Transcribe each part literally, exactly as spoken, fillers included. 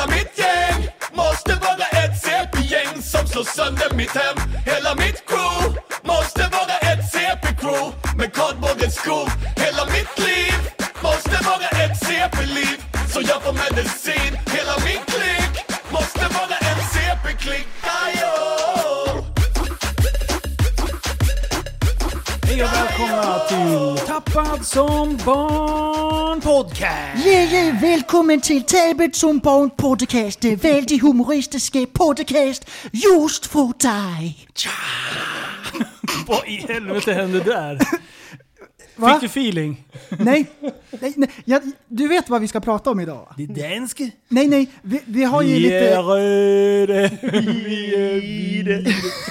Hela mitt gäng måste vara ett C P-gäng som slår sönder mitt hem. Hela mitt crew måste vara ett C P-crew med kardborrens skor. Hela mitt liv måste vara ett C P-liv så jag får medicin. Hela min klick måste vara en C P-klick. Ajo! Hej och välkomna till Tappad som barn podcast. Ja, ja, välkommen till Tappad som barn podcast. Det väldigt humoristiska podcast just för dig. Vad i helvete hände där? Va? Fick du feeling? Nej, nej, nej. Jag, du vet vad vi ska prata om idag? Det är danske. Nej, nej, vi, vi har ju Vi lite... är röde, vi är vide.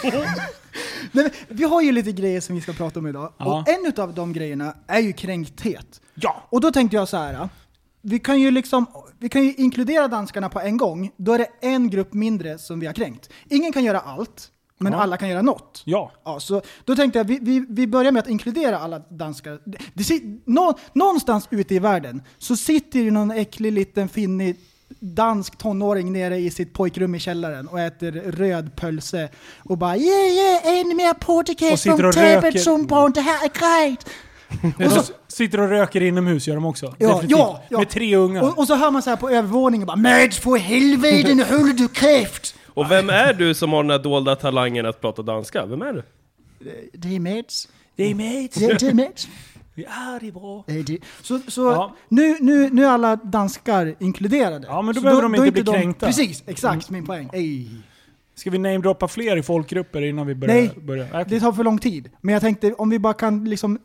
Nej, vi har ju lite grejer som vi ska prata om idag. Ja. Och en av de grejerna är ju kränkthet. Ja. Och då tänkte jag så här. Vi kan ju liksom vi kan ju inkludera danskarna på en gång. Då är det en grupp mindre som vi har kränkt. Ingen kan göra allt, men Ja. alla kan göra något. Ja. Ja, så då tänkte jag vi, vi, vi börjar med att inkludera alla danskar. Det, det, nå, någonstans ute i världen så sitter ju någon äcklig liten finnig dansk tonåring nere i sitt pojkrum i källaren och äter röd pölse och bara yeah, yeah, en mer Och podcast sitter från och Tappad röker. som barn, det här är grejt. Och så sitter och röker inomhus gör de också. Ja, Definitivt. ja, ja. Med tre ungar. Och, och så hör man så här på övervåningen bara Mads, för helvete, nu håller du kräft. Och vem är du som har den här dolda talangen att prata danska? Vem är du? Det är Mads. Det är med. Det, det är Mads. Ja, det är bra. Det är det. Så, så Ja. nu, nu, nu är alla danskar inkluderade. Ja, men då Så behöver de är inte bli kränkta. Precis, exakt min poäng. Ej. Ska vi namedroppa fler i folkgrupper innan vi börjar? Nej, börjar? Okay. det tar för lång tid. Men jag tänkte om vi bara kan liksom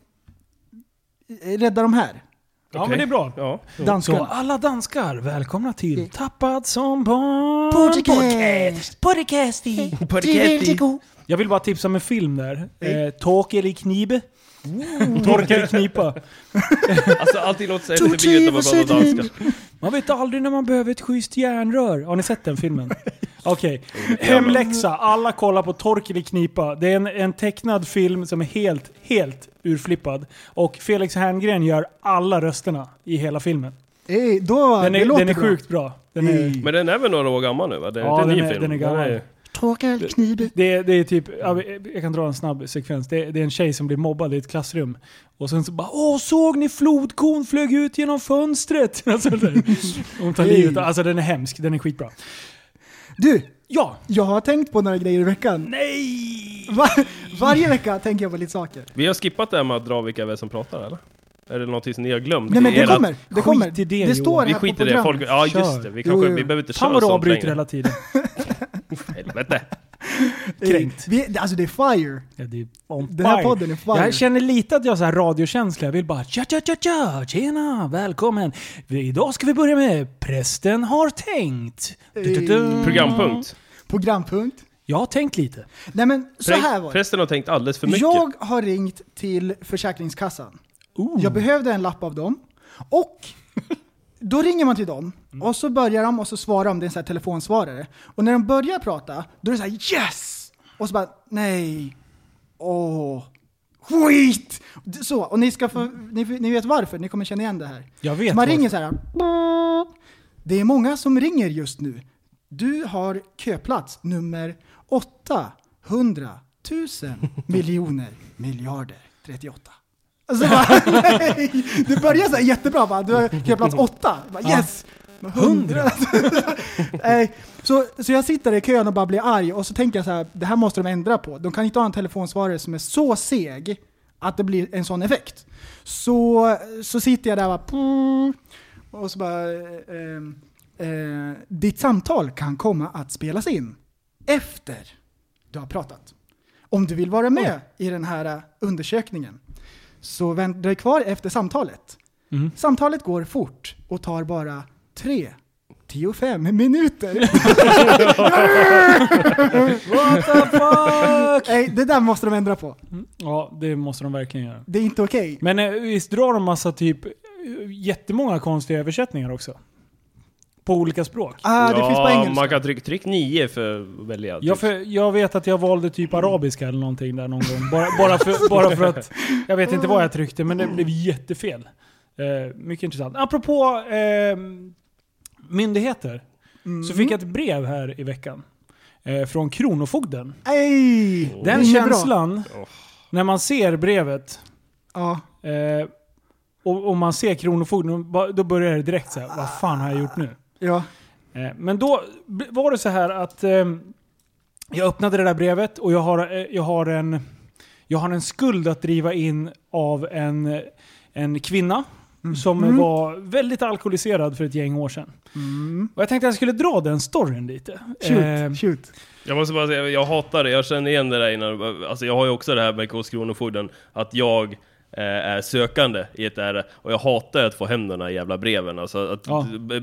rädda de här. Ja, Okej. men det är bra. Ja. Så Danskarna. alla danskar, välkomna till Mm. Tappad som barn Podcast. Podcast. Det är väldigt god. Jag vill bara tipsa om en film där. Eh, Torkel i knibe. Torkel i knipa. Alltså allting låter så efterblivet när man pratar danska. Man vet aldrig när man behöver ett schysst järnrör. Har ni sett den filmen? Okej. Hemläxa. Alla kollar på Torkel i knipa. Det är en, en tecknad film som är helt, helt urflippad. Och Felix Herngren gör alla rösterna i hela filmen. Ej, då, Den det är, låter den är bra. sjukt bra. Den är, Men den är väl några år gammal nu va? Det är Ja, inte en den ny är- film. den är gammal. Torkel knibe. Det är, det är typ, ja, jag kan dra en snabb sekvens. Det är, det är en tjej som blir mobbad i ett klassrum. Och sen så bara, åh såg ni flodkon flög ut genom fönstret? Alltså, där. Hon tar livet. Alltså den är hemsk, den är skitbra. Du, Ja! jag har tänkt på några grejer i veckan. Nej! Var, varje vecka tänker jag på lite saker. Vi har skippat det här med att dra vilka vi är som pratar eller? Är det någonting som ni har glömt? Nej men det Era- kommer, det kommer. Skit i det, Det står Johan. Vi här på skiter i det. programmet. Folk, ja Kör. just det. Vi, kanske, Jo, jo. vi behöver inte Fan köra vad du sånt avbryter längre. hela tiden. Helvete. Kränkt. Vi, alltså det är fire. Ja, det är on Den här fire. podden är fire. Jag känner lite att jag har så här radiokänsla. Jag vill bara tja tja tja tja, tjena, välkommen. Vi, idag ska vi börja med Prästen har tänkt. Du, du, du. Programpunkt. Programpunkt. Jag har tänkt lite. Nej men så här var det. Prästen har tänkt alldeles för mycket. Jag har ringt till Försäkringskassan. Ooh. Jag behövde en lapp av dem. Och då ringer man till dem. Och så börjar de och så svarar de. Det är en sån här telefonsvarare. Och när de börjar prata, då är det så här yes! Och så bara, nej. Åh. Skit! Så, och ni ska få, ni, ni vet varför. Ni kommer känna igen det här. Jag vet Så man varför. ringer så här. Det är många som ringer just nu. Du har köplats nummer åttahundratusen miljoner miljarder trettioåtta. Alltså bara, nej. Det börjar så här jättebra. Bara. Du har köplats åtta. Bara, yes! Hundra. Nej, så, så jag sitter i kön och bara blir arg. Och så tänker jag så här, det här måste de ändra på. De kan inte ha en telefonsvarare som är så seg att det blir en sån effekt. Så, så sitter jag där och bara, och så bara eh, eh, ditt samtal kan komma att spelas in efter du har pratat. Om du vill vara med Oj. i den här undersökningen så vänd dig kvar efter samtalet. Mm. Samtalet går fort och tar bara tre till fem minuter. What the fuck? Nej, det där måste de ändra på. Ja, det måste de verkligen göra. Det är inte okej. Men eh, visst drar de massa typ jättemånga konstiga översättningar också? På olika språk. Ah, det ja, finns på engelska. Man kan trycka tryck nio för att välja. Ja, för jag vet att jag valde typ arabiska eller någonting där någon gång. Bara, bara, för, bara för att jag vet inte vad jag tryckte, men det blev jättefel. Eh, mycket intressant. Apropå eh, myndigheter. mm. så fick jag ett brev här i veckan. Eh, från Kronofogden. Ej, Den känslan, oh. när man ser brevet ja. eh, och, och man ser Kronofogden, då börjar det direkt så här, vad fan har jag gjort nu? Ja. Eh, men då var det så här att eh, jag öppnade det där brevet och jag har, eh, jag har, en, jag har en skuld att driva in av en, en kvinna. Mm. Som mm. var väldigt alkoholiserad för ett gäng år sedan. Mm. Och jag tänkte att jag skulle dra den storyn lite. Shoot, eh, shoot. Jag måste bara säga, jag hatar det. Jag känner igen det där innan. Alltså jag har ju också det här med hos Kronofogden. Att jag eh, är sökande i ett ärende. Och jag hatar att få hem de här jävla breven. Alltså att ja.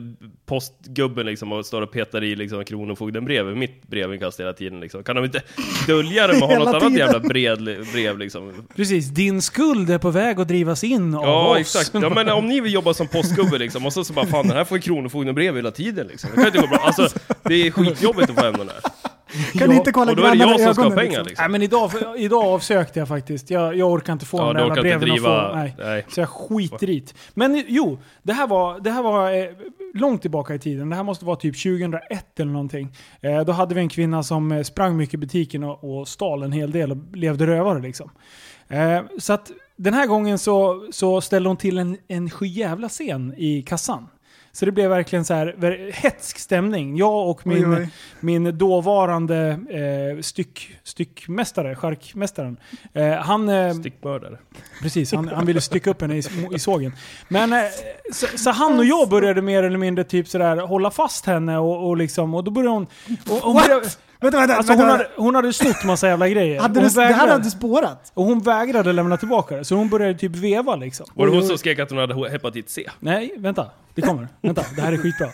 postgubben liksom och står och petar i liksom Kronofogden brev. Mitt brevinkast hela tiden liksom. Kan de inte dölja det med att ha något annat tiden. jävla brev, brev liksom? Precis, din skuld är på väg att drivas in av ja, oss. Exakt. Ja, men om ni vill jobba som postgubbe liksom. Och så, så bara, fan, den här får Kronofogden brev hela tiden liksom. Det kan inte gå bra. Alltså, det är skitjobbigt att få hem den här. Kan ja, inte kolla och då är det jag som ska ha pengar liksom. liksom. Nej, men idag, idag avsökte jag faktiskt. Jag, jag orkar inte få ja, den jävla breven driva, få, nej. nej. Så jag skiter i. Men jo, det här var, det här var eh, långt tillbaka i tiden. Det här måste vara typ tjugohundraett eller någonting. Eh, då hade vi en kvinna som eh, sprang mycket i butiken och, och stal en hel del och levde rövare liksom. Eh, så att den här gången så, så ställde hon till en, en sjujävla scen i kassan. Så det blev verkligen så här hetsk stämning. Jag och min, oj, oj. min dåvarande eh, styck, styckmästare, charkmästaren. Eh, han, eh, Stickmördare. Precis, han, han ville stycka upp henne i, i sågen. Men eh, så, så han och jag började mer eller mindre typ så där hålla fast henne och, och liksom, och då började hon... Och, hon började, Vänta, vänta, alltså vänta. Hon, hade, hon hade snott massa jävla grejer. Hade det, vägrade, det här hade spårat. Och hon vägrade lämna tillbaka det. Så hon började typ veva liksom. Var det hon som skrek att hon hade hepatit C? Nej, vänta. Det kommer. Vänta, det här är skitbra.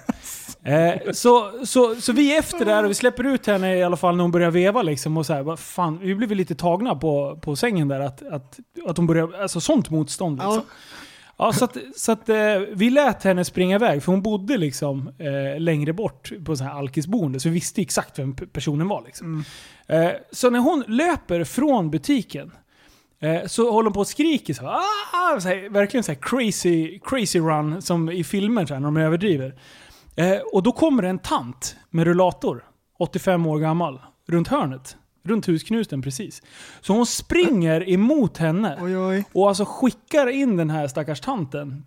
Eh, så, så, så vi är efter där och vi släpper ut henne i alla fall när hon börjar veva liksom. Och så här, vad fan, vi blev lite tagna på, på sängen där. Att, att, att hon börjar, alltså sånt motstånd liksom. Ja. Ja, så att, så att eh, vi lät henne springa iväg för hon bodde liksom eh, längre bort på så här alkisboende så vi visste exakt vem personen var liksom. Mm. Eh, så när hon löper från butiken eh, så håller hon på och skriker så, ah! så här, verkligen så här crazy, crazy run som i filmer så här, när de överdriver. Eh, och då kommer en tant med rullator, åttiofem år gammal, runt hörnet. Runt husknusten precis. Så hon springer emot henne. Oj, oj. Och alltså skickar in den här stackars tanten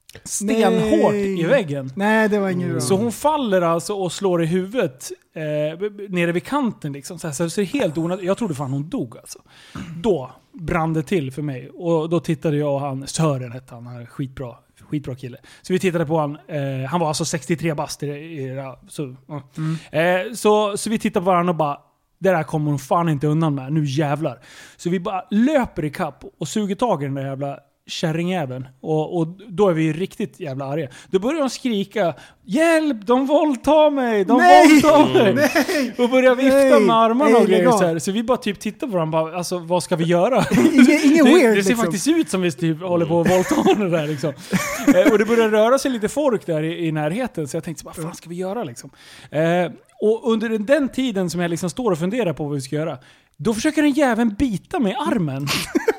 stenhårt i väggen. Nej, det var ingen bra. Så hon faller alltså och slår i huvudet eh, nere vid kanten liksom. Så, här, så det ser helt onödigt. Jag trodde fan hon dog alltså. Då brann det till för mig. Och då tittade jag och han, Sören hette han, han är skitbra. Skitbra kille. Så vi tittade på han. Eh, han var alltså sextiotre bast i, i, så, ja. mm. eh, så, så vi tittade på varandra och bara, det där kommer hon fan inte undan med. Nu jävlar. Så vi bara löper i kapp och suger tag i den där jävla kärringjäveln. Och, och då är vi riktigt jävla arga. Då börjar de skrika, hjälp, de våldtar mig, de Nej! våldtar mig. Nej! Och börjar vifta Nej! med armarna Nej, och grejer så så, här. Så vi bara typ tittar på varandra och bara, alltså vad ska vi göra? Ingen, ingen det, weird det ser liksom. faktiskt ut som vi typ håller på att våldta det där liksom. eh, och det börjar röra sig lite folk där i, i närheten. Så jag tänkte, vad fan ska vi göra liksom? Eh, och under den tiden som jag liksom står och funderar på vad vi ska göra, då försöker den jäveln bita mig i armen.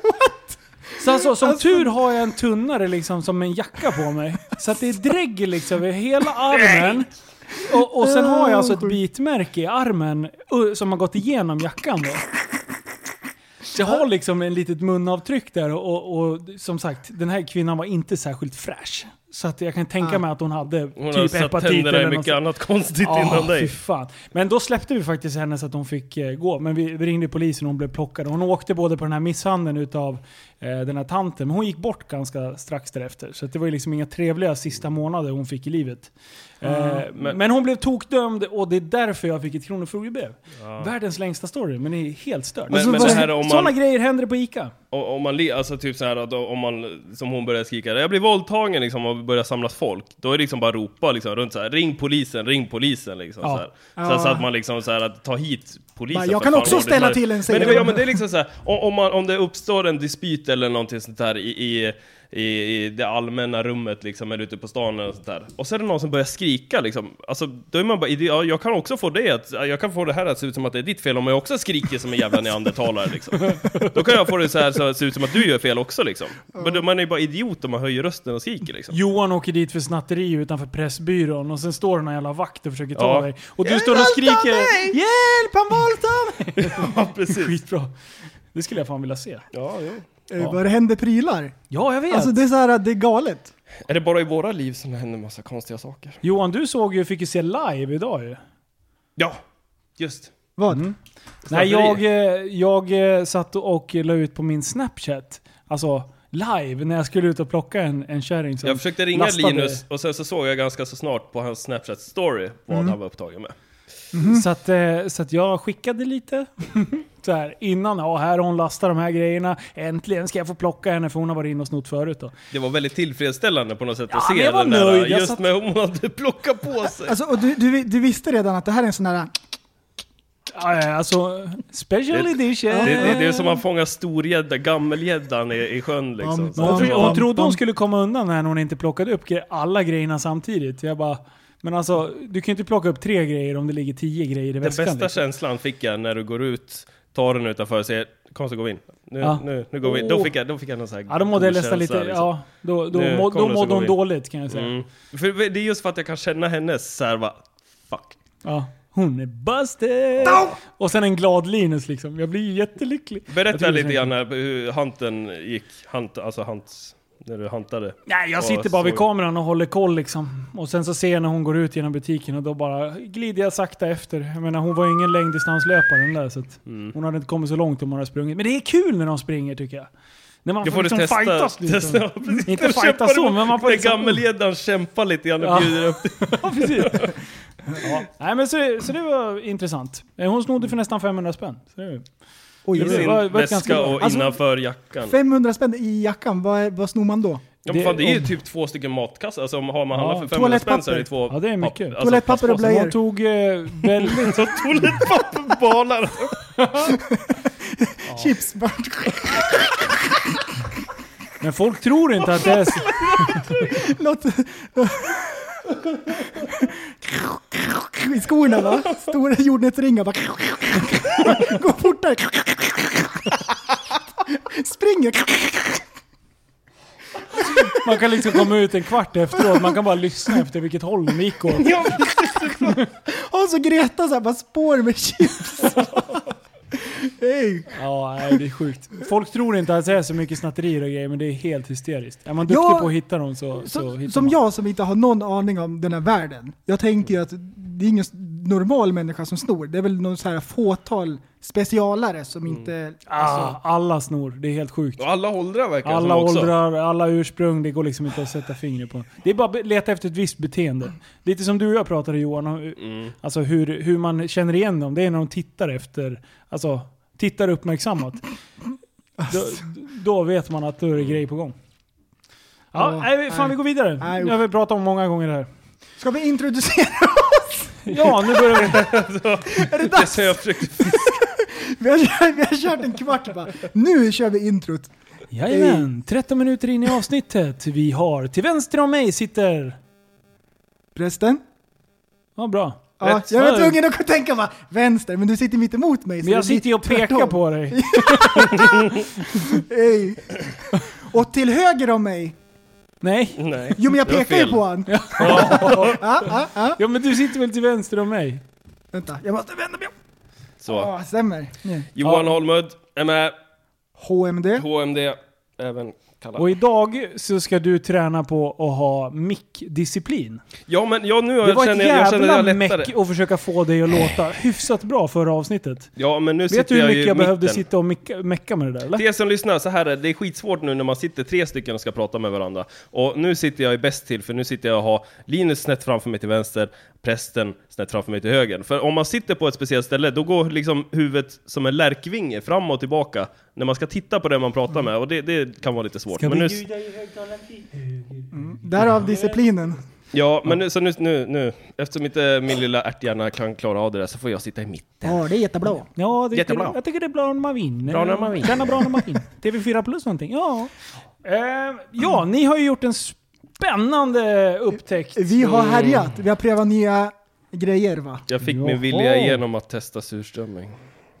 Så alltså, som alltså, tur har jag en tunnare liksom som en jacka på mig. Så att det drägger liksom över hela armen. Och, och sen har jag alltså ett bitmärke i armen som har gått igenom jackan då. Så jag har liksom en litet munavtryck där och, och som sagt, den här kvinnan var inte särskilt fräsch. Så att jag kan tänka ah. mig att hon hade hon typ har hepatit eller eller mycket annat konstigt ah, innan dig. Fy fan. Men då släppte vi faktiskt henne så att hon fick eh, gå. Men vi, vi ringde polisen och hon blev plockad. Hon åkte både på den här misshandeln utav eh, den här tanten. Men hon gick bort ganska strax därefter. Så att det var ju liksom inga trevliga sista månader hon fick i livet. Mm. Eh, men, men hon blev tokdömd och det är därför jag fick ett kronofogdebrev. Ja. Världens längsta story, men det är helt stört. Men, men det här, om man, sådana grejer händer på ICA. Om man, alltså typ så här att om man, som hon börjar skrika, jag blir våldtagen liksom och börjar samlas folk, då är det liksom bara ropa liksom runt så här, ring polisen, ring polisen liksom ja. så, här. Så, ja. så att man liksom så här att ta hit polisen. Jag kan också fan, ställa till en men, men, ja, men det är liksom så här, om, om, man, om det uppstår en dispyt eller någonting sånt där i, i i, i det allmänna rummet liksom, eller ute på stan och sånt där. Och så är det någon som börjar skrika liksom. Alltså, då är man bara, ja, jag kan också få det att, jag kan få det här att se ut som att det är ditt fel om jag också skriker som en jävla neandertalare liksom. Då kan jag få det så här så att det ser ut som att du gör fel också liksom. Men då, man är bara idiot om man höjer rösten och skriker liksom. Johan åker dit för snatteri utanför Pressbyrån och sen står den här jävla vakt och försöker ta Ja. dig. Och du står och skriker hjälp, han våldtar mig! Ja, precis. Skitbra. Det skulle jag fan vilja se. Ja, jo. Eh, Vad det händer prylar. Ja, jag vet. Alltså det är så här, det är galet. Är det bara i våra liv som det händer massa konstiga saker? Johan, du såg ju, fick ju se live idag ju. Ja, just. Vad? Mm. Nej, jag, eh, jag eh, satt och la ut på min Snapchat, alltså live, när jag skulle ut och plocka en, en kärring som Jag försökte ringa lastade. Linus och sen så såg jag ganska så snart på hans Snapchat story vad Mm. han var upptagen med. Så, att, eh, så att jag skickade lite så här, innan, ja här har hon lastat de här grejerna, äntligen ska jag få plocka henne för hon har varit in och snott förut då. Det var väldigt tillfredsställande på något sätt Ja, att men se jag var den där, nöjd. Jag just satt- med hon hade plockat på sig. Alltså, och du, du, du visste redan att det här är en sån här... Ja, ja, alltså, special Det- edition. Det, det, det är som man fångar storgädda, gammelgäddan i, i sjön liksom. Ja, Så Hon, att- tro- hon Bam, trodde bam. hon skulle komma undan när hon inte plockade upp gre- alla grejerna samtidigt. Jag bara, men alltså, du kan ju inte plocka upp tre grejer om det ligger tio grejer i Den väskan. bästa liksom. känslan fick jag när du går ut, tar den utanför och säger kom så går vi in. Nu, Ja. nu, nu går vi in. Då fick jag, då fick jag någon sån här Ja, då mådde jag god nästan lite, känsla, liksom. ja, då, då, Nu må, kommer då det så mådde går hon vi. dåligt kan jag säga. Mm. För det är just för att jag kan känna hennes så här, va, fuck. Ja, hon är busted! Och sen en glad Linus liksom. Jag blir ju jättelycklig. Jag Berätta tycker lite det är grann när- hur hanten gick, hant, alltså hants, när du hantade. Nej, jag Och sitter bara vid så- kameran och håller koll liksom. Och sen så ser jag när hon går ut genom butiken och då bara glider jag sakta efter. Jag menar, hon var ju ingen längddistanslöpare den där så att Mm. hon hade inte kommit så långt om hon hade sprungit. Men det är kul när de springer tycker jag. När man Jag får får du liksom testa, fightas lite. testa ja, precis. Inte När fightas kämpar så, du- men man får när liksom- gammelgäddan kämpar lite grann och Ja. bjuder upp. Ja, precis. Ja. Nej, men så, så det var intressant. Hon snodde för nästan femhundra spänn. Så det, Oj, Det oj, var- Sin oj. var ett ganska väska bra. och Alltså, innanför jackan. femhundra spänn i jackan, vad, är- vad snor man då? Ja, men fan, det är ju om- typ två stycken matkassar. Alltså om har man Ja, handlat för femhundra spänn så är det två... Ja, det är mycket. papp- Toalettpapper och plastpåsar. blöjor. hon tog eh, väldigt... Toalettpapper, balar. Chips. bara- Men folk tror inte att det är så. Låt... I skorna va? Stora jordnötsringar bara... Gå fortare! Springer! Man kan liksom komma ut en kvart efteråt. Man kan bara lyssna efter vilket håll de gick åt. Och så Greta så här, bara spår med chips. Hej! Ja, nej, det är sjukt. Folk tror inte att det är så mycket snatterier och grejer, men det är helt hysteriskt. Är man duktig Ja, på att hitta dem så, så Så, hittar som man. jag som inte har någon aning om den här världen. Jag tänker ju att det är ingen normal människa som snor. Det är väl någon så här fåtal specialare som inte... Alltså, Ah, alla snor, det är helt sjukt. Och alla åldrar verkar Alla som också. åldrar, alla ursprung, det går liksom inte att sätta fingret på. Det är bara att leta efter ett visst beteende. Lite som du och jag pratade Johan, om, Mm. alltså hur, hur man känner igen dem. Det är när de tittar efter, alltså tittar uppmärksammat. Då, då vet man att då är det grej på gång. Ja, Ja, nej, fan nej. vi går vidare. Nej, Nu har vi pratat om många gånger det här. ska vi introducera? Ja, nu börjar vi. Är det Det dags? som jag försökte... Vi har, kört, vi har kört en kvart bara. Nu kör vi introt. Jajamän, tretton minuter in i avsnittet. Vi har till vänster om mig sitter... Prästen? Ja, bra. Ja, Rätt jag var svar. tvungen att tänka va, vänster, men du sitter mitt emot mig. så Men jag det blir sitter ju och pekar tvärtom. på dig. Hej. Och till höger om mig. Nej. Nej. Jo men jag Det var pekar ju fel. på han. Ja. Ja, ja, ja. Ja, men du sitter väl till vänster om mig? Vänta, jag måste vända mig om. Så. Ja, stämmer. Nu. Johan Ja. Holmud är med. H M D. H M D, även kallad. Och idag så ska du träna på att ha mick-disciplin. Ja, men jag nu Det var känner ett jag, jag känner jävla jag lättare. meck att försöka få dig att låta hyfsat bra förra avsnittet. Ja, men nu Vet sitter du hur jag mycket ju jag i behövde mitten. sitta och mecka, mecka med det där, eller? Det som lyssnar, så här är det, det är skitsvårt nu när man sitter tre stycken och ska prata med varandra. Och nu sitter jag i bäst till, för nu sitter jag och har Linus snett framför mig till vänster, prästen snett framför mig till höger. För om man sitter på ett speciellt ställe, då går liksom huvudet som en lärkvinge fram och tillbaka när man ska titta på det man pratar med. Och det, det kan vara lite svårt. Ska Men vi nu, ljuda i högtalaren till höger? Därav disciplinen. Ja, men nu, så nu, nu, nu, eftersom inte min lilla ärthjärna kan klara av det där så får jag sitta i mitten. Ja, det är jättebra. Ja, det, Jättebra. jag tycker det är bra när man vinner. Bra när man vinner. Gärna bra när man vinner. T V fyra plus någonting, ja. Eh, ja, ni har ju gjort en spännande upptäckt. Vi har härjat. Vi har prövat nya grejer, va? Jag fick Jaha. min vilja igenom att testa surströmming.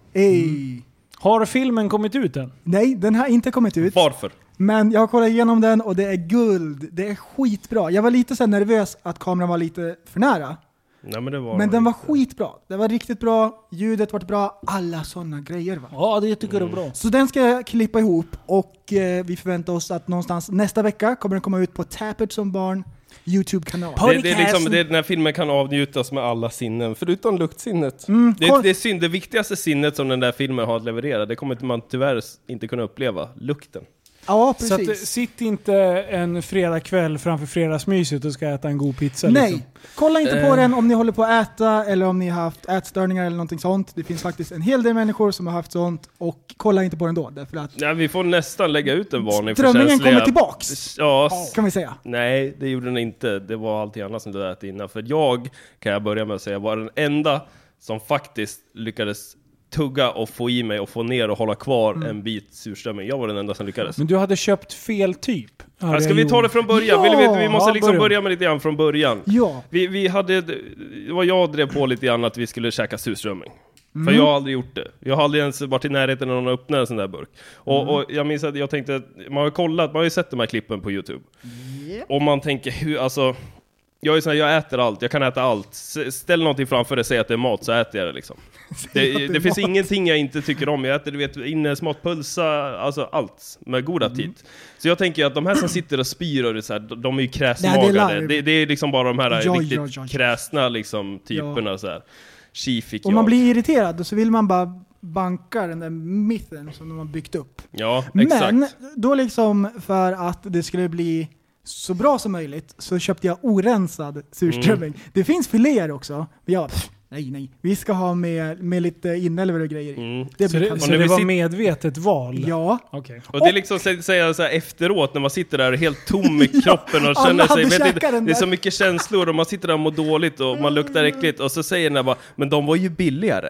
Ej. Har filmen kommit ut än? Nej, den har inte kommit ut. Varför? Men jag har kollat igenom den och det är guld. Det är skitbra. Jag var lite så här nervös att kameran var lite för nära. Nej, men det var Men den var inte. skitbra. Det var riktigt bra. Ljudet var bra. Alla sådana grejer, va? Ja, det tycker jag är bra. Så den ska jag klippa ihop och eh, vi förväntar oss att någonstans nästa vecka kommer den komma ut på Tappert som barn YouTube-kanal. Det, det är liksom, det är, den här filmen kan avnjutas med alla sinnen, förutom luktsinnet. Mm, det, koll- det är synd, det viktigaste sinnet som den där filmen har att leverera, det kommer man tyvärr inte kunna uppleva, lukten. Ja, Så att, precis. sitt inte en fredagkväll framför fredagsmyset och ska äta en god pizza. Nej, Liksom. kolla inte på Eh. den om ni håller på att äta eller om ni har haft ätstörningar eller någonting sånt. Det finns faktiskt en hel del människor som har haft sånt och kolla inte på den då. Därför att Ja, vi får nästan lägga ut en varning för strömmingen känsliga... kommer tillbaks, Ja, kan vi säga. nej, det gjorde den inte. Det var allting annat som det där innan. För jag, kan jag börja med att säga, var den enda som faktiskt lyckades tugga och få i mig och få ner och hålla kvar Mm. en bit surströmming. Jag var den enda som lyckades. Men du hade köpt fel typ. Ja, ska vi ta det från början? Ja, Vill vi, vi måste ja, liksom börja. börja med lite grann från början. Ja, Vi, vi hade, det var jag drev på lite grann att vi skulle käka surströmming. Mm. För jag har aldrig gjort det. Jag har aldrig ens varit i närheten när någon öppnar en sån där burk. Och, Mm. och jag minns att jag tänkte att man har kollat, man har ju sett de här klippen på YouTube. Yep. Och man tänker, hur, alltså... Jag är sån här, jag äter allt, jag kan äta allt. S- Ställ någonting framför dig och säg att det är mat, så äter jag det liksom. Det, att det är det finns mat. ingenting jag inte tycker om. Jag äter, du vet, innesmat, pölsa, alltså allt med god aptit. Mm. Så jag tänker att de här som sitter och spyr och det så här, de- de är ju Nej, det är kräsmagade. larv. Det, det är liksom bara de här Ja, riktigt ja, ja, ja. kräsna liksom, typerna så här. Tji fick och jag. man blir irriterad och så vill man bara banka den där mythen som de har byggt upp. Ja, exakt. Men då liksom för att det skulle bli så bra som möjligt så köpte jag orensad surströmming. Mm. Det finns filéer också. Men jag bara, pff, nej nej, vi ska ha med, med lite inälvor och grejer i. Mm. Det Så blir det, kanon. så när det vi var sit- medvetet val? Ja. Okej. Och det är liksom så- säga så här efteråt när man sitter där helt tom i kroppen och alla känner sig, hade vet käkat inte, den det är där. så mycket känslor och man sitter där och mår dåligt och man luktar äckligt och så säger den där bara, men de var ju billigare.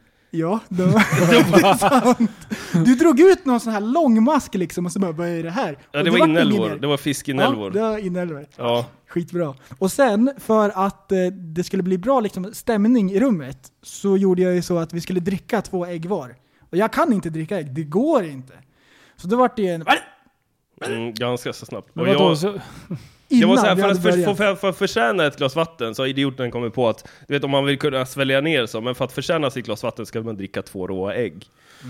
Ja, det var, det var sant. Du drog ut någon sån här lång mask liksom och så bara, vad är det här? Ja, Och det var vart ingen inälvor, mer. det var fiskinälvor. Ja, det var inälvor. Ja. Skitbra. Och sen, för att eh, det skulle bli bra liksom, stämning i rummet, så gjorde jag ju så att vi skulle dricka två ägg var. Och jag kan inte dricka ägg, det går inte. Så då var det en... Mm, ganska så snabbt. Men Och vadå, jag, så, Innan jag var så här, vi för, hade att för, för, börjat. för, för att förtjäna ett glas vatten så har idioten kommit på att, du vet, om man vill kunna svälja ner så, men för att förtjäna sitt glas vatten ska man dricka två råa ägg.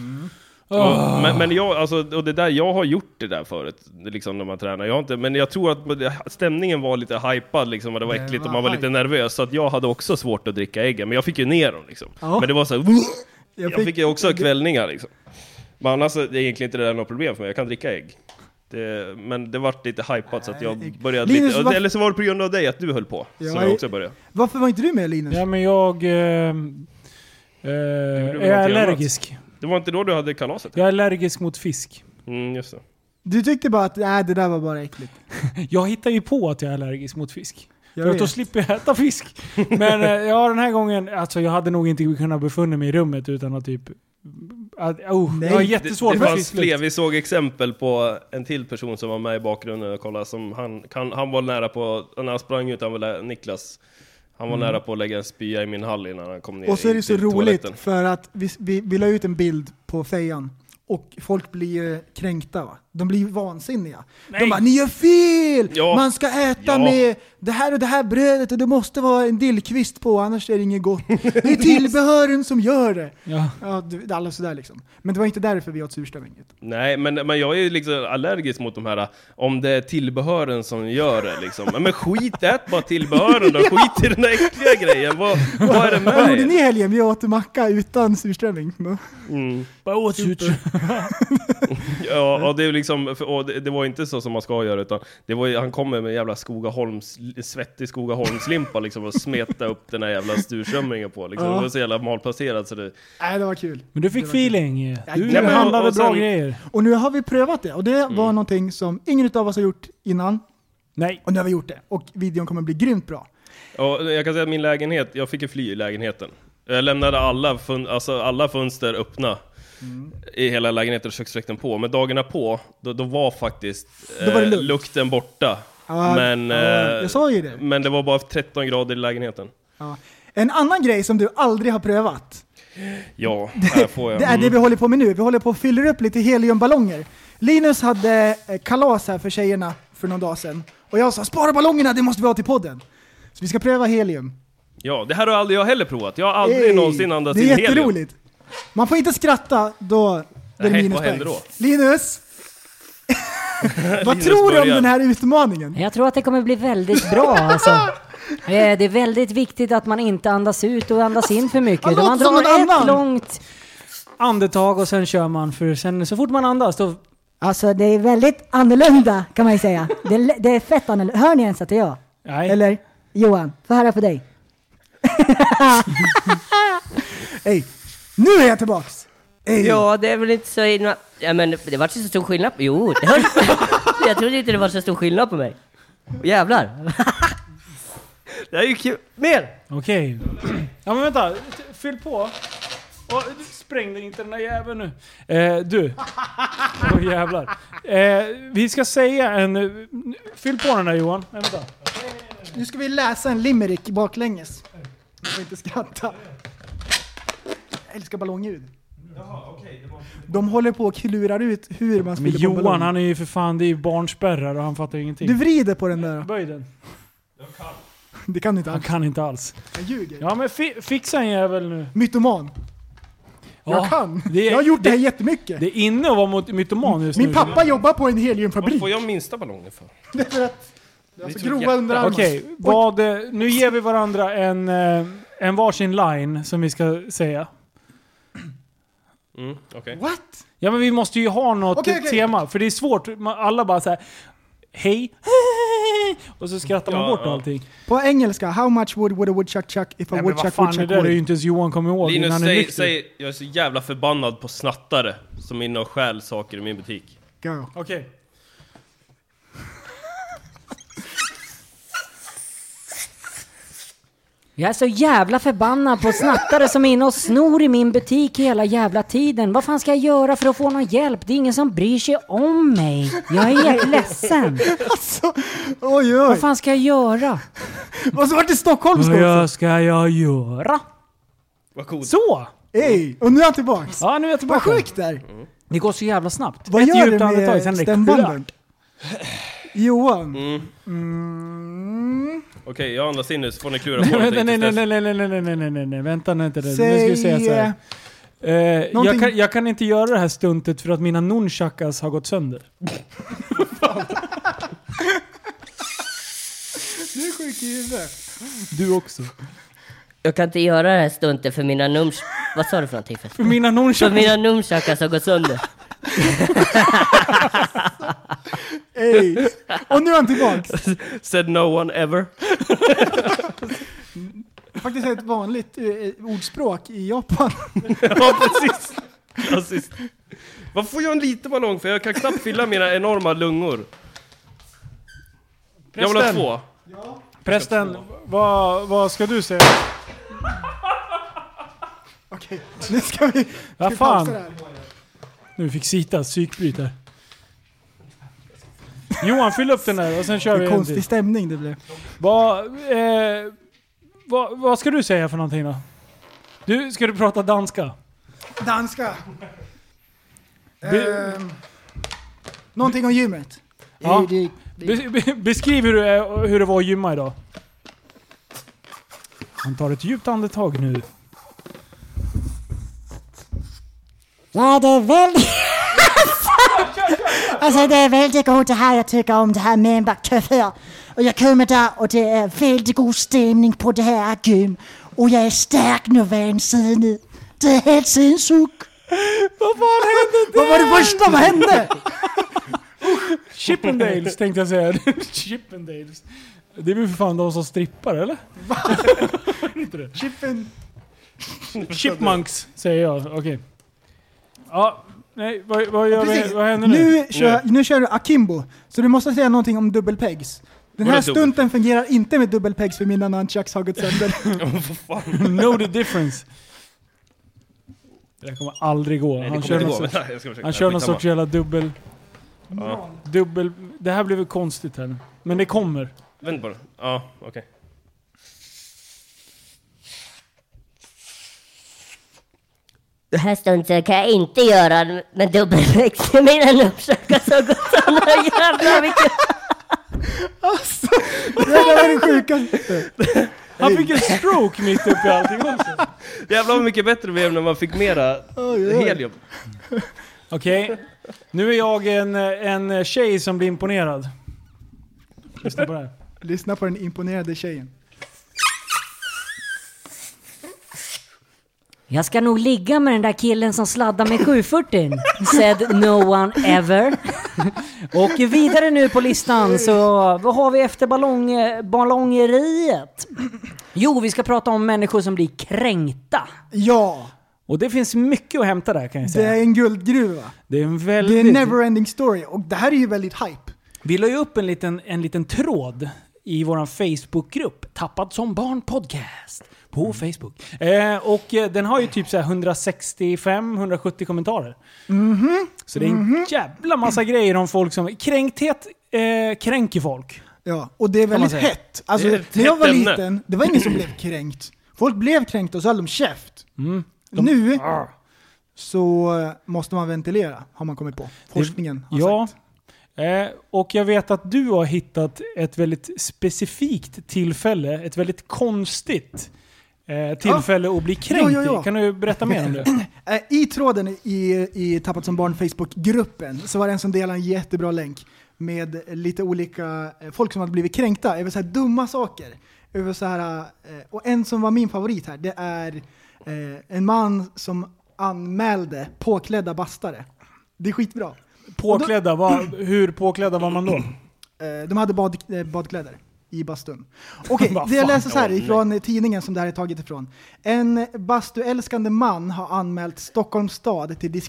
Åh. Och, men, men jag, alltså, och det där, jag har gjort det där förut, liksom när man tränar. Jag har inte, men jag tror att stämningen var lite hypad liksom, och det var Det äckligt var och man var lite hype. nervös. Så att jag hade också svårt att dricka äggen, men jag fick ju ner dem liksom. Ja. Men det var så här, jag, fick- fick ju också kvällningar liksom. Men annars är det egentligen inte det där något problem för mig, jag kan dricka ägg. Det, men det var lite hypat så att jag Nej, började Linus, lite, var- eller så var det på grund av dig att du höll på, Ja, som jag i- också började. Varför var inte du med, Linus? ja, men jag... Eh, eh, väl är någonting allergisk. Det var inte då du hade kalaset? Jag är allergisk mot fisk. Mm, just det. Du tyckte bara att nej, det där var bara äckligt. Jag hittar ju på att jag är allergisk mot fisk. Jag För att vet. då slipper jag äta fisk. Men eh, ja, den här gången, alltså jag hade nog inte kunnat befunna mig i rummet utan att typ... Att, oh, Nej, jag har Det, jättesvårt det för fanns fisklukt. fler, vi såg exempel på en till person som var med i bakgrunden och kollade, som han, kan, han var nära på, när han sprang ut, han var lä- Niklas, han var nära på att lägga en spya i min hall innan han kom ner. Och så är det in så till roligt toaletten. för att vi, vi, vi la ut en bild på fejan och folk blir ju kränkta, va? De blir ju vansinniga. Nej. De bara, ni gör fel! Ja. Man ska äta Ja. med det här och det här brödet och det måste vara en dillkvist på, annars är det inget gott. Det är tillbehören som gör det. Ja. Ja, det- alla sådär liksom. Men det var inte därför vi åt surströmming. Nej, men, men jag är ju liksom allergisk mot de här, om det är tillbehören som gör det liksom. Men skit, ät bara tillbehören då, skit i den där äckliga grejen. Vad, vad är det med Vad gjorde er? ni i helgen? Vi åt macka utan surströmming. Mm. Bara åt surströmming. Ja, och det är liksom, och det, det var inte så som man ska göra, utan det var ju, han kommer med en jävla Skogaholms, svettig Skogaholmslimpa liksom och smeta upp den här jävla surströmmingen på liksom. Ja. Det var så jävla malplacerat så det... Nej, det var kul. Men du fick Det var kul. feeling. Du Nej, men- handlade och bra sen- grejer. Och nu har vi prövat det. Och det var Mm. någonting som ingen av oss har gjort innan. Nej. Och nu har vi gjort det. Och videon kommer bli grymt bra. Och jag kan säga att min lägenhet, jag fick ju fly i lägenheten. Jag lämnade alla, fun, alltså alla fönster öppna mm. i hela lägenheten och köksfläkten på. Men dagarna på, då, då var faktiskt då var det eh, lukten borta. Ja, men, ja, eh, jag sa ju det. Men det var bara tretton grader i lägenheten. Ja. En annan grej som du aldrig har prövat. Ja, här får jag. Det är det vi håller på med nu. Vi håller på att fylla upp lite heliumballonger. Linus hade kalas här för tjejerna för någon dag sedan. Och jag sa, spara ballongerna, det måste vi ha till podden. Så vi ska pröva helium. Ja, det här har aldrig jag heller provat. Jag har aldrig Ey, någonsin andats in helium. helium. Det är jätteroligt. Man får inte skratta, då det är Nej, minus vad händer då? Linus! Vad Linus tror du om börjar. den här utmaningen? Jag tror att det kommer bli väldigt bra alltså. Eh, Det är väldigt viktigt att man inte andas ut och andas in för mycket. Han Då man låter som drar någon ett annan. långt... Andetag och sen kör man. För sen så fort man andas då... Alltså det är väldigt annorlunda kan man ju säga. Det är, det är fett annorlunda. Hör ni ens att det är jag? Nej. Eller Johan, få höra på dig. Hej, nu är jag tillbaks! Ey. Ja, det är väl inte så... Inna... Ja, men det var så stor skillnad. Jo, det hör... jag trodde inte det var så stor skillnad på mig. Jävlar. Det är ju kul. Mer! Okej. Ja men vänta, fyll på. Och sprängde inte den där jäveln nu. Eh, du. Åh jävlar. Eh, vi ska säga en... Fyll på den där Johan. Nej, vänta. Nu ska vi läsa en limerick baklänges. Jag får inte skratta. Jag älskar ballongljud. De håller på och klurar ut hur man Men spelar på Johan ballong. han är ju för fan, det är ju barnspärrar och han fattar ingenting. Du vrider på den där. Böj den. Det kan du inte Han alls. kan inte alls. Jag ljuger. Ja men fi- fixa en jävel nu. Mytoman. Ja, Jag kan. det är- jag har gjort det, här det- jättemycket. Det är inne att vara mot mytoman just nu. Min pappa jobbar på en Vad heliumfabrik. får jag minsta ballonger för? Det är för att det är Det så är så grova jätte- underarmar. Okej, vad, eh, nu ger vi varandra en, eh, en varsin line som vi ska säga. Mm, okej. What? Ja men vi måste ju ha något Okej, okej. tema, för det är svårt. Man- Alla bara så här. Hej, och så skrattar man Ja, bort ja. allting. På engelska, how much wood would a woodchuck chuck if a Nej, men vad woodchuck fan, det woodchuck där är ju would? inte ens Johan kommer ihåg. Linus, han är säg, nykter. säg, jag är så jävla förbannad på snattare som inne och stjäl saker i min butik. Go. Okej. Jag är så jävla förbannad på snattare som är inne och snor i min butik hela jävla tiden. Vad fan ska jag göra för att få någon hjälp? Det är ingen som bryr sig om mig. Jag är helt ledsen. Alltså, oj oj. Vad fan ska jag göra? Och så vart det stockholmska Vad också. jag ska jag göra? Vad coolt. Så! Ey, och nu är han tillbaks. Ja, nu är jag Vad tillbaka. sjukt där. Det går så jävla snabbt. Vad Ett gör djupt du andetag, sen med det stämbanden? klart. Johan. Mm. Mm. Okej, jag andas in nu så får ni klura på Nej, någonting nej, nej, tills nej, dess. nej, nej, nej, nej, nej, nej, nej, vänta nu inte det. Nu ska Säg... vi säga så här. Eh, jag, Någonting- kan, jag kan inte göra det här stuntet för att mina nunchakas har gått sönder. Du är sjuk i huvudet. Du också. Jag kan inte göra det här stuntet för mina nums... Vad sa du för någonting? För, För mina för nunchakas... mina numchakas har gått sönder. Ey. Och nu är han tillbaks. Said no one ever. Faktiskt ett vanligt eh, ordspråk i Japan. Ja, precis. Klassiskt. Vad får jag en liten ballong för? Jag kan knappt fylla mina enorma lungor. Jag vill ha två. Prästen, vad, vad ska du säga? Okej, nu ska vi... Vad ska vi fan? pausa det här. Nu fick Sita psykbryt här. Johan, fyll upp den där och sen kör Det vi är en konstig till. stämning det blev. Vad, eh, vad, vad ska du säga för någonting då? Du, ska du prata danska? Danska. Be- Ehm, någonting om gymmet. Ja. Det- det- Be, be, beskriv hur det, är, hur det var att gymma idag. Han tar ett djupt andetag nu. Ja, det är väldigt... alltså det är väldigt gott det här. Jag tycker om det här med en kaffe. Och jag kommer där och det är väldigt god stämning på det här gym. Och jag är stark nu vansinnig. Det är helt sinnssykt. Vad fan hände Vad var det första? Vad hände? Chippendales tänkte jag säga. Chippendales. Det är väl för fan de som strippar, eller? Inte det? Chippen. Chipmunks, säger jag. Okej. Ja, nej, vad, vad gör vi? Precis. Vad händer nu? Nu kör, nu kör du akimbo. Så du måste säga någonting om dubbelpegs. Den här stunten fungerar inte med dubbelpegs för mina nunchucks har gått sönder. Oh, fan. Know the difference. Det kommer aldrig gå. Nej, han det kör kommer någon inte gå. sorts, Nej, jag ska försöka. han kör någon Skitsamma. sorts jävla dubbel... Ja. Dubbel... Det här blev konstigt här nu. Men det kommer. Vänd på det. Ja, okej. Okay. Det här stunten kan jag inte göra med dubbelväxt. Mina nunchucks har gått sönder. Jävlar vilken... Alltså, det där är det sjukaste. Han fick en stroke mitt uppe i allting också. Jävlar vad mycket bättre det blev när man fick mera helium. Okej, okay. Nu är jag en, en tjej som blir imponerad. Lyssna på det här. Lyssna på den imponerade tjejen. Jag ska nog ligga med den där killen som sladdar med sju fyrtio, said no one ever. Och vidare nu på listan så vad har vi efter ballong, ballongeriet? Jo, vi ska prata om människor som blir kränkta. Ja. Och det finns mycket att hämta där kan jag säga. Det är en guldgruva. Det är en väldigt... Det är en never-ending story. Och det här är ju väldigt hype. Vi la ju upp en liten, en liten tråd i våran Facebookgrupp. Tappad som barn podcast. På mm. Facebook. Eh, och eh, den har ju typ så här hundrasextiofem till hundrasjuttio kommentarer. Mm-hmm. Så det är en mm-hmm. jävla massa grejer om folk som... Kränkthet eh, kränker folk. Ja, och det är väldigt hett. Alltså, när jag var liten, det var ingen som blev kränkt. Folk blev kränkta och så höll de käft. Mm. De, nu ah. så måste man ventilera, har man kommit på. Forskningen har ja. sagt. Eh, och jag vet att du har hittat ett väldigt specifikt tillfälle, ett väldigt konstigt eh, tillfälle ja. att bli kränkt ja, ja, ja. i. Kan du berätta mer om det? I tråden i, i Tappat som barn Facebook-gruppen så var det en som delade en jättebra länk med lite olika folk som hade blivit kränkta över så här dumma saker. Över så här, och en som var min favorit här, det är en man som anmälde påklädda bastare. Det är skitbra. Påklädda? Var, hur påklädda var man då? De hade bad, badkläder i bastun. Okej, okay, det jag läser så här ifrån tidningen som det här är taget ifrån. En bastuälskande man har anmält Stockholms stad till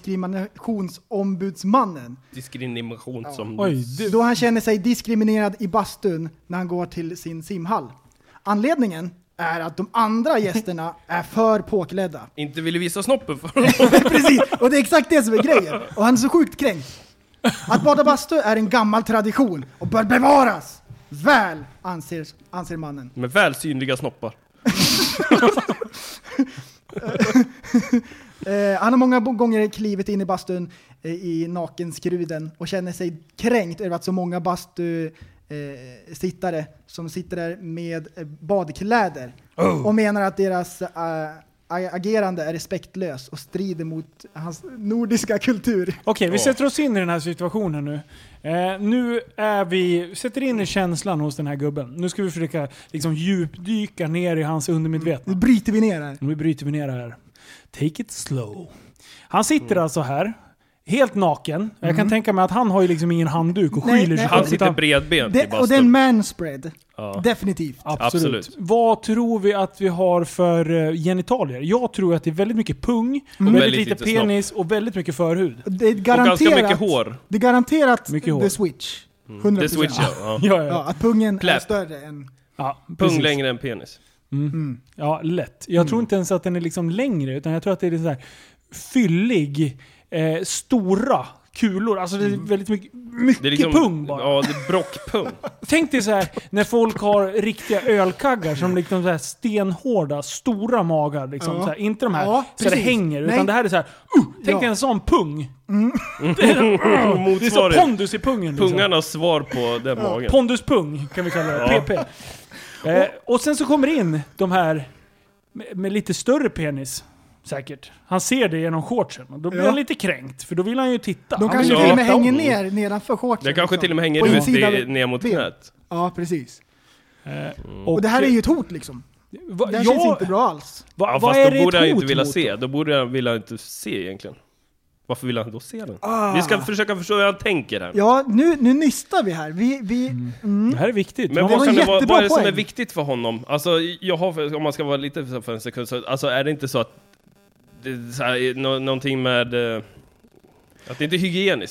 diskriminationsombudsmannen. Diskriminationsombudsmannen. Ja. Då han känner sig diskriminerad i bastun när han går till sin simhall. Anledningen är att de andra gästerna är för påklädda. Inte ville visa snoppen för dem. Precis, och det är exakt det som är grejen. Och han är så sjukt kränkt. Att bada bastu är en gammal tradition och bör bevaras. Väl, anser, anser mannen. Med väl synliga snoppar. eh, han har många gånger klivit in i bastun eh, i nakenskruden och känner sig kränkt över att så många bastu eh, sittare som sitter där med eh, badkläder oh. och menar att deras äh, agerande är respektlös och strider mot hans nordiska kultur. Okej, okay, vi sätter oss in i den här situationen nu. Eh, nu är vi, sätter in i känslan hos den här gubben. Nu ska vi försöka liksom djupdyka ner i hans undermedvetna. Nu bryter vi ner här. Nu bryter vi ner här. Take it slow. Han sitter mm. alltså här, helt naken. Mm. Jag kan tänka mig att han har ju liksom ingen handduk och skyler sig. Han sitter bredbent i bastun. Och det är en manspread. Ja. Definitivt. Absolut. Absolut. Vad tror vi att vi har för uh, genitalier? Jag tror att det är väldigt mycket pung, mm. väldigt, väldigt lite penis snopp. Och väldigt mycket förhud. Det är garanterat, och ganska mycket hår. Det är garanterat mycket hår. The Switch. Mm. The Switch, ja. ja. ja, ja. ja att pungen Pläp. är större än... Ja, pung längre än penis. Mm. Mm. Ja, lätt. Jag mm. tror inte ens att den är liksom längre, utan jag tror att det är så här fyllig, eh, stora kulor. Alltså det är väldigt mycket, mycket det är liksom, pung bara. Ja, det är brockpung. Tänk dig så här när folk har riktiga ölkaggar som liksom så här stenhårda, stora magar. Liksom, ja. Så här, inte de här ja, så det hänger, utan Nej. det här är så här. Uh, tänk ja. dig en sån pung. Mm. Det, är, uh, det är så pondus i pungen. Liksom. Pungarnas svar på den ja. magen. Ponduspung kan vi kalla det. Ja. P P. Eh, och sen så kommer in de här med, med lite större penis. Säkert. Han ser det genom shortsen. Och då blir ja. han lite kränkt. För då vill han ju titta. De kanske till och med hänger ner nedanför shortsen. Det kanske till och med hänger ut i, ner mot knät. Ja, precis. Mm. Och, och det här är ju ett hot liksom. Va, det här ja, känns inte bra alls. Va, ja, fast är då borde han inte vilja mot? se. Då borde han vilja inte se egentligen. Varför vill han då se den? Ah. Vi ska försöka förstå hur han tänker här. Ja, nu, nu nystar vi här. Vi, vi, mm. Mm. Det här är viktigt. Men vad, kan det vara, vad är det som är viktigt för honom? Alltså, jag har, om man ska vara lite för en sekund, så, alltså är det inte så att det är så här, nå, någonting med uh, att det inte är hygieniskt?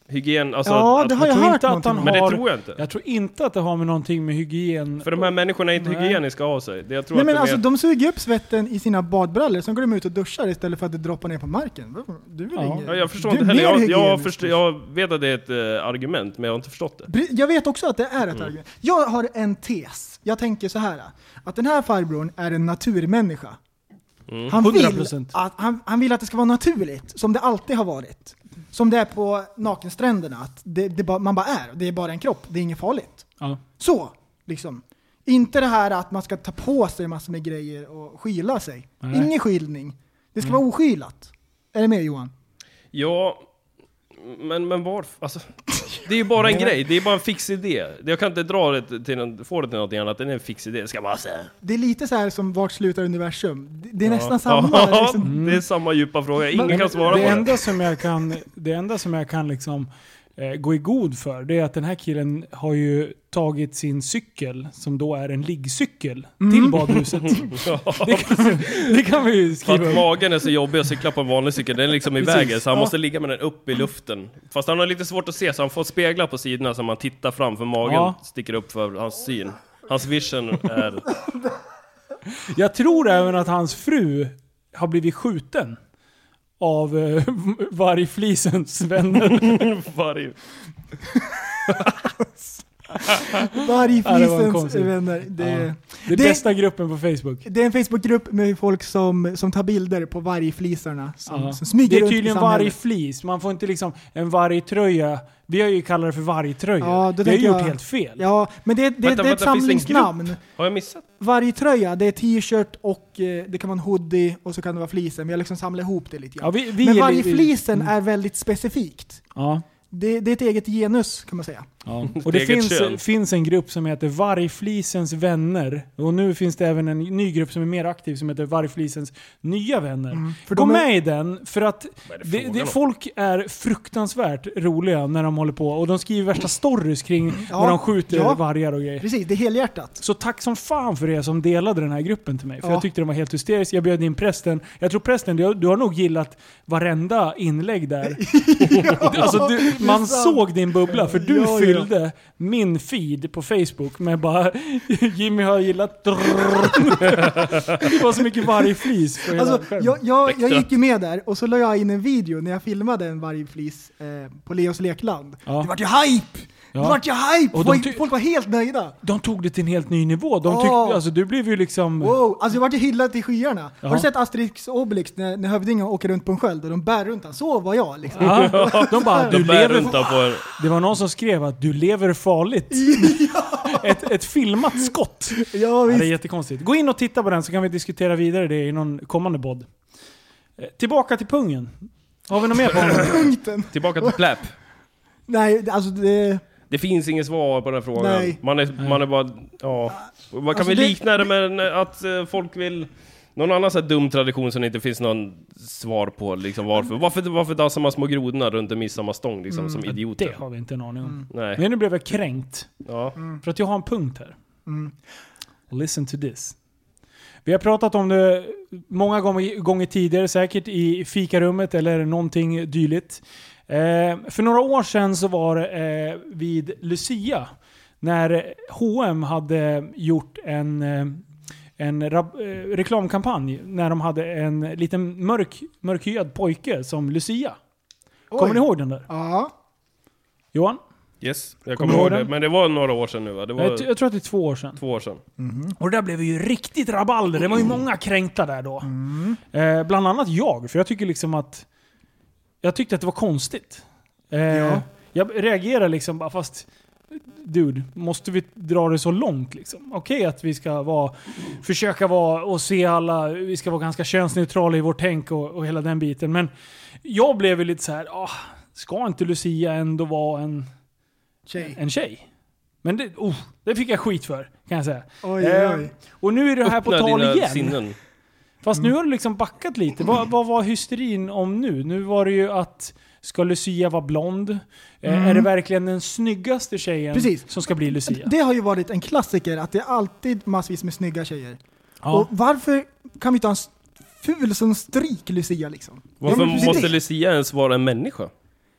Hygien, alltså... Ja, att, det har jag, tror hört inte att han någonting Men har, det tror jag inte. Jag tror inte att det har med någonting med hygien. För de här människorna är inte Nej. hygieniska av sig. Det jag tror Nej att men de alltså är... de suger upp svetten i sina badbrallor, sen går de ut och duschar istället för att det droppar ner på marken. Du vill Ja. ingen... Ja, jag förstår du inte är heller. mer Jag, jag, hygienisk. förstår, jag vet att det är ett äh, argument, men jag har inte förstått det. Bry- Jag vet också att det är ett Mm. argument. Jag har en tes. Jag tänker så här att den här farbrorn är en naturmänniska. Mm. Han, hundra vill procent. att, han, han vill att det ska vara naturligt, som det alltid har varit. Som det är på nakenstränderna, att det, det bara, man bara är. Det är bara en kropp, det är inget farligt. Ja. Så, liksom. Inte det här att man ska ta på sig massor med grejer och skyla sig. Nej. Ingen skylning. Det ska vara oskylat. Är det med Johan? Ja, men, men varför? Alltså, det är ju bara en grej, det är bara en fix idé. Jag kan inte dra det till en, få det till något annat, det är en fix idé. Det ska bara säga. Det är lite så här som vart slutar universum. Det, det är Ja. nästan samma. Ja, liksom. det är samma djupa fråga. Ingen Men kan svara det på det. enda som jag kan, det enda som jag kan liksom eh, gå i god för, det är att den här killen har ju tagit sin cykel, som då är en liggcykel, till badhuset. det, kan, det kan vi ju För skriva att upp. magen är så jobbig att cykla på en vanlig cykel, den är liksom i Precis. vägen, så han Ja. måste ligga med den upp i luften. Fast han har lite svårt att se, så han får spegla på sidorna så man tittar fram, för magen Ja. sticker upp för hans syn. Hans vision är... Jag tror även att hans fru har blivit skjuten av eh, vargflisens vänner. varje... Vargflisens konstigt. vänner. Det, Ja. Det är Det- bästa gruppen på Facebook. det är en Facebookgrupp med folk som, som tar bilder på vargflisarna som, Ja. som smyger Det är runt i tydligen samhället. vargflis. Man får inte liksom en vargtröja. Vi har ju kallat det för vargtröja. Ja, då det har tänker gjort jag- helt fel. Ja, men det, det, Vänta, det är ett vänta, finns det en samlingsnamn. Har jag missat? Vargtröja, det är t-shirt och eh, det kan vara en hoodie och så kan det vara flisen. Vi har liksom samlat ihop det lite grann. Ja, vi, vi Men är- vargflisen Mm. är väldigt specifikt. Ja. Det, det är ett eget genus kan man säga. Ja. Och det Eget finns, kön. finns en grupp som heter Vargflisens vänner. Och nu finns det även en ny grupp som är mer aktiv som heter Vargflisens nya vänner. Mm, för Gå de är- med i den, för att Vad är det det, frågan det, om? folk är fruktansvärt roliga när de håller på. Och de skriver värsta stories kring Ja, när de skjuter ja. vargar och grejer. Precis, det är helhjärtat. Så tack som fan för er som delade den här gruppen till mig. För Ja. jag tyckte den var helt hysterisk. Jag bjöd in prästen. Jag tror prästen, du, du har nog gillat varenda inlägg där. alltså, du, man sant. såg din bubbla, för du Ja, ja. fyllde min feed på Facebook med bara Jimmy har gillat det var så mycket vargflis för hela Alltså, skärmen. jag, jag, jag gick ju med där och så la jag in en video när jag filmade en vargflis eh, på Leos lekland. Ja. Det vart ju hype! Ja. Det vart ju hype! Och de folk, ty- folk var helt nöjda. De tog det till en helt ny nivå. De tyckte, Ja. alltså, du blev ju liksom... Wow, alltså jag vart ju hyllad till skyarna. Ja. Har du sett Asterix och Obelix när, när hövdingen åker runt på en sköld och de bär runt han? Så var jag liksom. Ja. De bara, du De bär lever... runt där på en... Det var någon som skrev att du lever farligt. ett, ett filmat skott. Ja, Ja, visst. det är jättekonstigt. Gå in och titta på den så kan vi diskutera vidare det i någon kommande podd. Eh, Tillbaka till pungen. Har vi något mer på honom? Punkten. Tillbaka till Pläpp. Nej, alltså det... Det finns inget svar på den frågan. Nej. Man är, man är bara... Ja. Vad kan Alltså vi det- likna det med att eh, folk vill... Någon annan så här dum tradition som det inte finns någon svar på liksom varför. Varför, varför dansar man små grodorna runt en midsommarstång liksom som idioter? Det har vi inte en aning om. Nej. Men nu blev jag kränkt. Ja. För att jag har en punkt här. Mm. Listen to this. Vi har pratat om det många gånger, gånger tidigare, säkert i fikarummet eller någonting dylikt. Eh, för några år sedan så var det eh, vid Lucia, när H och M hade gjort en, eh, en rab- eh, reklamkampanj när de hade en liten mörk, mörkhyad pojke som Lucia. Kommer Oj. ni ihåg den där? Ja. Johan? Yes, jag Kommer kommer du ihåg ihåg det. Men det var några år sedan nu va? Det var Jag, t- jag tror att det är två år sedan. två år sedan. Och det där blev ju riktigt rabalder. Det var ju många kränkta där då. Eh, bland annat jag, för jag tycker liksom att... Jag tyckte att det var konstigt. Eh, Ja. Jag reagerar liksom bara, fast... Dude, måste vi dra det så långt liksom? Okej att vi ska vara... Försöka vara och se alla... Vi ska vara ganska könsneutrala i vårt tänk och, och hela den biten. Men jag blev ju lite så här... Ah, ska inte Lucia ändå vara en... Tjej. En tjej? Men det, oh, det fick jag skit för, kan jag säga. Oj, Eh, oj. Och nu är det här på Öppna tal dina igen. sinnen. Fast nu har det liksom backat lite. Vad, vad var hysterin om nu? Nu var det ju att ska Lucia vara blond? Eh, Är det verkligen den snyggaste tjejen Precis. som ska bli Lucia? Det har ju varit en klassiker att det är alltid massvis med snygga tjejer. Ja. Och varför kan vi inte ha en s- ful som strik Lucia liksom? Varför Ja, men precis måste det. Lucia ens vara en människa?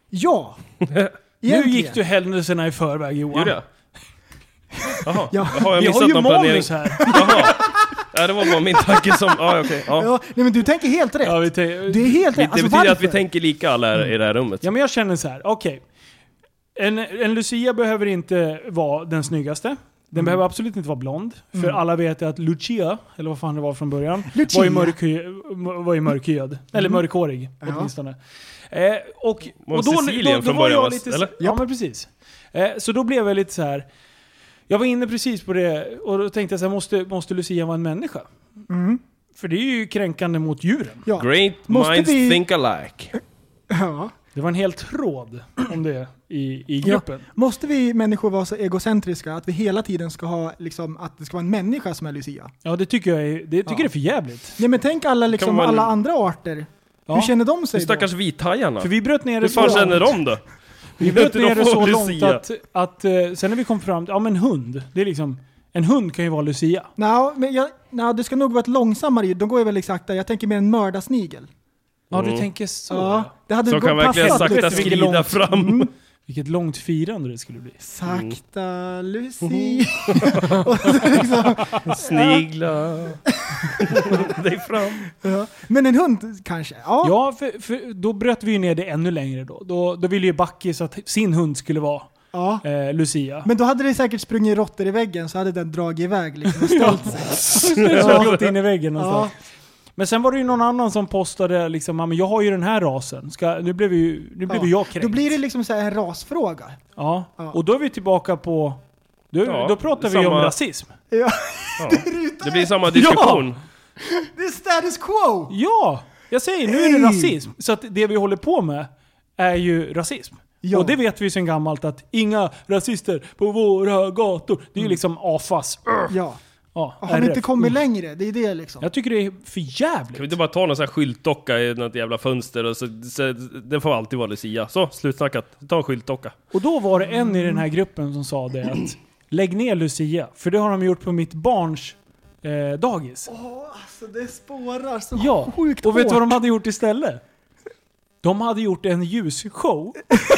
Ja. Nu gick du händelserna i förväg, Johan. Gjorde jag? Jaha, Ja. Jaha jag Vi missat har ju någon planering. manus här. Jaha. Ja, det var bara min tanke som... Ah, okay. ja. Ja, nej men du tänker helt rätt. Ja, vi te- Det är helt Det rätt. Alltså, betyder att vi varför? tänker lika alla här, i det här rummet. Ja, men jag känner så här. Okej. En, en Lucia behöver inte vara den snyggaste. Den Mm. behöver absolut inte vara blond. För Mm. alla vet att Lucia, eller vad fan det var från början, Lucia. var ju, mörkhy, var ju mörkhyad. Eller mörkhårig, Ja. åtminstone. Eh, och, Var och då, Sicilien då, då från var början, jag va? lite... Eller? Ja, men precis. Eh, så då blev jag lite så här. Jag var inne precis på det och då tänkte jag så här, måste, måste Lucia vara en människa? Mm. För det är ju kränkande mot djuren. Ja. Great Måste minds vi- think alike. Ja. Det var en hel tråd om det i, i gruppen. Måste vi människor vara så egocentriska att vi hela tiden ska ha liksom, att det ska vara en människa som är Lucia? Ja, det tycker jag är, det tycker Ja. jag är för jävligt. Ja, men tänk alla, liksom, man- alla andra arter. Ja. Hur känner de De sig stackars vithajarna. För vi bröt ner Hur det fan så känner långt. de då? Vi bröt Inte ner de det får så långt Lucia. att, att eh, sen när vi kom fram till, ja men hund, det är liksom, en hund kan ju vara Lucia. Nå, men jag, nå, det ska nog vara ett långsammare ljud. De går ju väl exakt där. Jag tänker mer en mördarsnigel. Ja, Mm. du tänker så. Ja, det hade Som gått- kan verkligen passat sakta lite. Vilket skrida långt- fram. Mm. Vilket långt firande det skulle bli. Sakta Lucia. Och så liksom, Snigla dig fram. ja. Men en hund kanske? Ja. Ja, för, för då bröt vi ju ner det ännu längre då. Då, då ville ju Backis att sin hund skulle vara ja. eh, Lucia. Men då hade det säkert sprungit råttor i väggen så hade den dragit iväg liksom, och ställt sig. Så jag gått in i väggen Ja. någonstans. Men sen var det ju någon annan som postade liksom, ja, men jag har ju den här rasen. Ska, nu blev ju, nu blev Ja. ju jag kränkt. Då blir det liksom så här en rasfråga. Ja. Ja. Och då är vi tillbaka på... Då, Ja, då pratar vi samma- om rasism. Ja. Ja. Det blir samma diskussion. Det är status quo! Ja! Jag säger, nu är det Hey. rasism. Så att det vi håller på med är ju rasism. Ja. Och det vet vi sedan gammalt att inga rasister på våra gator. Det är ju liksom A F A S. Ja. Ja, Har vi R F. inte kommit längre? Det är det liksom. Jag tycker det är för Kan vi jävligt. inte bara ta någon sån här skyltdocka i något jävla fönster och så, så det får alltid vara Lucia. Så, slutsnackat. Ta en skyltdocka. Och då var det en i den här gruppen som sa det att lägg ner Lucia. För det har de gjort på mitt barns eh, dagis. Åh, alltså det spårar så Ja, sjukt och vet du vad hårt. de hade gjort istället? De hade gjort en ljusshow.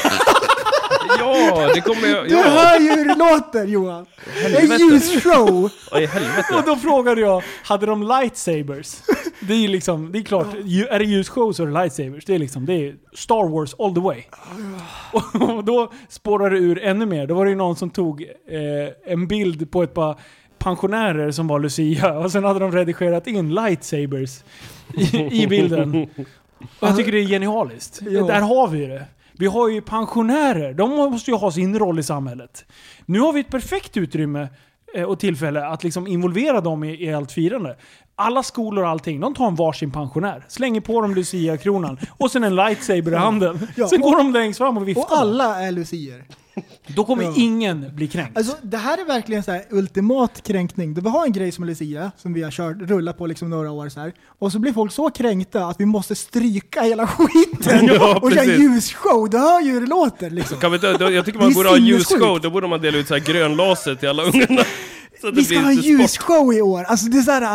Ja, det kommer jag... Du Ja, hör ju hur det låter Johan! En Helvete. ljusshow! ja i Och helvete. då frågade jag, hade de lightsabers? Det är ju liksom, det är klart, ju- är det ljusshow så är det lightsabers. Det är liksom, det är Star Wars all the way. Och då spårade det ur ännu mer. Då var det ju någon som tog eh, en bild på ett par pensionärer som var Lucia. Och sen hade de redigerat in lightsabers i, i bilden. Och jag tycker det är genialiskt. Ja. Där har vi det. Vi har ju pensionärer. De måste ju ha sin roll i samhället. Nu har vi ett perfekt utrymme eh, och tillfälle att liksom involvera dem i, i allt firande. Alla skolor och allting, de tar en varsin pensionär. Slänger på dem Lucia-kronan. Och sen en lightsaber i handen. Ja, Sen och- går de längst fram och viftar. Och alla är lucier. Då kommer Ja. ingen bli kränkt. Alltså det här är verkligen så här ultimat kränkning. Då vi har en grej som är Lucia, som vi har kört, rullat på liksom några år så här. Och så blir folk så kränkta att vi måste stryka hela skiten Ja, och köra precis. ljusshow. Du hör ju hur det låter liksom. Kan vi inte, då, jag tycker Det man är borde ha en sinnessjukt. ljusshow, då borde man dela ut så här grön laser till alla ungarna. Så att Vi det ska blir ha en lite sport. ljusshow i år. Alltså det är så här, Ja,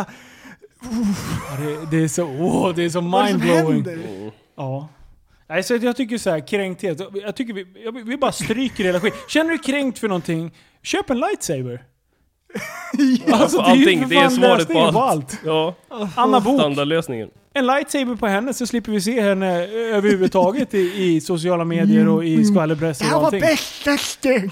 det, det är så, åh, det är så vad är det som mindblowing. händer? Ja. Nej, så jag tycker så här, kränkthet. Jag tycker vi, jag- vi bara stryker hela skit. Känner du kränkt för någonting, köp en lightsaber. Alltså, För det är ju allting, för det är fan svaret lösningen på allt. Ja, Anna Bok, standardlösningen. en lightsaber på henne så slipper vi se henne överhuvudtaget i, i sociala medier och i skvallerpress Det och här var allting. bästaste!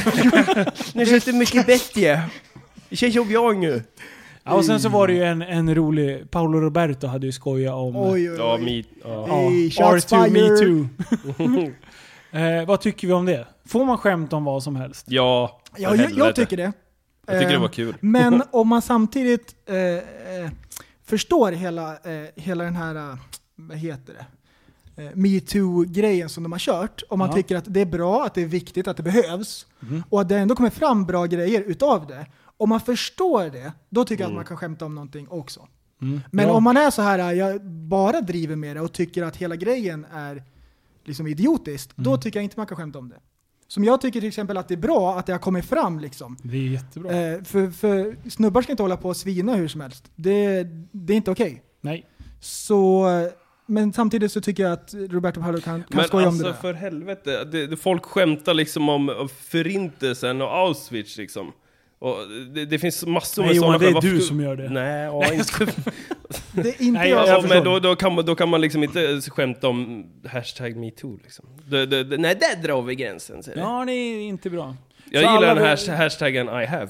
Nu känns det mycket bättre. Det känns som jag nu. Ja, och sen så var det ju en, en rolig, Paolo Roberto hade ju skojat om Oj, oj, Ja, oj. me, ja. ja, Hey, R shots två, Me fired. Too. eh, vad tycker vi om det? Får man skämt om vad som helst? Ja, för Ja, jag, jag helvete. tycker det. Jag tycker det Eh, var kul. Men om man samtidigt eh, eh, förstår hela, eh, hela den här, eh, vad heter det? Eh, MeToo-grejen som de har kört. Om man Ja. tycker att det är bra, att det är viktigt, att det behövs. Mhm. Och att det ändå kommer fram bra grejer utav det. Om man förstår det, då tycker jag Mm. att man kan skämta om någonting också. Mm. Men Ja. om man är så här, jag bara driver med det och tycker att hela grejen är liksom idiotiskt, då Mm. tycker jag inte man kan skämta om det. Som jag tycker till exempel att det är bra att det har kommit fram liksom. Det är jättebra. Eh, för, för snubbar ska inte hålla på och svina hur som helst. Det, det är inte okej. Nej. Så men samtidigt så tycker jag att Roberto Paolo kan, kan Men skoja alltså om det där. för helvete, det, det, folk skämtar liksom om förintelsen och Auschwitz liksom. Och det, det finns massor Nej, med Johan, sådana. det är du sku- som gör det. Nej, ja, inte. Det är inte Nej, jag. jag- Ja, förstår. men då, då, kan man, då kan man liksom inte skämta om hashtag MeToo liksom. Det, det, det, nej, där drar vi gränsen. Säger Ja, det är inte bra. jag Så gillar alla den vill- hash, hashtaggen I have.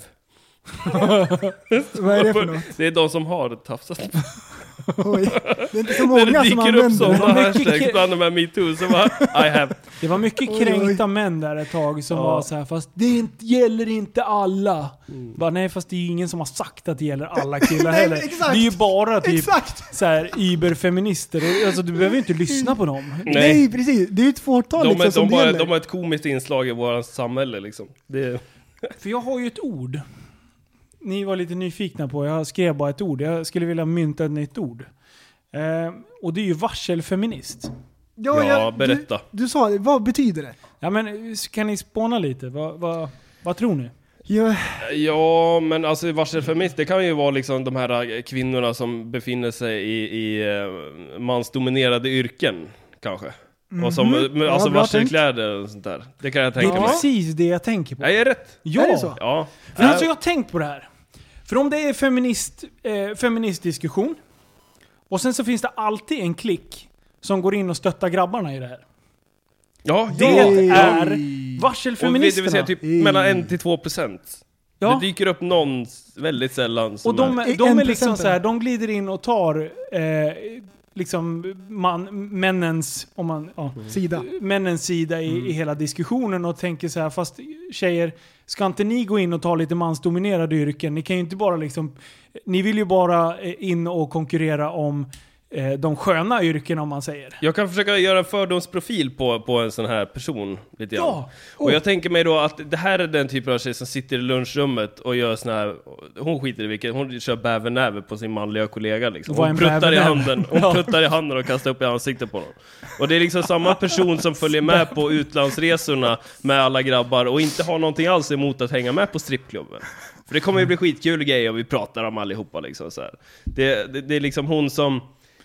Vad är det för något? Det är de som har tafsat. Oj. Det är inte så När det många som dyker upp använder sådana det. Mycket hashtags ke- bland de här MeToo så bara I have. Det var mycket Oj, oj. kränkta män där ett tag som Ja. var så här, fast det inte, gäller inte alla. Mm. Bara, nej, fast det är ju ingen som har sagt att det gäller alla killar Nej, heller. exakt. Det är ju bara typ Exakt! så här iberfeminister. Alltså du behöver ju inte lyssna på dem. Nej. Nej, precis. Det är ju ett fåtal De, liksom, är, som de, det har, gäller. de har ett komiskt inslag i vårt samhälle liksom. Det, För jag har ju ett ord. Ni var lite nyfikna på, jag skrev bara ett ord. Jag skulle vilja mynta ett nytt ord. Eh, och det är ju varselfeminist. Ja, Ja, jag, berätta. Du, du sa det, vad betyder det? Ja, men kan ni spåna lite? Vad, vad, vad tror ni? Ja, ja, men alltså varselfeminist, det kan ju vara liksom de här kvinnorna som befinner sig i, i eh, mansdominerade yrken, kanske. Och som, med, Ja, alltså bra varselkläder och sånt där. Det kan jag Det tänka är mig. precis det jag tänker på. Jag är rätt. Ja. Är det så? Ja. För alltså jag har tänkt på det här. För om det är feminist, eh, feministdiskussion och sen så finns det alltid en klick som går in och stöttar grabbarna i det här. Ja, Det ja. är Och det varselfeministerna. vill säga typ mellan en till två procent. Ja. Det dyker upp någon väldigt sällan som Och de, är... de En är liksom procenten. så här, de glider in och tar eh, liksom man, männens, om man, ja, sida. männens sida i, i hela diskussionen och tänker så här, fast tjejer, ska inte ni gå in och ta lite mansdominerade yrken? Ni kan ju inte bara liksom, ni vill ju bara eh, in och konkurrera om eh, de sköna yrken, om man säger. Jag kan försöka göra en fördomsprofil på, på en sån här person lite grann. Ja. Och jag tänker mig då att det här är den typen av tjej som sitter i lunchrummet och gör sån här, hon skiter i vilket, hon kör bävernäve på sin manliga kollega liksom. Vad är en Hon pruttar i bävernäve? handen, hon Ja. pruttar i handen och kastar upp i ansiktet på honom. Och det är liksom samma person som följer med på utlandsresorna med alla grabbar och inte har någonting alls emot att hänga med på strippklubben. För det kommer ju bli skitkul grejer och vi pratar om allihopa liksom så här. Det, det, det är liksom hon som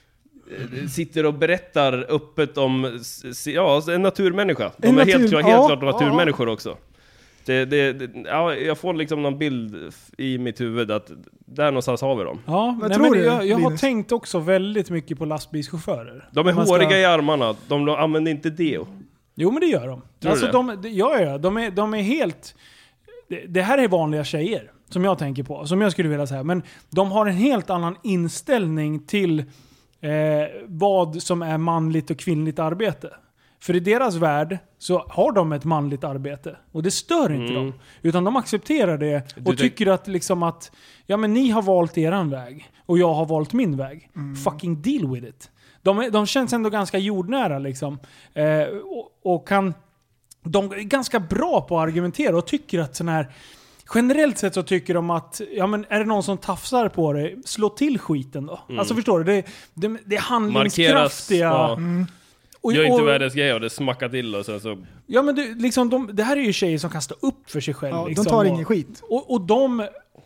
sitter och berättar öppet om s- ja, en naturmänniska. De En är natur- helt, klart, ja, helt klart ja. naturmänniskor också. Det, det, det, ja, jag får liksom någon bild f- i mitt huvud att där någonstans har vi dem. Ja, Vad nej, tror men du, jag, jag har Linus? tänkt också väldigt mycket på lastbilschaufförer. De är Om man ska- håriga i armarna, de använder inte deo. Jo, men det gör de. Tror alltså, du de, de ja, ja, de är, de är helt... Det, det här är vanliga tjejer, som jag tänker på, som jag skulle vilja säga. Men de har en helt annan inställning till eh, vad som är manligt och kvinnligt arbete. För i deras värld så har de ett manligt arbete. Och det stör inte Mm. dem. Utan de accepterar det och Du tänk- tycker att, liksom att ja, men ni har valt eran väg och jag har valt min väg. Fucking deal with it. De, är, de känns ändå ganska jordnära liksom. Eh, och, och kan... De är ganska bra på att argumentera och tycker att sån här... Generellt sett så tycker de att, ja men är det någon som tafsar på dig, slå till skiten då. Alltså förstår du? Det, det, det är handlingskraftiga... Ja. Och, Gör inte och- världens grej och det smackar till och sen så... Ja men det, liksom de, det här är ju tjejer som kan stå upp för sig själv. Ja, liksom, de tar och, ingen skit. Och, och de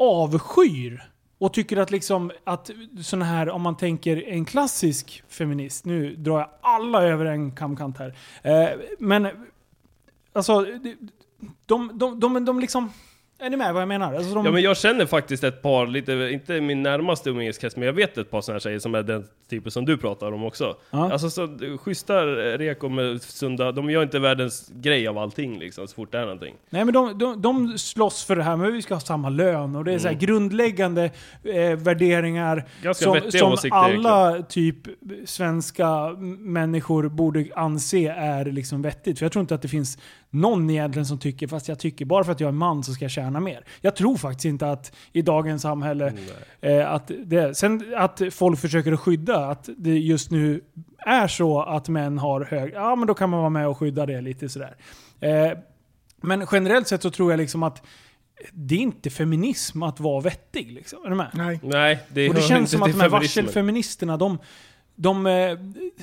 avskyr och tycker att liksom att sån här, om man tänker en klassisk feminist, nu drar jag alla över en kamkant här. Eh, men alltså de, de, de, de, de liksom, är ni med vad jag menar? Alltså de, Ja, men jag känner faktiskt ett par, lite, inte min närmaste umgängeskrets, men jag vet ett par sådana här tjejer som är den typen som du pratar om också. Ja. Alltså så schyssta reko med sunda, de gör inte världens grej av allting liksom, så fort det är någonting. Nej men de, de, de slåss för det här, men vi ska ha samma lön och det är så här grundläggande eh, värderingar Ganska som, vettiga som åsikter alla typ svenska m- människor borde anse är liksom vettigt. För jag tror inte att det finns någon egentligen som tycker, fast jag tycker bara för att jag är man så ska jag tjäna mer. Jag tror faktiskt inte att i dagens samhälle eh, att det, sen att folk försöker att skydda att det just nu är så att män har hög, ja men då kan man vara med och skydda det lite sådär. Eh, men generellt sett så tror jag liksom att det är inte feminism att vara vettig liksom. Är du med? Nej. Nej, det, Och det hör känns inte som att till de här feminismen. varselfeministerna, de, de, eh,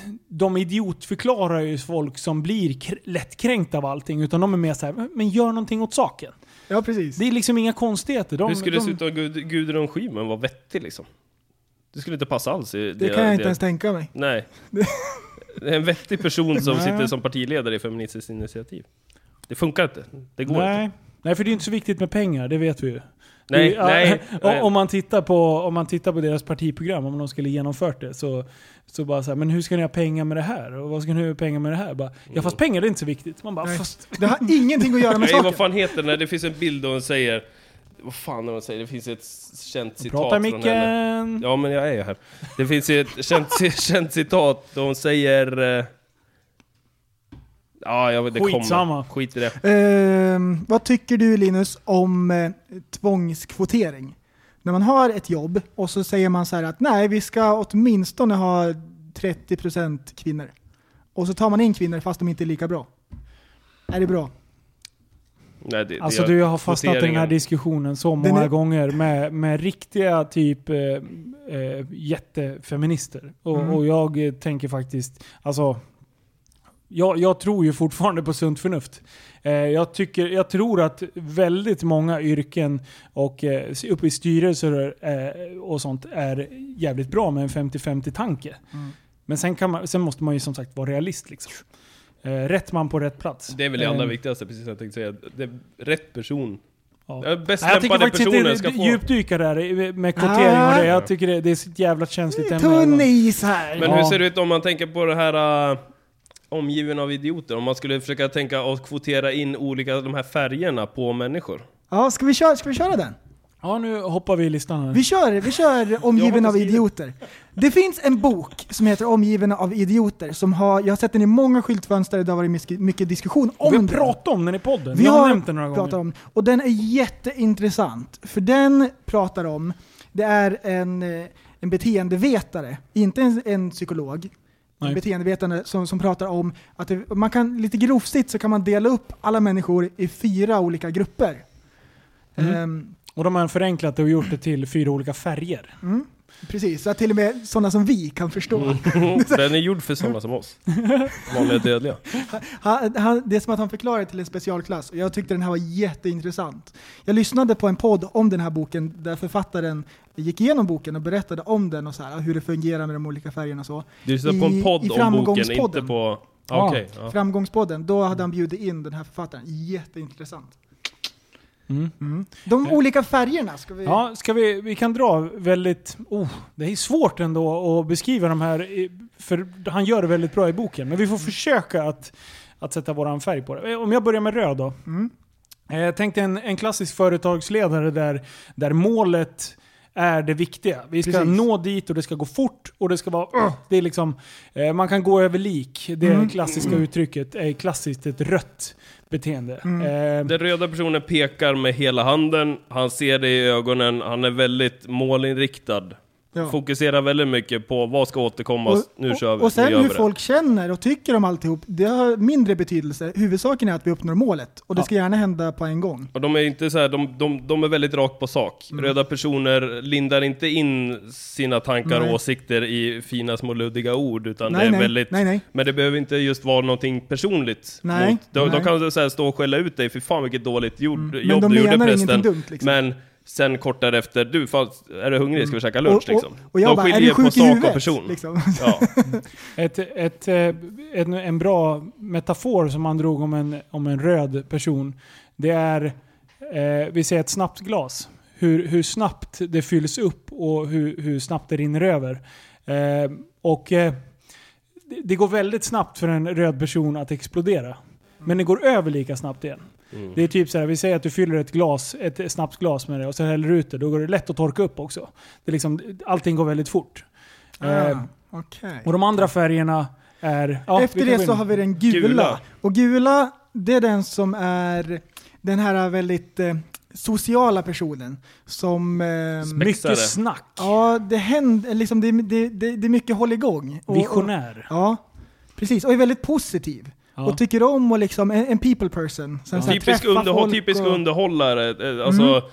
de idiotförklarar ju folk som blir k- lättkränkta av allting, utan de är mer så här, men gör någonting åt saken. Ja, precis. Det är liksom inga konstigheter. De, Hur skulle det de, se ut om Gud, Gudrun Schyman var vettig liksom? Det skulle inte passa alls. I det kan jag inte ens tänka mig. Nej. Det är en vettig person som sitter som partiledare i Feministiskt initiativ. Det funkar inte. Det går Nej. inte. Nej, för det är inte så viktigt med pengar, det vet vi ju. Nej, det, nej, nej. Om man tittar på om man tittar på deras partiprogram, om de skulle genomfört det, så så bara så här, men hur ska ni ha pengar med det här? Och vad ska ni ha pengar med det här? Bara, ja, fast pengar är inte så viktigt. Man bara, fast... Det har ingenting att göra med Nej, saken. vad fan heter det? Det finns en bild där hon säger, vad fan är hon säger? Det finns ett känt citat Prata i från henne. micken. Ja, men jag är ju här. Det finns ett känt, känt citat där hon säger... Eh, ja, jag vet, det Skitsamma. kommer. Skit i det. Eh, vad tycker du, Linus, om eh, tvångskvotering? När man har ett jobb och så säger man så här att nej, vi ska åtminstone ha trettio procent kvinnor. Och så tar man in kvinnor fast de inte är lika bra. Är det bra? Nej, det, Alltså det, du har fastnat i den här diskussionen så många är... gånger med, med riktiga typ eh, eh, jättefeminister. Och, Mm. och jag eh, tänker faktiskt, alltså jag, jag tror ju fortfarande på sunt förnuft. Eh, jag, tycker, jag tror att väldigt många yrken och eh, uppe i styrelser eh, och sånt är jävligt bra med en femtio femtio tanke. Mm. Men sen, kan man, sen måste man ju som sagt vara realist liksom. Eh, rätt man på rätt plats. det är väl det allra Eh, viktigaste, precis som jag tänkte säga. Det är rätt person. Ja. Ja, bäst Nej, jag tycker lämpade faktiskt personer inte ska få. djupdyka där med kvotering och det. Jag tycker det, det är så jävla känsligt ämne. Tunn is här. Men Ja. hur ser det ut om man tänker på det här uh, omgiven av idioter? Om man skulle försöka tänka att kvotera in olika de här färgerna på människor. Ja, ska vi köra, ska vi köra den? Ja, nu hoppar vi i listan här. Vi kör, vi kör Omgiven Jag har av inte skrivit. idioter. Det finns en bok som heter Omgiven av idioter som har, jag har sett den i många skyltfönster, det har varit mycket, mycket diskussion om vi har den. pratat om den i podden. Vi Vi har, har nämnt den några pratat gånger. om, och den är jätteintressant. För den pratar om, det är en, eh, en beteendevetare, inte en, en psykolog. Nej. En beteendevetare som, som pratar om att det, man kan, lite grovstigt så kan man dela upp alla människor i fyra olika grupper. Mm. Ehm, Och de har förenklat det och gjort det till fyra olika färger. mm, precis, så att till och med sådana som vi kan förstå. Den är gjord för sådana som oss. Vanliga dödliga. Han, han, det är som att han förklarar till en specialklass. Och jag tyckte den här var jätteintressant. Jag lyssnade på en podd om den här boken där författaren gick igenom boken och berättade om den och så här, hur det fungerar med de olika färgerna och så. Du lyssnar på en I- podd i om boken, Framgångspodden. inte på... Ja. Okej. ja. Framgångspodden, då hade han bjudit in den här författaren. Jätteintressant. Mm. Mm. De Ja. olika färgerna ska vi... Ja, ska vi, vi kan dra väldigt... Oh, det är svårt ändå att beskriva de här, i- för han gör det väldigt bra i boken. Men vi får försöka att, att sätta våran färg på det. Om jag börjar med röd då. Mm. Eh, Jag tänkte en, en klassisk företagsledare där, där målet är det viktiga. Vi ska Precis. nå dit och det ska gå fort och det ska vara... Uh, det är liksom, eh, man kan gå över lik. Det Mm. klassiska uttrycket är klassiskt ett rött beteende. Mm. Eh, Den röda personen pekar med hela handen. Han ser det i ögonen. Han är väldigt målinriktad. Ja. Fokuserar väldigt mycket på vad ska återkomma. Nu kör vi. och sen nu gör hur vi det. folk känner och tycker om alltihop, det har mindre betydelse. Huvudsaken är att vi uppnår målet. Och det Ja. ska gärna hända på en gång. Och de är inte så här, de, de, de är väldigt rakt på sak. Mm. Röda personer lindar inte in sina tankar Nej. och åsikter i fina små luddiga ord, utan Nej, det är nej, väldigt... nej, nej. Men det behöver inte just vara någonting personligt. Nej, mot, de, de nej. kan så här stå och skälla ut dig, för fan vilket dåligt gjord, Mm. Men jobb de du gjorde menar prästen. ingenting dumt, liksom. Men sen kort därefter, du, fan, är du hungrig? Ska vi käka lunch Och- och- liksom? och jag de bara, är skiljer du sjuk på i sak huvudet? och person. Liksom. Ja. Ett, ett, eh, en, en bra metafor som man drog om en, om en röd person, det är, eh, vi säger ett snapsglas. Hur, hur snabbt det fylls upp och hur, hur snabbt det rinner över. Eh, och eh, det, det går väldigt snabbt för en röd person att explodera. Men det går över lika snabbt igen. Mm. Det är typ så här, vi säger att du fyller ett glas, ett snapsglas med det och sen häller du ut det, då går det lätt att torka upp också. Det är liksom, allting går väldigt fort. Eh, Ah, okej. och de andra färgerna är... ja, vi Efter kan det gå in. så har vi den gula. Gula. Och gula, det är den som är den här väldigt eh, sociala personen. Som... Eh, Spexare. Mycket snack. ja, det händer, liksom, det, det, det, det är mycket hålligång. Och, Visionär. Och, ja, precis. Och är väldigt positiv. Ja. Och tycker om och liksom, en, en people person. Sen så här, Typisk, träffa underhåll, folk typisk och- underhållare, eh, alltså Mm.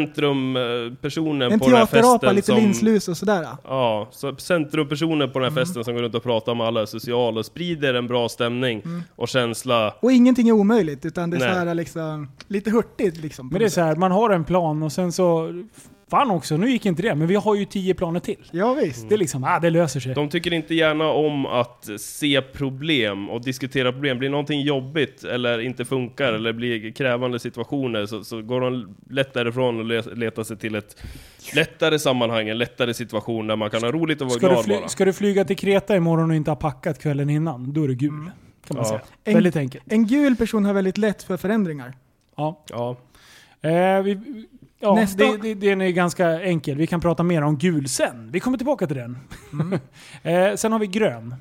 centrumpersonen En på den här teaterapa, festen lite som... linslus och sådär. Ja, så centrumpersonen på den här festen som går runt och pratar med alla social och sprider en bra stämning och känsla. Och ingenting är omöjligt, utan det är Nej. så här liksom, lite hurtigt liksom. på Men det är något så här, man har en plan och sen så Fan också, nu gick inte det, men vi har ju tio planer till. Ja visst. Det är liksom, ah, det löser sig. De tycker inte gärna om att se problem och diskutera problem. Blir någonting jobbigt eller inte funkar eller blir krävande situationer så, så går de lätt därifrån och le- letar sig till ett lättare sammanhang, en lättare situation där man kan ha roligt och vara ska glad du fly- bara. Ska du flyga till Kreta imorgon och inte ha packat kvällen innan, då är det gul. Mm. Kan man Ja. säga. En- Väldigt enkelt. En gul person har väldigt lätt för förändringar. Ja. Ja. Eh, vi, ja, Nästa- det, det, den är ganska enkel. Vi kan prata mer om gul sen. Vi kommer tillbaka till den. Mm. eh, sen har vi grön.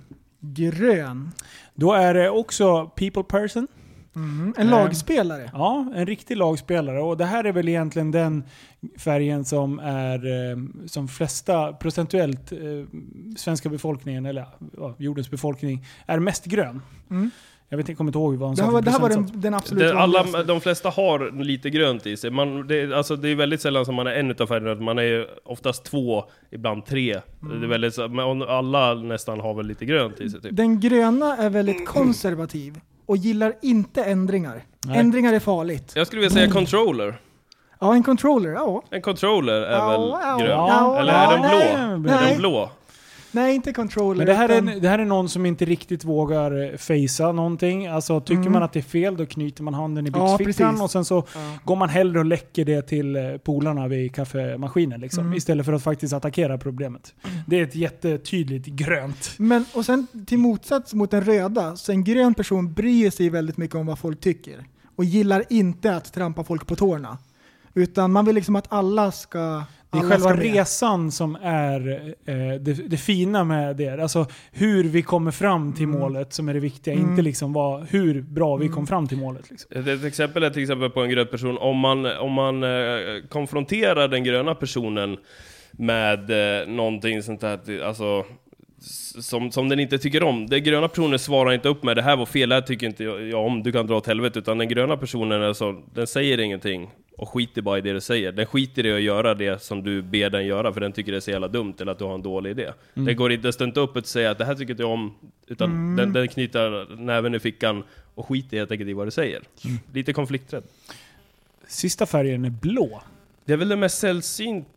Grön. Då är det också people person. Mm. En Eh. lagspelare. Ja, en riktig lagspelare. Och det här är väl egentligen den färgen som är eh, som flesta procentuellt eh, svenska befolkningen, eller ja, jordens befolkning, är mest grön. Mm. Jag vet inte, kommer inte ihåg vad han Det sa här för var, det här var procentsats. den, den absolut Det, alla, vanligaste. de flesta har lite grönt i sig. Man, det, alltså, det är väldigt sällan som man är en utav färgerna. Man är ju oftast två, ibland tre. Mm. Det är väldigt, så- men alla nästan har väl lite grönt i sig. Typ. Den gröna är väldigt konservativ och gillar inte ändringar. Nej. Ändringar är farligt. Jag skulle vilja säga controller. Ja, en controller, ja. En controller är Ja, väl ja, grön? ja, Eller ja, är den blå? nej. Är Nej. den blå? Nej, inte controller. Men det här, utan- är, det här är någon som inte riktigt vågar eh, facea någonting. Alltså tycker Mm. man att det är fel, då knyter man handen i Ja, byxfickan precis. och sen så Ja. går man hellre och läcker det till eh, polarna vid kaffemaskinen liksom, Mm. istället för att faktiskt attackera problemet. Det är ett jättetydligt grönt. Men, och sen till motsats mot den röda, så en grön person bryr sig väldigt mycket om vad folk tycker. Och gillar inte att trampa folk på tårna. Utan man vill liksom att alla ska... Det är alla själva ska med. resan som är eh, det, det fina med det. Alltså hur vi kommer fram till Mm. målet som är det viktiga. Mm. Inte liksom vad, hur bra vi Mm. kom fram till målet. Liksom. Ett ett exempel är till exempel på en grön person. Om man, om man eh, konfronterar den gröna personen med eh, någonting sånt där, alltså s- som, som den inte tycker om. Den gröna personen svarar inte upp med det här var fel, det här tycker inte jag, jag om, du kan dra åt helvete. Utan den gröna personen är så, den säger ingenting och skiter bara i det du säger. Den skiter i att göra det som du ber den göra, för den tycker det är så jävla dumt eller att du har en dålig idé. Mm. Den går inte stund upp och säger att det här tycker inte jag om, utan Mm. den, den knyter näven i fickan och skiter helt enkelt i vad du säger. Lite konflikträdd. Sista färgen är blå. Det är väl det mest sällsynta,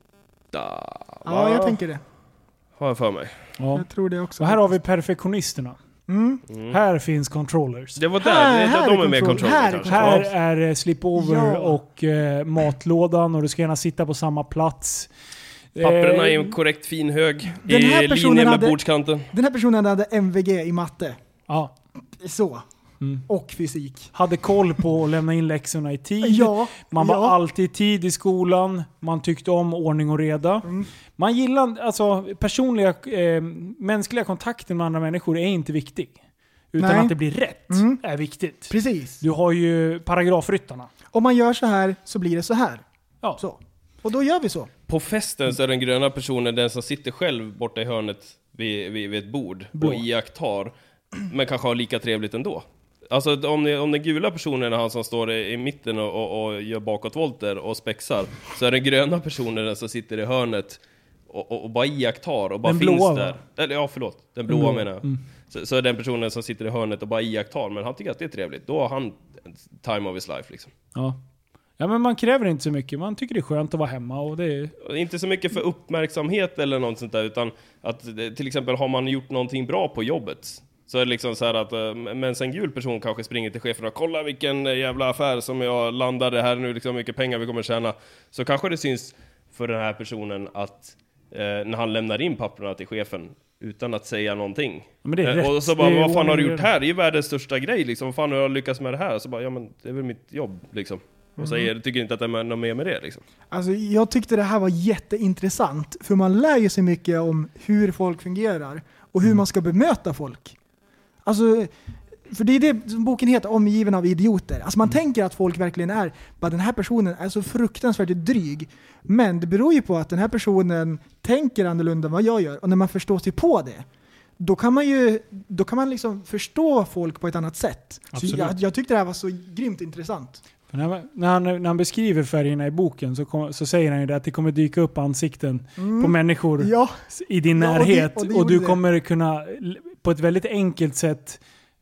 Ja, jag tänker det. har jag för mig. Ja. Jag tror det också. Och här har vi perfektionisterna. Mm. Mm. Här finns controllers. Det var där, Här- det, här de är är med kontroll- kontroll här är kanske. Här Ja. är eh, slipover Ja. och eh, matlådan och du ska gärna sitta på samma plats. Papperna Eh, i en korrekt fin hög Den här i personen linje med hade- bordskanten. Den här personen hade M V G i matte. Ja. Så. Mm. Och fysik. Hade koll på att lämna in läxorna i tid. Ja. Man var ja. alltid i tid i skolan. Man tyckte om ordning och reda. Mm. Man gillar, alltså personliga, eh, mänskliga kontakter med andra människor är inte viktig. Utan Nej. att det blir rätt Mm. är viktigt. Precis. Du har ju paragrafryttarna. Om man gör så här så blir det så här. Ja. Så. Och då gör vi så. På festen så är den gröna personen den som sitter själv borta i hörnet vid, vid, vid ett bord Blå. och iakttar, men kanske har lika trevligt ändå. Alltså om, ni, om den gula personen är han som står i, i mitten och, och, och gör bakåtvolter och spexar, så är den gröna personen den som sitter i hörnet och, och, och bara iakttar och bara Den finns blåa, där. va? Eller ja, förlåt. Den blåa blåa. menar jag. Mm. Så, så är den personen som sitter i hörnet och bara iakttar, men han tycker att det är trevligt. Då har han time of his life liksom. Ja. Ja, men man kräver inte så mycket. Man tycker det är skönt att vara hemma och det är... Och inte så mycket för uppmärksamhet eller något sånt där, utan att eh, till exempel har man gjort någonting bra på jobbet, så är det liksom så här att eh, men en gul person kanske springer till chefen och kolla vilken eh, jävla affär som jag landade här nu, liksom mycket pengar vi kommer tjäna. Så kanske det syns för den här personen att eh, när han lämnar in papperna till chefen utan att säga någonting. Men det är Eh, rätt. och så bara, Det är vad fan har du ordning och gjort reda. här? Det är ju världens största grej liksom. Vad fan har jag lyckats med det här? Så bara, ja men det är väl mitt jobb liksom. Och säger, tycker inte att det är något mer med det liksom. Alltså, jag tyckte det här var jätteintressant. För man lär ju sig mycket om hur folk fungerar. Och hur man ska bemöta folk. Alltså, för det är det som boken heter, Omgiven av idioter. Alltså man tänker att folk verkligen är, bara den här personen är så fruktansvärt dryg. Men det beror ju på att den här personen tänker annorlunda än vad jag gör. Och när man förstår sig på det, då kan man ju då kan man liksom förstå folk på ett annat sätt. Så Absolut. jag, jag tyckte det här var så grymt intressant. För När, man- när, han, när han beskriver färgerna i boken så, kom, så säger han ju det att det kommer dyka upp ansikten Mm. på människor Ja, i din Ja, och det- närhet. och Och, det gjorde du det. kommer kunna l- på ett väldigt enkelt sätt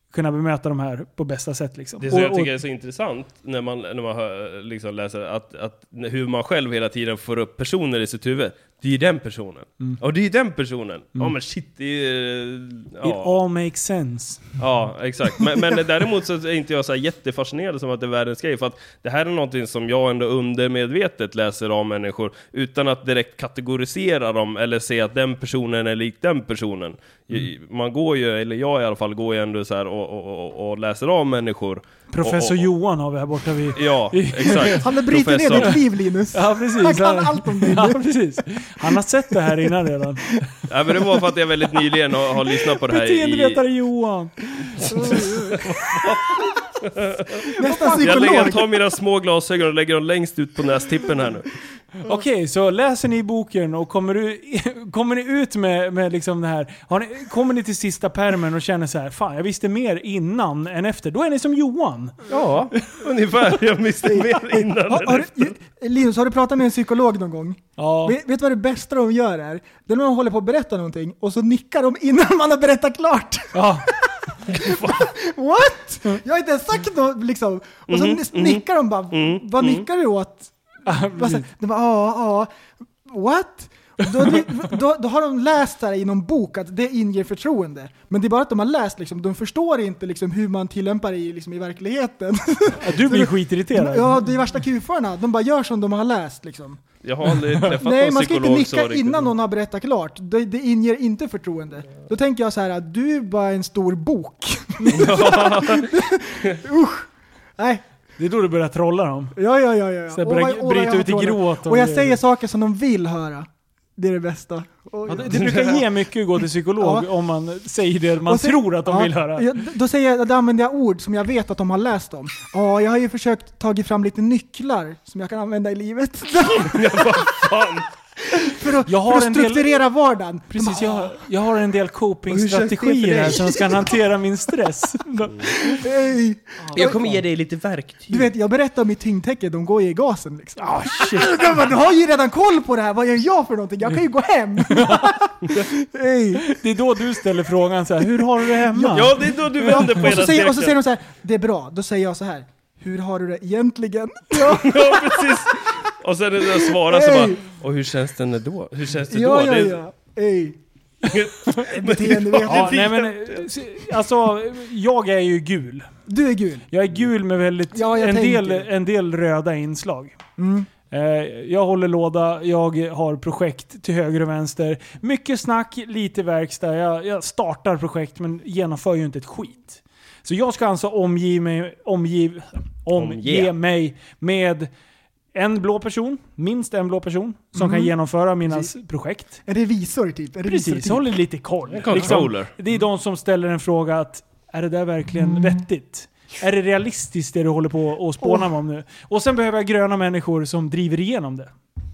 kunna bemöta de här på bästa sätt liksom. Det som och, jag tycker och, är så intressant när man, när man hör, liksom läser att, att hur man själv hela tiden får upp personer i sitt huvud. Det är ju den personen. Mm. Och det är ju den personen. Ja mm. oh, men shit, det är, ja. It all makes sense. Ja, exakt. Men, men däremot så är inte jag så här jättefascinerad som att det är världens grej. För att det här är någonting som jag ändå undermedvetet läser om människor utan att direkt kategorisera dem eller se att den personen är lik den personen. Mm. Man går ju, eller jag i alla fall, går ju ändå så här och, och, och, och läser om människor. Professor och, och, Johan har vi här borta vid. Ja, exakt. Han har brutit Professor. ner ditt liv, Linus. Ja, precis. Han kan allt om det. Ja, precis. Han har sett det här innan redan. Ja, men det var för att jag väldigt nyligen har, har lyssnat på det här i... Beteendevetare Johan. Nästan psykolog. Jag, lägger, jag tar mina små glasögon och lägger dem längst ut på nästippen här nu. Okej, okay, så läser ni boken och kommer, du, kommer ni ut med, med liksom det här, har ni, kommer ni till sista pärmen och känner så här, fan jag visste mer innan än efter, då är ni som Johan. Ja, ungefär, jag visste mer innan har, än har, efter. Linus, har du pratat med en psykolog någon gång? Ja. Vet, vet du vad det bästa de gör är? Det är när de håller på att berätta någonting och så nickar de innan man har berättat klart. Ja. What? Jag har inte ens sagt något liksom. Och så mm, nickar de bara, mm, vad mm. nickar du åt? De bara, ja, ja, what? Då, då, då har de läst här i någon bok att det inger förtroende. Men det är bara att de har läst, liksom, de förstår inte liksom, hur man tillämpar det i, liksom, i verkligheten. Ja, du blir skitirriterad. Ja, det är värsta kufarna. De bara gör som de har läst. Liksom. Jag har aldrig träffat Nej, någon man ska inte psykolog nicka innan någon har berättat klart. Det, det inger inte förtroende. Då tänker jag så här att du är bara en stor bok. Usch. Nej. Det är då du börjar trolla dem. Ja, ja, ja. ja. Så börjar och, bryta ut i gråt. Och, och jag säger saker som de vill höra. Det är det bästa. Ja, det, det brukar ge mycket att gå till psykolog ja. Om man säger det man sen, tror att de ja, vill höra. Jag, då säger jag, då använder jag ord som jag vet att de har läst om. Ja, jag har ju försökt tagit fram lite nycklar som jag kan använda i livet. Ja, vad fan. För att, jag har för att strukturera del, vardagen. Precis, jag har, jag har en del copingstrategier här som ska hantera min stress. Hey. Jag kommer ge dig lite verktyg. Du vet, jag berättar om mitt tyngdtäcke, de går ju i gasen liksom. Oh, shit. Du har ju redan koll på det här, vad gör jag för någonting? Jag kan ju gå hem. Hey. Det är då du ställer frågan så här, hur har du det hemma? Ja, det är då du vänder på och, så hela säger, och så säger de så här, det är bra. Då säger jag så här, hur har du det egentligen? Ja, ja precis. Och sen när jag svarar så bara, och hur känns det då? Hur känns det ja, då? Ja, det... ja, Ej. ja, nej men alltså, jag är ju gul. Du är gul. Jag är gul med väldigt ja, en, del, en del röda inslag. Mm. Eh, jag håller låda, jag har projekt till höger och vänster. Mycket snack, lite verkstad. Jag, jag startar projekt men genomför ju inte ett skit. Så jag ska alltså omge mig, omgiv, omge Omge. mig med en blå person, minst en blå person som Mm. kan genomföra mina Precis. projekt. Är det visor typ? Är det Precis, visor, typ? håller lite koll. En controller. Liksom, det är de som ställer en fråga att är det där verkligen Mm. vettigt? Är det realistiskt det du håller på och spåna Oh. om nu? Och sen behöver jag gröna människor som driver igenom det.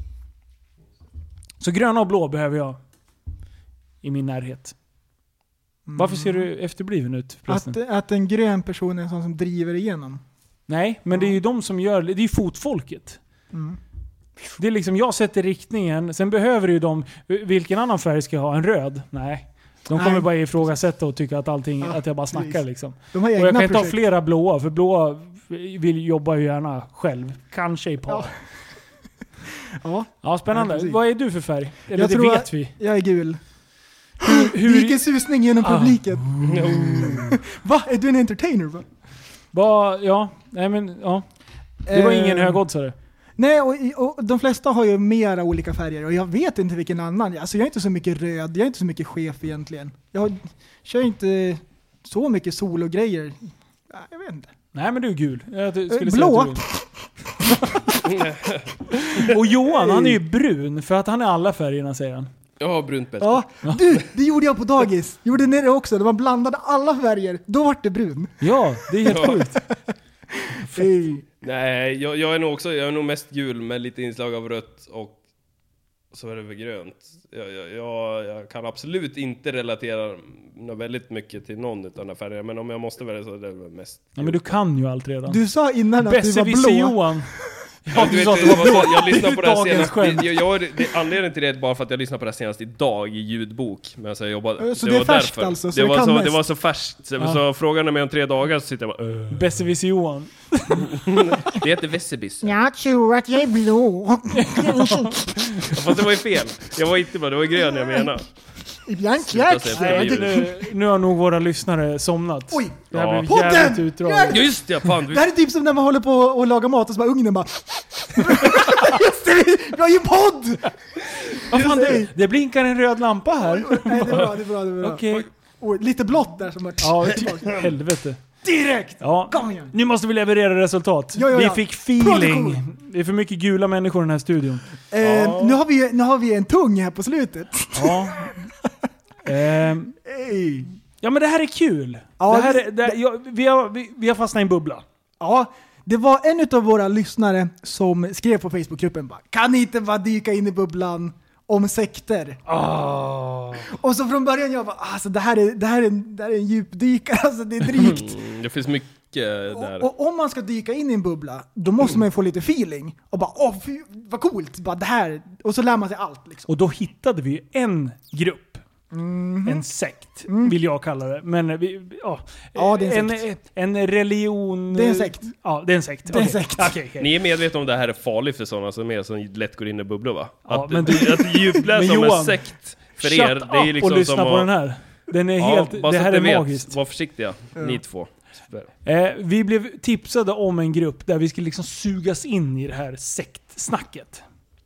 Så gröna och blå behöver jag i min närhet. Mm. Varför ser du efterbliven ut förresten? Att, att en grön person är en sån som driver igenom. Nej, men det är ju de som gör det. Det är ju fotfolket. Mm. Det är liksom, jag sätter riktningen. Sen behöver ju de, vilken annan färg ska jag ha? En röd? Nej. De kommer Nej. bara ifrågasätta och tycka att allting, Ja, att jag bara snackar precis. liksom. De har Och egna jag kan inte ha projekt. flera blåa, för blåa vill jobba ju gärna själv. Kanske i par. Ja. Ja, Ja, spännande. Ja, precis. Vad är du för färg? Eller Jag det tror vet att- vi. jag är gul. Hur, Det gick en susning genom Ah. publiken. Va? Är du en entertainer? Va? vad, ja, nej men, ja. Det var ingen Eh, högoddsare. Nej, och, och de flesta har ju mera olika färger och jag vet inte vilken annan. Alltså jag är inte så mycket röd, jag är inte så mycket chef egentligen. Jag kör inte så mycket sologrejer. Ja, jag vet inte. Nej men du är gul. Jag skulle Eh, säga blå? att du är gul. Och Johan, han är ju brun för att han är alla färgerna, säger han. Jag har brunt bälte. Ja, du, det gjorde jag på dagis. Gjorde ni det också? När man blandade alla färger, då var det brun. Ja, det är helt Ja. sjukt. Hey. Nej, jag, jag är nog också, jag är nog mest gul med lite inslag av rött och så är det väl grönt. Jag, jag, jag, jag kan absolut inte relatera något väldigt mycket till någon av de här färgerna, men om jag måste välja så är det väl mest Ja, men du kan ju allt redan. Du sa innan att du var Besserwisser blå. Johan. Ja, du vet, det var så, jag lyssnade på det här Dagens senast. skämt. Jag, jag, det, anledningen till det är bara för att jag lyssnade på det här senast idag i ljudbok. Men jag jobbade. Så det är var färskt därför. alltså, så det, det var kan så, mest. det var så färskt. Så, Ja. så frågan är mig om tre dagar så sitter jag bara... Uh. Besserwisser-Johan. Det heter Vessebiss. Jag tror att jag är blå. Fast det var ju fel. Jag var inte blå, det var grön jag menade. Ibland Sluta kräks säga Nej, fel. nu, nu har nog våra lyssnare somnat. Oj! Det här Ja. blev jävligt Podden! utdraget. Just det, fan. Det här är typ som när man håller på och lagar mat och så bara ugnen bara... Just det, vi har ju podd! Vad fan, det, det blinkar en röd lampa här. Nej, det är bra, det är bra, det är bra. Okej. Oj, lite blått där som bara... Ja, helvete. Direkt! Ja. Kom igen! Nu måste vi leverera resultat. Ja, ja, ja. Vi fick feeling. Produktion. Det är för mycket gula människor i den här studion. Eh, nu, har vi, nu har vi en tung här på slutet. Ja. Ehm, Ey. ja men det här är kul. Ja, det här det- är, det, ja, vi, har, vi, vi har fastnat i en bubbla. Ja, det var en av våra lyssnare som skrev på Facebookgruppen bara, kan ni inte bara dyka in i bubblan om sekter? Oh. Och så från början jag bara, alltså det här är, det här är, en, det här är en djupdykare, alltså det är drygt. Mm, det finns mycket där. Och, och om man ska dyka in i en bubbla, då måste man ju få lite feeling. Och bara, åh fy, vad coolt, bara det här. Och så lär man sig allt liksom. Och då hittade vi ju en grupp. En sekt, vill jag kalla det. Men vi, ja. Ja, det är en en, sekt. en religion... Det är en sekt. Ja, det är en sekt. Det är en Okej. sekt. Okej, okej. Ni är medvetna om det här är farligt för sådana som är som lätt går in i bubblor, va? Ja, att, men du- att djupläsa Men om Johan, en sekt för Shut er, det är up liksom och lyssna som på att, den här. Den är Ja, helt... bara Det så här att är ni vet. magiskt. Var försiktiga, ni två. Eh, vi blev tipsade om en grupp där vi skulle liksom sugas in i det här sektsnacket.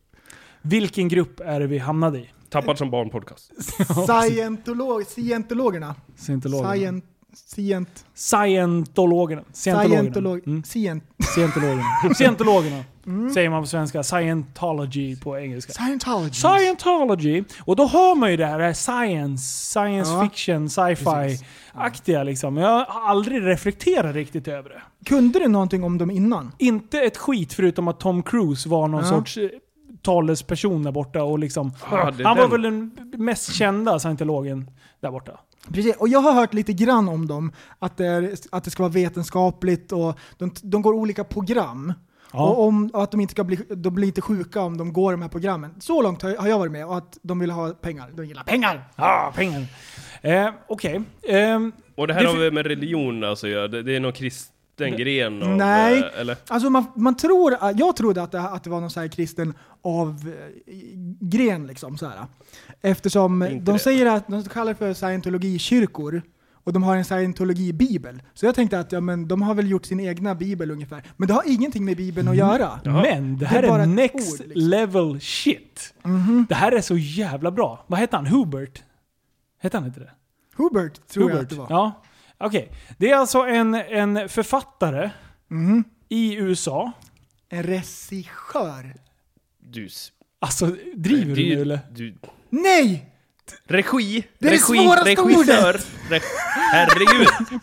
Vilken grupp är det vi hamnade i? Tappad som barn podcast. Scientolog, scientologerna. Scientologerna. Scient, scient, Scientologerna. Scientologerna. scientolog, Mm. scient, Scientologerna. Scientologerna. Säger man på svenska. Scientology på engelska. Scientology. Scientology. Och då har man ju det här, det här science, science Ja. fiction, sci-fi-aktiga liksom. Jag har aldrig reflekterat riktigt över det. Kunde du någonting om dem innan? Inte ett skit förutom att Tom Cruise var någon Ja. sorts eh, talesperson där borta och liksom... Ah, det är han var den. väl den mest kända scientologen där borta. Precis, och jag har hört lite grann om dem, att det, är, att det ska vara vetenskapligt och de, de går olika program. Ja. Och, om, och att de inte ska bli, de blir inte sjuka om de går de här programmen. Så långt har, har jag varit med, och att de vill ha pengar. De gillar pengar! Ah, pengar. Eh, Okej. Ehm, Och det här Det har fi- vi med religion alltså, ja. det, det är någon kristen gren av, Nej. eh, eller? Alltså man, man tror, jag trodde att det, att det var någon så här kristen av eh, gren liksom så här. Eftersom Inte de det. säger att de kallar det för scientologikyrkor och de har en scientologibibel. Så jag tänkte att ja, men de har väl gjort sin egna bibel ungefär. Men det har ingenting med bibeln att göra. Men det Det här är är, bara ett next ord, liksom. level shit. Det här är så jävla bra. Vad heter han? Hubert? Hette han inte det? Hubert tror jag Hubert. att det var. Ja. Okej. Det är alltså en, en författare Mhm. i U S A. En regissör. Du, s- Alltså, driver du nu eller? du, Nej! Regi, Det är det regi, svåraste regissör. Re, herregud.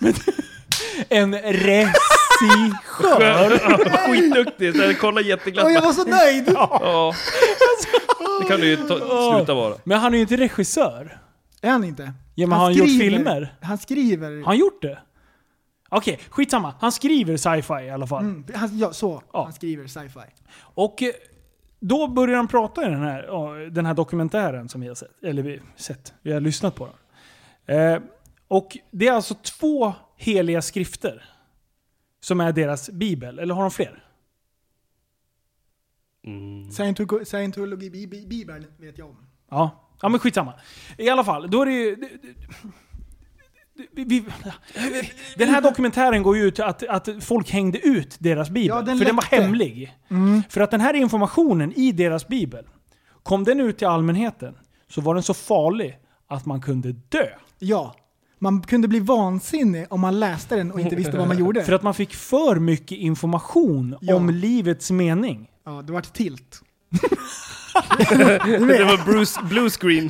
En regissör. Skitduktig, så jag kollar jätteglatt. Och jag var så nöjd! Ja. Det kan du ju ta, sluta vara. Men han är ju inte regissör. Är han inte? Ja, men har han gjort skriver- filmer? Han skriver. Har han gjort det? Okej, skitsamma. Han skriver sci-fi i alla fall. Mm, han, ja, så. Ja. Han skriver sci-fi. Och eh, då börjar han prata i den här, ja, den här dokumentären som vi har sett. Eller vi sett, vi har lyssnat på den. Eh, och det är alltså två heliga skrifter som är deras bibel. Eller har de fler? Mm. Scientologi, Scientologi bi- bi- bibeln vet jag om. Ja. Ja, men skitsamma. I alla fall, då är det ju... det- det- Vi, vi, den här dokumentären går ju ut att, att folk hängde ut deras bibel. Ja, den för den var läckte. hemlig. För att den här informationen i deras bibel, kom den ut till allmänheten så var den så farlig att man kunde dö. Ja. Man kunde bli vansinnig om man läste den och inte visste vad man gjorde. För att man fick för mycket information Ja. om livets mening. Ja, det var ett tilt. Det var Bruce, blue screen.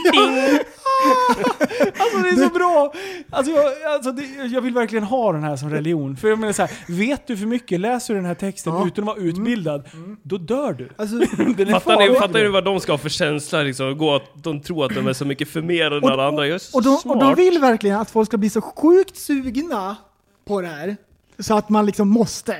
Alltså det är så bra! Alltså, jag, alltså det, jag vill verkligen ha den här som religion. För jag menar så här, vet du för mycket, läser du den här texten Ja. utan att vara utbildad, då dör du. Alltså, Den är Fattar ni, farlig. fattar ni vad de ska ha för känsla liksom? Gå att de tror att de är så mycket för mer än och, alla andra. Jag är så och, de, och smart. de vill verkligen att folk ska bli så sjukt sugna på det här så att man liksom måste.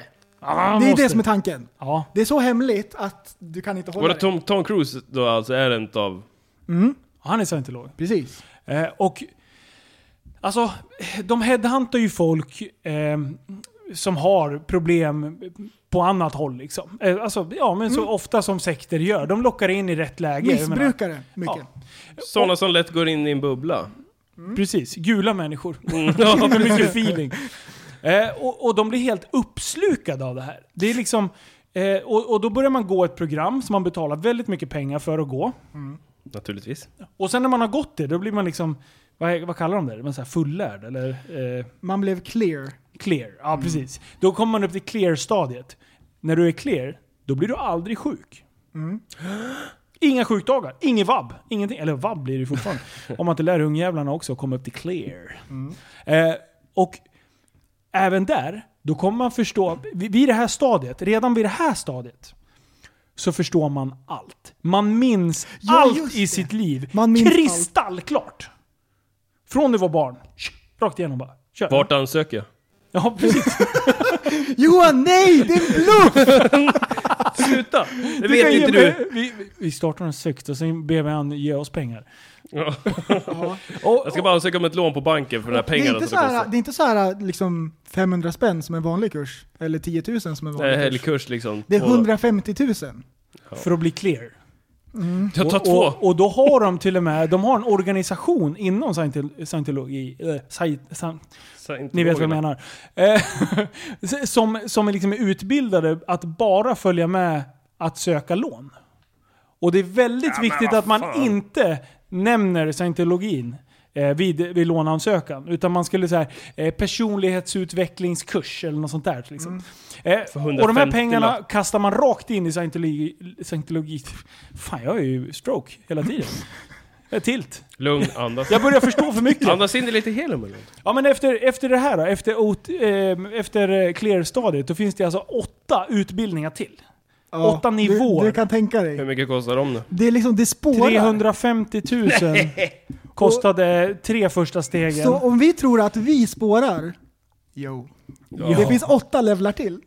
Ja, det är måste. det som är tanken. Ja. Det är så hemligt att du kan inte hålla Var det det. Tom, Tom Cruise då alltså är en av... Mm, Han är scientolog. precis. Eh, och alltså, de headhuntar ju folk eh, som har problem på annat håll liksom. Eh, alltså, ja men så Mm. ofta som sekter gör. De lockar in i rätt läge. jag menar. Missbrukare, mycket. Ja. Sådana som lätt går in i en bubbla. Precis, gula människor. Mm. Med mycket feeling. Eh, och, och de blir helt uppslukade av det här. Det är liksom, eh, och, och då börjar man gå ett program som man betalar väldigt mycket pengar för att gå. Naturligtvis. Och sen när man har gått det, då blir man liksom, vad, vad kallar de det? Man så här fullärd eller eh, Man blev clear. clear. Ja, precis. Då kommer man upp till clear-stadiet. När du är clear, då blir du aldrig sjuk. Mm. Inga sjukdagar, ingen vabb, ingenting. Eller vabb blir det fortfarande. Om man inte lär ungjävlarna också att komma upp till clear. Eh, och även där, då kommer man förstå, vid, vid det här stadiet, redan vid det här stadiet, så förstår man allt. Man minns Ja, allt just i det. sitt liv. Man minns Kristallklart. Från du var barn. Rakt igenom bara. Kör. Vart ansöker jag? Ja, precis. Johan, nej! Det är en bluff! Sluta! Det Du vet kan inte ge du. mig- Vi, vi startar en sekt och sen ber vi han ge oss pengar. Ja. Och, Jag ska bara ansöka om ett lån på banken för de här Det är pengarna inte som så det här, kostar. det är inte så här liksom femhundra spänn som en vanlig kurs. Eller tio tusen som en Det är vanlig kurs. helgkurs liksom. Det är på- hundrafemtio tusen. för att bli clear. Jag tar och, två. Och, och då har de till och med, de har en organisation inom scientol- scientologi. Eh, sci, sci, ni vet vad jag menar. Eh, som, som är liksom utbildade att bara följa med att söka lån. Och det är väldigt viktigt att man inte nämner scientologin eh, vid, vid låneansökan. Utan man skulle säga eh, personlighetsutvecklingskurs eller något sånt där. Liksom. Eh, och de här hundrafemtio pengarna lapp. kastar man rakt in i scientologi. scientologi. Fan, jag är ju stroke hela tiden. Jag är tilt. Lugn, andas. Jag börjar förstå för mycket. Andas in i lite helium eller något. Ja, men efter, efter det här då, efter, ot, eh, efter clear-stadiet, då finns det alltså åtta utbildningar till. Ja, Åtta nivåer. Du, du kan tänka Hur dig. mycket kostar de nu? Det är liksom, det spårar. trehundrafemtio tusen kostade tre första stegen. Så om vi tror att vi spårar, jo. Ja. Det finns åtta levlar till.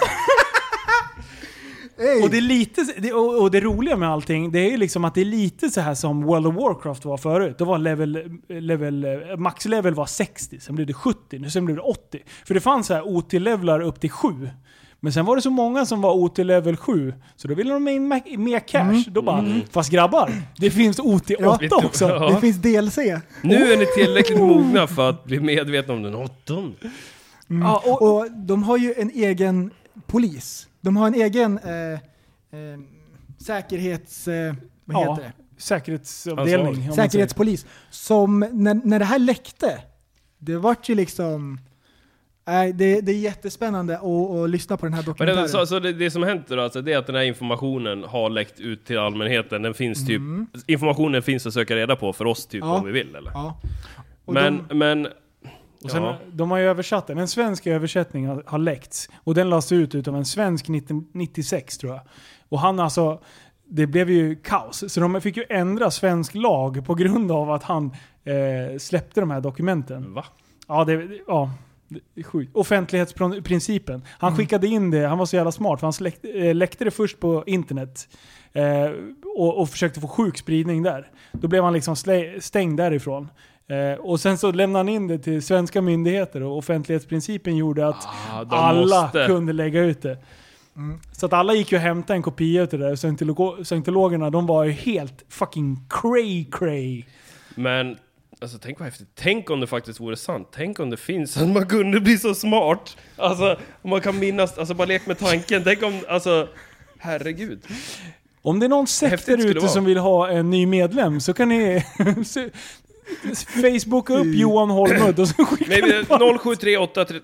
Hey. Och det är lite, det, och, och det roliga med allting, det är ju liksom att det är lite så här som World of Warcraft var förut. Då var level, level, max level var sextio, sen blev det sjuttio, sen blev det åttio. För det fanns så här O T-levlar upp till sju. Men sen var det så många som var O T level sju, så då ville de ha in ma- mer cash. Mm. Då bara, fast grabbar, det finns O T åtta lite- också. ja. Det finns D L C. Nu är ni tillräckligt mogna för att bli medvetna om den åttonde. Ja, och, Och de har ju en egen polis. De har en egen eh, eh, säkerhets... Eh, vad ja, heter det? säkerhetsavdelning. Alltså, om man Säkerhetspolis. Som när, när det här läckte, det vart ju liksom... Nej, det, det är jättespännande att, att lyssna på den här Men dokumentären. det, så, så det, det som hänt då, alltså, det är att den här informationen har läckt ut till allmänheten. Den finns typ, informationen finns att söka reda på för oss typ Ja. om vi vill eller? Ja. Och Men, de, men... Och sen, Ja. De har ju översatt den. En svensk översättning har, har läckts. Och den lades ut utav en svensk nittio, nittiosex tror jag. Och han alltså... Det blev ju kaos. Så de fick ju ändra svensk lag på grund av att han eh, släppte de här dokumenten. Va? Ja, det, ja, det är sjukt. Offentlighetsprincipen. Han skickade in det, han var så jävla smart. För han släck, eh, läckte det först på internet. Eh, och, och försökte få sjuk spridning där. Då blev han liksom slä, stängd därifrån. Eh, och sen så lämnade han in det till svenska myndigheter. Och offentlighetsprincipen gjorde att Ah, de alla måste. kunde lägga ut det. Så att alla gick ju och hämtade en kopia av det där. Scientologo- Scientologerna, de var ju helt fucking cray cray. Men, alltså tänk vad häftigt. Tänk om det faktiskt vore sant. Tänk om det finns att man kunde bli så smart. Alltså, om man kan minnas, alltså bara lek med tanken. Tänk om, alltså, herregud. Om det är någon sekt Häftigt där skulle ute vara. som vill ha en ny medlem så kan ni se- Facebooka upp Johan Holmud och så skickar Nej, ni bara- noll sju tre åtta tre...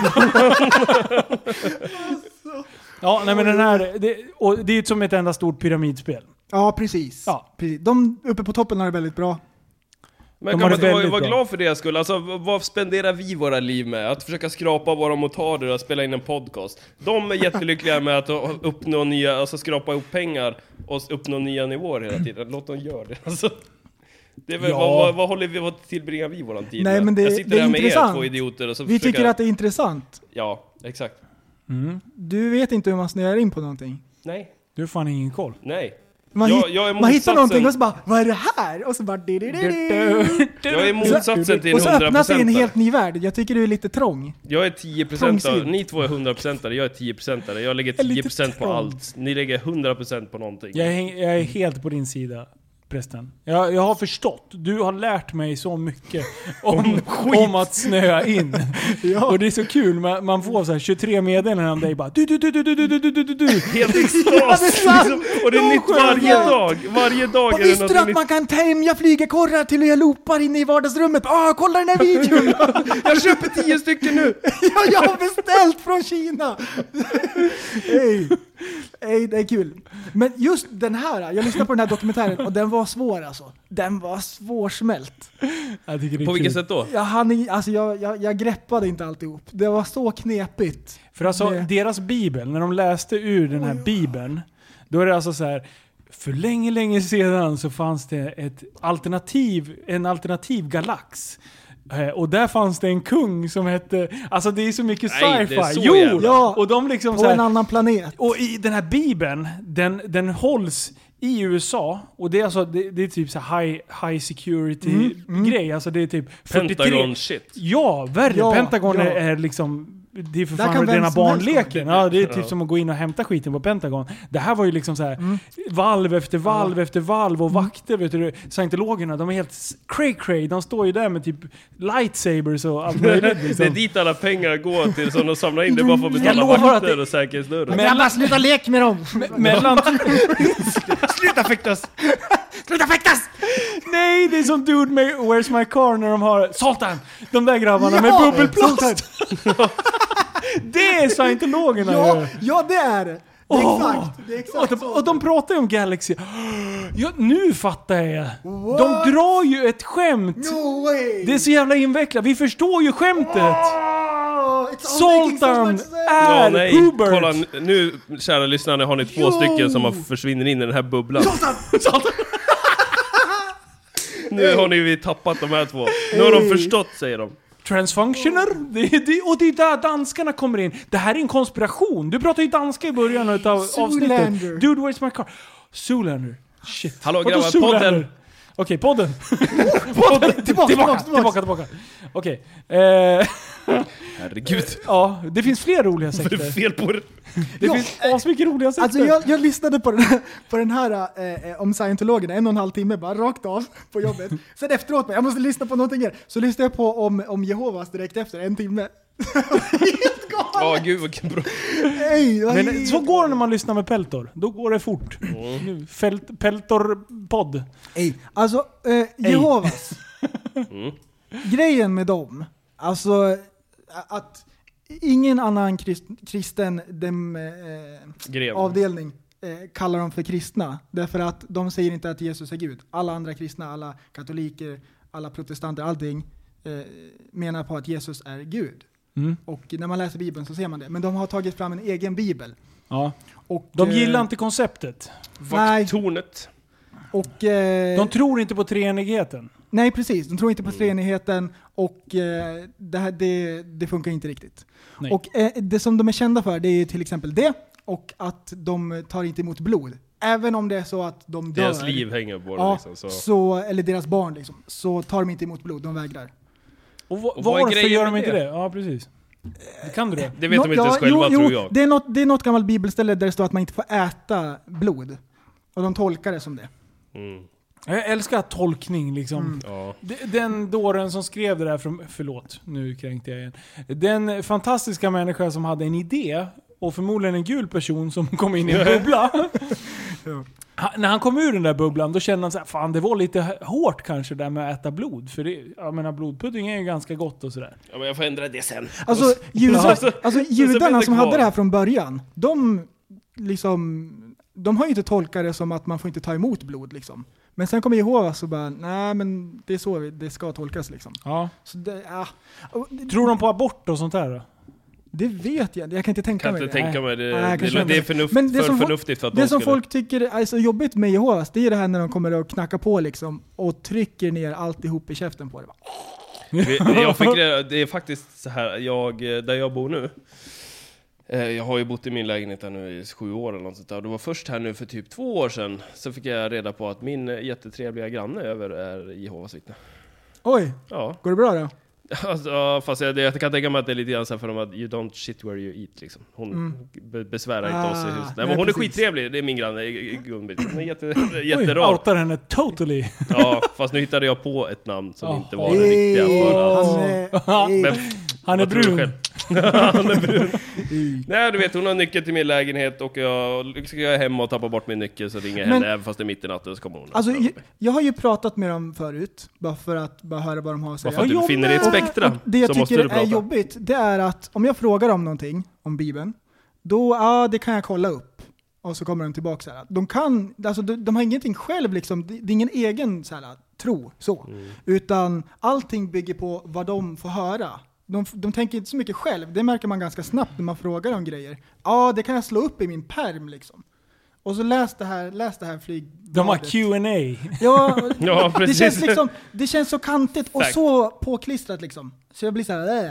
Ja, nej men den här, det, och det är ju som ett enda stort pyramidspel. ja, precis. Ja. precis. De uppe på toppen har det väldigt bra. Men De kan har man det inte vara, väldigt vara bra. glad för det skull? Alltså, v- vad spenderar vi våra liv med? Att försöka skrapa våra motarder och spela in en podcast. De är jättelyckliga med att uppnå nya, alltså skrapa ihop pengar och uppnå nya nivåer hela tiden. Låt dem göra det. Alltså, det är väl, Ja. vad, vad, vad håller vi, vad tillbringar vi våran tid Nej, med? men det- Jag sitter det är här med intressant. er två idioter och så Vi försöker... tycker att det är intressant. Ja, exakt. Mm. Du vet inte hur man snöar in på någonting. Nej. Du har fan ingen koll. Nej. Man, Jag- hit, jag är man hittar motsatsen. någonting och så bara, vad är det här? Och så bara... Di, di, di, di. Jag är motsatsen till en Och så öppnar sig en hundra procent. helt ny värld. Jag tycker du är lite trång. Jag är tio procent. Trångsynt. Ni två är hundra procent. Jag är tio procent. Jag lägger är lite tio procent på trång. allt. Ni lägger hundra procent på någonting. Jag är, jag är helt på din sida, prästen. Jag, jag har förstått. Du har lärt mig så mycket om, om att snöa in. Ja. Och det är så kul. Man, man får så här tjugotre meddelanden om dig bara du, du, du, du, du, du, du, du, du, du. Helt Ja, extas! det är sant. liksom. Och det är nytt Ja, varje skönt. dag. Varje dag Och är det visste du något att nytt. man kan tämja flygekorrar till jag loopar inne i vardagsrummet? Ah, kolla den här videon! Jag köper tio stycken nu! Ja, jag har beställt från Kina! Hej! Hej, det är kul. Men just den här, jag lyssnade på den här dokumentären och den var svår alltså. Den var svårsmält. Jag tycker det är På kul. vilket sätt då? Jag, hann, alltså jag, jag, jag greppade inte alltihop. Det var så knepigt. För alltså Det- deras bibel, när de läste ur den här bibeln, då är det alltså så här. För länge, länge sedan så fanns det ett alternativ, en alternativ galax. Eh, Och där fanns det en kung som hette, alltså det är så mycket Nej, sci-fi. det är så Jo! jävla. Ja, Och de liksom på så en här, annan planet. och i den här bibeln, den, den hålls i U S A, och det är alltså det, det är typ så här high, high security grej, alltså det är typ fyrtiotre. Pentagon shit. Ja, värre. Ja, Pentagon ja. Är, är liksom, det är för Där fan kan vem rena som helst barnleken. Ja, det är typ Ja. som att gå in och hämta skiten på Pentagon. Det här var ju liksom så här valv efter valv efter valv och vakter, vet du. Scientologerna, de är helt cray cray. De står ju där med typ lightsabers och allt möjligt. Det är Liksom. dit alla pengar går till, som de samlar in. Det är bara för att Jag betala lovar att vakter det- och säkerhetsdörrar. Men- Grabbar, sluta lek med dem! Mellan... Sluta fäktas! Sluta fäktas! Nej, det är som Dude med Where's My Car när de har Sultan! De där grabbarna Ja, med bubbelplast. Det är scientologerna. Ja, ju. ja det är det! Det är Åh! exakt, det är Och exakt de, så. och de pratar ju om Galaxy. Ja, nu fattar jag. De drar ju ett skämt. No way! Det är så jävla invecklat. Vi förstår ju skämtet. Oh, it's all making so Sultan much sense. Ja, är nej. Hubert. Kolla, nu kära lyssnare har ni två Jo. stycken som har försvinner in i den här bubblan. Nu har ni ju tappat de här två. Nu har de förstått, säger de. Transfunctioner. Det, det, och det är där danskarna kommer in. Det här är en konspiration. Du pratar ju danska i början av avsnittet. Zoolander. Dude, where's my car? Zoolander. Shit. Hallå, Vadå grabbar, Zoolander? podden. Okej, podden. Tillbaka, tillbaka, Tillbaka, tillbaka. tillbaka, tillbaka. Okej. Eh, Herregud. ja, det finns fler roliga Vad är det sekter. fel på det? Det Ja. finns asmycket roliga sekter. Alltså jag, jag lyssnade på den här, på den här eh, om scientologerna en och en halv timme bara rakt av på jobbet. Sen efteråt bara, jag måste lyssna på någonting mer. Så lyssnade jag på om, om Jehovas direkt efter, en timme. Helt galet! Ja, gud vilken bra. Nej, det var Men helt så går det när man lyssnar med Peltor. Då går det fort. Nu, Fält, Peltor-podd. Ej, alltså, eh, Jehovas. Grejen med dem, alltså att ingen annan krist, kristen dem, eh, Grev. avdelning eh, kallar dem för kristna. Därför att de säger inte att Jesus är Gud. Alla andra kristna, alla katoliker, alla protestanter, allting eh, menar på att Jesus är Gud. Mm. Och när man läser Bibeln så ser man det. Men de har tagit fram en egen bibel. Ja. Och, De eh, gillar inte konceptet. Nej. Vakttornet. Och, eh, De tror inte på treenigheten. Nej, precis. De tror inte på treenigheten och eh, det, här, det, det funkar inte riktigt. Nej. Och eh, det som de är kända för, det är till exempel det och att de tar inte emot blod. Även om det är så att de dör. Deras liv hänger på det Ja, liksom. Så. så, eller deras barn liksom, så tar de inte emot blod, de vägrar. Och, va- Och vad är varför grejen gör de med inte det? det? Ja, precis. Kan du det? Det vet Nå- de inte ens ja, själva, jo, tror jo, jag. Det är, något, det är något gammalt bibelställe där det står att man inte får äta blod. Och de tolkar det som det. Mm. Jag älskar tolkning liksom. Ja. D- Den dåren som skrev det där, från, förlåt, nu kränkte jag igen. Den fantastiska människa som hade en idé, och förmodligen en gul person som kom in i en bubbla. Han, när han kom ur den där bubblan, då kände han så här, fan det var lite hårt kanske där med att äta blod. För det, jag menar, blodpudding är ju ganska gott och sådär. Ja, men jag får ändra det sen. Alltså, judar, Ja, så- alltså så judarna blir det som kvar. hade det här från början, de liksom, de har ju inte tolkat det som att man får inte ta emot blod liksom. Men sen kommer Jehovas och bara, nej men det är så vi- det ska tolkas liksom. Ja. Så det, ja. Och det, Tror de på abort och sånt där då? det vet jag jag kan inte tänka Kan mig inte det. tänka mig det. Nej, jag kanske det, inte. det är förnuft, Men det för som folk- förnuftigt för att Det de som skulle... folk tycker är så jobbigt med Jehovas, det är det här när de kommer och knackar på liksom och trycker ner alltihop i käften på det. Vi- Jag fick det, det är faktiskt så här, jag, där jag bor nu. Jag har ju bott i min lägenhet här nu i sju år eller något sånt där. Det var först här nu för typ två år sedan så fick jag reda på att min jättetrevliga granne över är Jehovas vittne. Oj, ja. Går det bra då? Alltså, fast jag, jag kan tänka mig att det är lite grann så här för dem att you don't shit where you eat liksom. Hon mm. be- besvärar inte ah, oss i huset. Nej, men nej, hon precis. är skittrevlig, det är min granne Gun-Britt. Hon är jätte, jätterar. Oj, outar henne totally. Ja, fast nu hittade jag på ett namn som oh. inte var det riktiga för att... Han är, men, han är brun. Han är brun. Nej, du vet, hon har nyckel till min lägenhet och jag ska jag hem och tappa bort min nyckel så ringer henne även fast det är mitt i natten så kommer hon. Alltså, jag, jag har ju pratat med dem förut bara för att bara höra vad de har att säga. Bara för att du befinner dig i ett spektra. Och, och det jag tycker är jobbigt, det är att om jag frågar om någonting om Bibeln, då, ja, det kan jag kolla upp. Och så kommer de tillbaka så här. De kan, alltså de, de har ingenting själv liksom, det, det är ingen egen så här, tro så. Mm. Utan allting bygger på vad de får höra. De, de tänker inte så mycket själv. Det märker man ganska snabbt när man frågar om grejer. Ja, det kan jag slå upp i min perm liksom. Och så läs det här, läs det här flygbladet. De har Q and A. Ja, ja precis. Det känns liksom, det känns så kantigt och Fact. så påklistrat liksom. Så jag blir så här,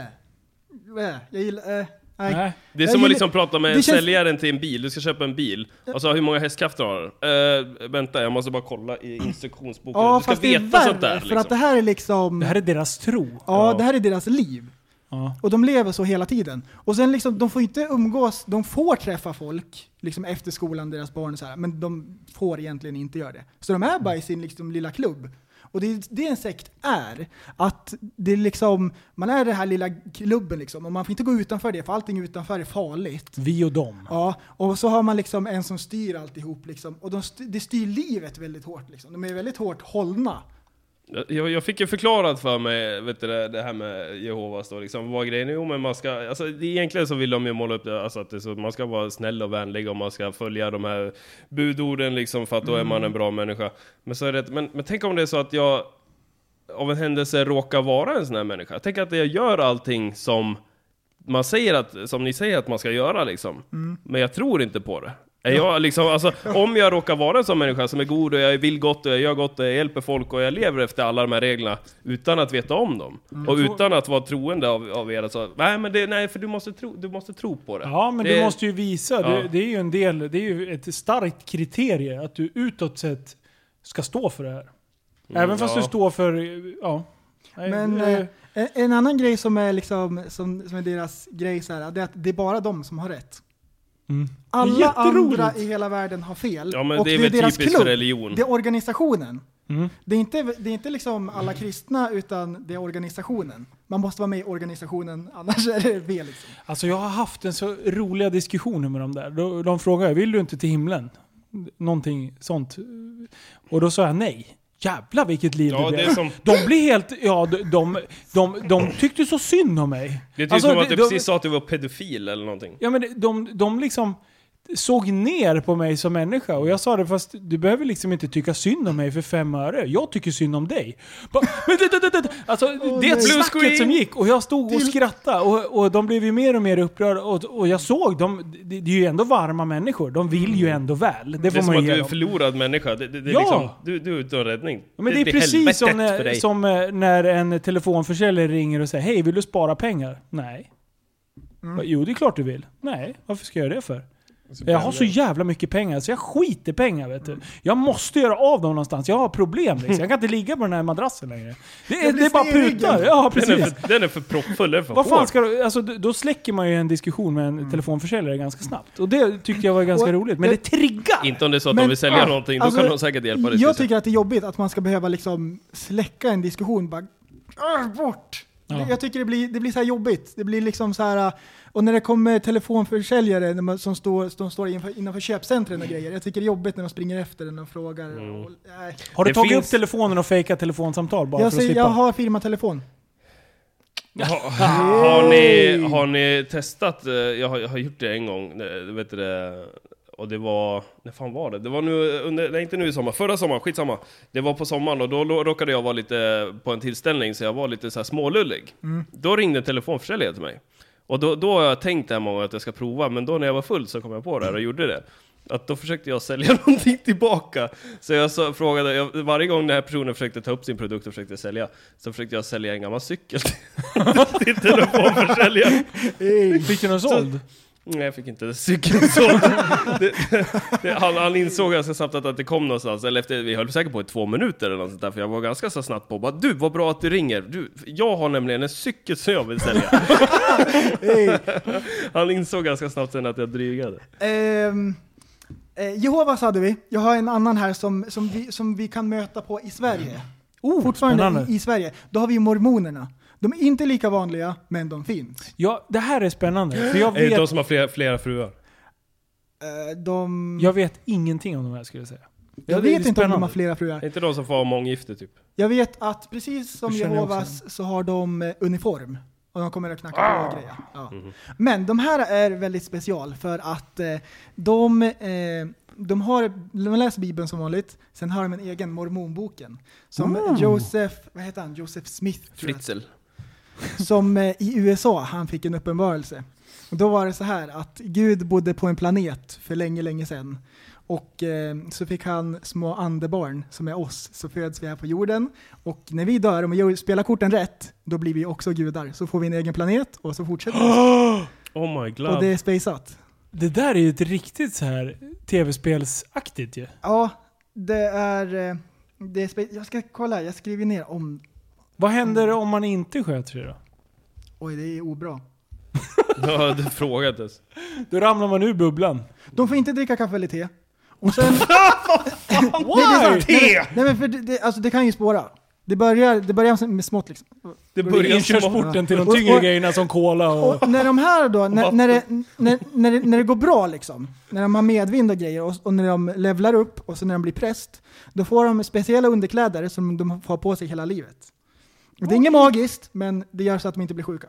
äh, äh, jag gillar, äh. Nej. Nej. Det är som jag att liksom prata med känns... säljaren till en bil. Du ska köpa en bil. Och så hur många hästkrafter har den? Uh, vänta, jag måste bara kolla i instruktionsboken. Ja, du ska fast veta det är värre, sånt där. Liksom. För att det här är liksom... Det här är deras tro. Ja, ja. det här är deras liv. Ja. Och de lever så hela tiden. Och sen liksom, de får inte umgås, de får träffa folk liksom efter skolan, deras barn och så här, men de får egentligen inte göra det. Så de är bara i sin liksom lilla klubb. Och det, det en sekt är att det är liksom, man är den här lilla klubben liksom, och man får inte gå utanför det, för allting utanför är farligt. Vi och dem. Ja, och så har man liksom en som styr alltihop liksom, och de styr, det styr livet väldigt hårt liksom. De är väldigt hårt hållna. Jag, jag fick ju förklarat för mig, vet du, det, det här med Jehovas då, liksom, vad grejen är. Jo, men man ska, alltså, egentligen så vill de ju måla upp det, alltså, att det så, man ska vara snäll och vänlig och man ska följa de här budorden liksom, för att då är man en bra människa. Men, så är det, men, men tänk om det är så att jag av en händelse råkar vara en sån här människa. Tänk att jag gör allting som man säger att, som ni säger att man ska göra liksom. Mm. Men jag tror inte på det. Är jag liksom, alltså, om jag råkar vara en sån människa som är god och jag vill gott och jag gör gott och jag hjälper folk och jag lever efter alla de här reglerna utan att veta om dem mm. och utan att vara troende av, av er, så nej, men det, nej, för du måste tro, du måste tro på det. Ja, men det, du måste ju visa, ja. det, det är ju en del, det är ju ett starkt kriterie att du utåt sett ska stå för det här. Även mm, fast ja. du står för, ja. Nej, men det, eh, en annan grej som är liksom som, som är deras grej så här, det är att det är bara de som har rätt. Mm. Alla andra i hela världen har fel. Ja, men och det är det är väl deras typiskt klubb. religion. Det är organisationen. Mm. Det är inte, det är inte liksom alla kristna, utan det är organisationen. Man måste vara med i organisationen, annars är det fel liksom. Alltså jag har haft en så roliga diskussioner med dem där. De, de frågar, vill du inte till himlen? Någonting sånt. Och då sa jag nej. Jävlar vilket liv ja, det blev. Det som... De blir helt, ja de, de, de, de tyckte så synd om mig. Det är typ alltså, som att du de, precis sa att du var pedofil eller någonting. Ja, men de, de liksom såg ner på mig som människa. Och jag sa det, fast du behöver liksom inte tycka synd om mig för fem öre. Jag tycker synd om dig. Men, alltså, oh, det är ett snacket som gick. Och jag stod och skrattade. Och, och de blev ju mer och mer upprörda. Och, och jag såg dem. Det, det är ju ändå varma människor. De vill ju ändå väl. Det, får det är man som att du är dem. förlorad människa. Det, det, det är ja. liksom, du, du är ute och räddning. Ja, men det, det är precis som när, som när en telefonförsäljare ringer och säger: hej, vill du spara pengar? Nej. Mm. Jo, det är klart du vill. Nej, varför ska jag göra det för? Jag har så jävla mycket pengar så jag skiter pengar, vet du. Jag måste göra av dem någonstans. Jag har problem liksom. Jag kan inte ligga på den här madrassen längre. Det är, det är bara putar. Ja, precis. Den är för, den är för proppfull. Vad Vad fan ska du, alltså, då släcker man ju en diskussion med en mm. telefonförsäljare ganska snabbt. Och det tyckte jag var ganska och, roligt. Men det triggar! Inte om det är så att men, de vill sälja äh, någonting. Då alltså, kan de säkert hjälpa dig. Jag tycker att det är jobbigt att man ska behöva liksom släcka en diskussion. Bara, äh, bort! Ja. Jag tycker det blir, det blir så här jobbigt. Det blir liksom så här. Och när det kommer telefonförsäljare när man, som står, som står innanför, innanför köpcentren och grejer. Jag tycker det är jobbigt när de springer efter den och frågar. Mm. Och, har du det tagit finns... upp telefonen och fejkat telefonsamtal bara jag för att säger, slippa? Jag har firmatelefon. Ha, har, ni, har ni testat? Jag har, jag har gjort det en gång. Vet du det? Och det var, när fan var det? Det var nu under, nej inte nu i sommar, förra sommaren, skitsamma. Det var på sommaren och då råkade jag vara lite på en tillställning så jag var lite så här smålullig. Mm. Då ringde telefonförsäljare till mig. Och då, då har jag tänkt det här många att jag ska prova, men då när jag var full så kom jag på det här och gjorde det. Att då försökte jag sälja någonting tillbaka. Så jag så, frågade, jag, varje gång den här personen försökte ta upp sin produkt och försökte sälja, så försökte jag sälja en gammal cykel till, till telefonförsäljaren. Fick du någon såld? Nej, jag fick inte cykeln så. det, det, han, han insåg ganska snabbt att, att det kom någonstans. Eller efter, vi höll säkert på i två minuter eller något sånt där. För jag var ganska så snabbt på. Bara, du, vad bra att du ringer. Du, jag har nämligen en cykel som jag vill sälja. Hey. Han insåg ganska snabbt sen att jag drygade. Um, eh, Jehovas hade vi. Jag har en annan här som, som, vi, som vi kan möta på i Sverige. Oh, Fortfarande i, i Sverige. Då har vi mormonerna. De är inte lika vanliga, men de finns. Ja, det här är spännande. För jag Är det vet, de som har flera, flera fruar? Eh, de... jag vet ingenting om de här, skulle jag säga. Jag Ja, det är vet inte om spännande. de har flera fruar. Är inte de som får ha månggifte typ? Jag vet att precis som Det känner jag Jehovas så har de eh, uniform. Och de kommer att knacka på och grejer. Ja. Men de här är väldigt special för att eh, de, eh, de har, de läser Bibeln som vanligt. Sen har de en egen mormonboken. Som Mm. Joseph, vad heter han? Joseph Smith. tror jag. Fritzl. Som eh, i U S A, han fick en uppenbarelse. Och då var det så här att Gud bodde på en planet för länge, länge sedan. Och eh, så fick han små andebarn som är oss, så föds vi här på jorden. Och när vi dör, om vi gör- spelar korten rätt, då blir vi också gudar. Så får vi en egen planet och så fortsätter vi. Oh my god. Och det är spaceat. Det där är ju ett riktigt så här tv-spelsaktigt ju. Ja, det är... eh, Det är spa- jag ska kolla, jag skriver ner om... Vad händer om man inte sköter sig då? Oj, det är obra. Ja, du frågade ens. Då ramlar man ur bubblan. De får inte dricka kaffe eller te. Och sen... Why? Nej, nej men för det, det, alltså det kan ju spåra. Det börjar, det börjar med smått liksom. Det börjar Inkörsporten till de Och- tyngre och- grejerna som cola och... Och när de här då, när, när, det, när, när, det, när det går bra liksom, när de har medvind och grejer och, och när de levlar upp och så när de blir präst, då får de speciella underkläder som de har på sig hela livet. Och det är inget magiskt, men det gör så att de inte blir sjuka.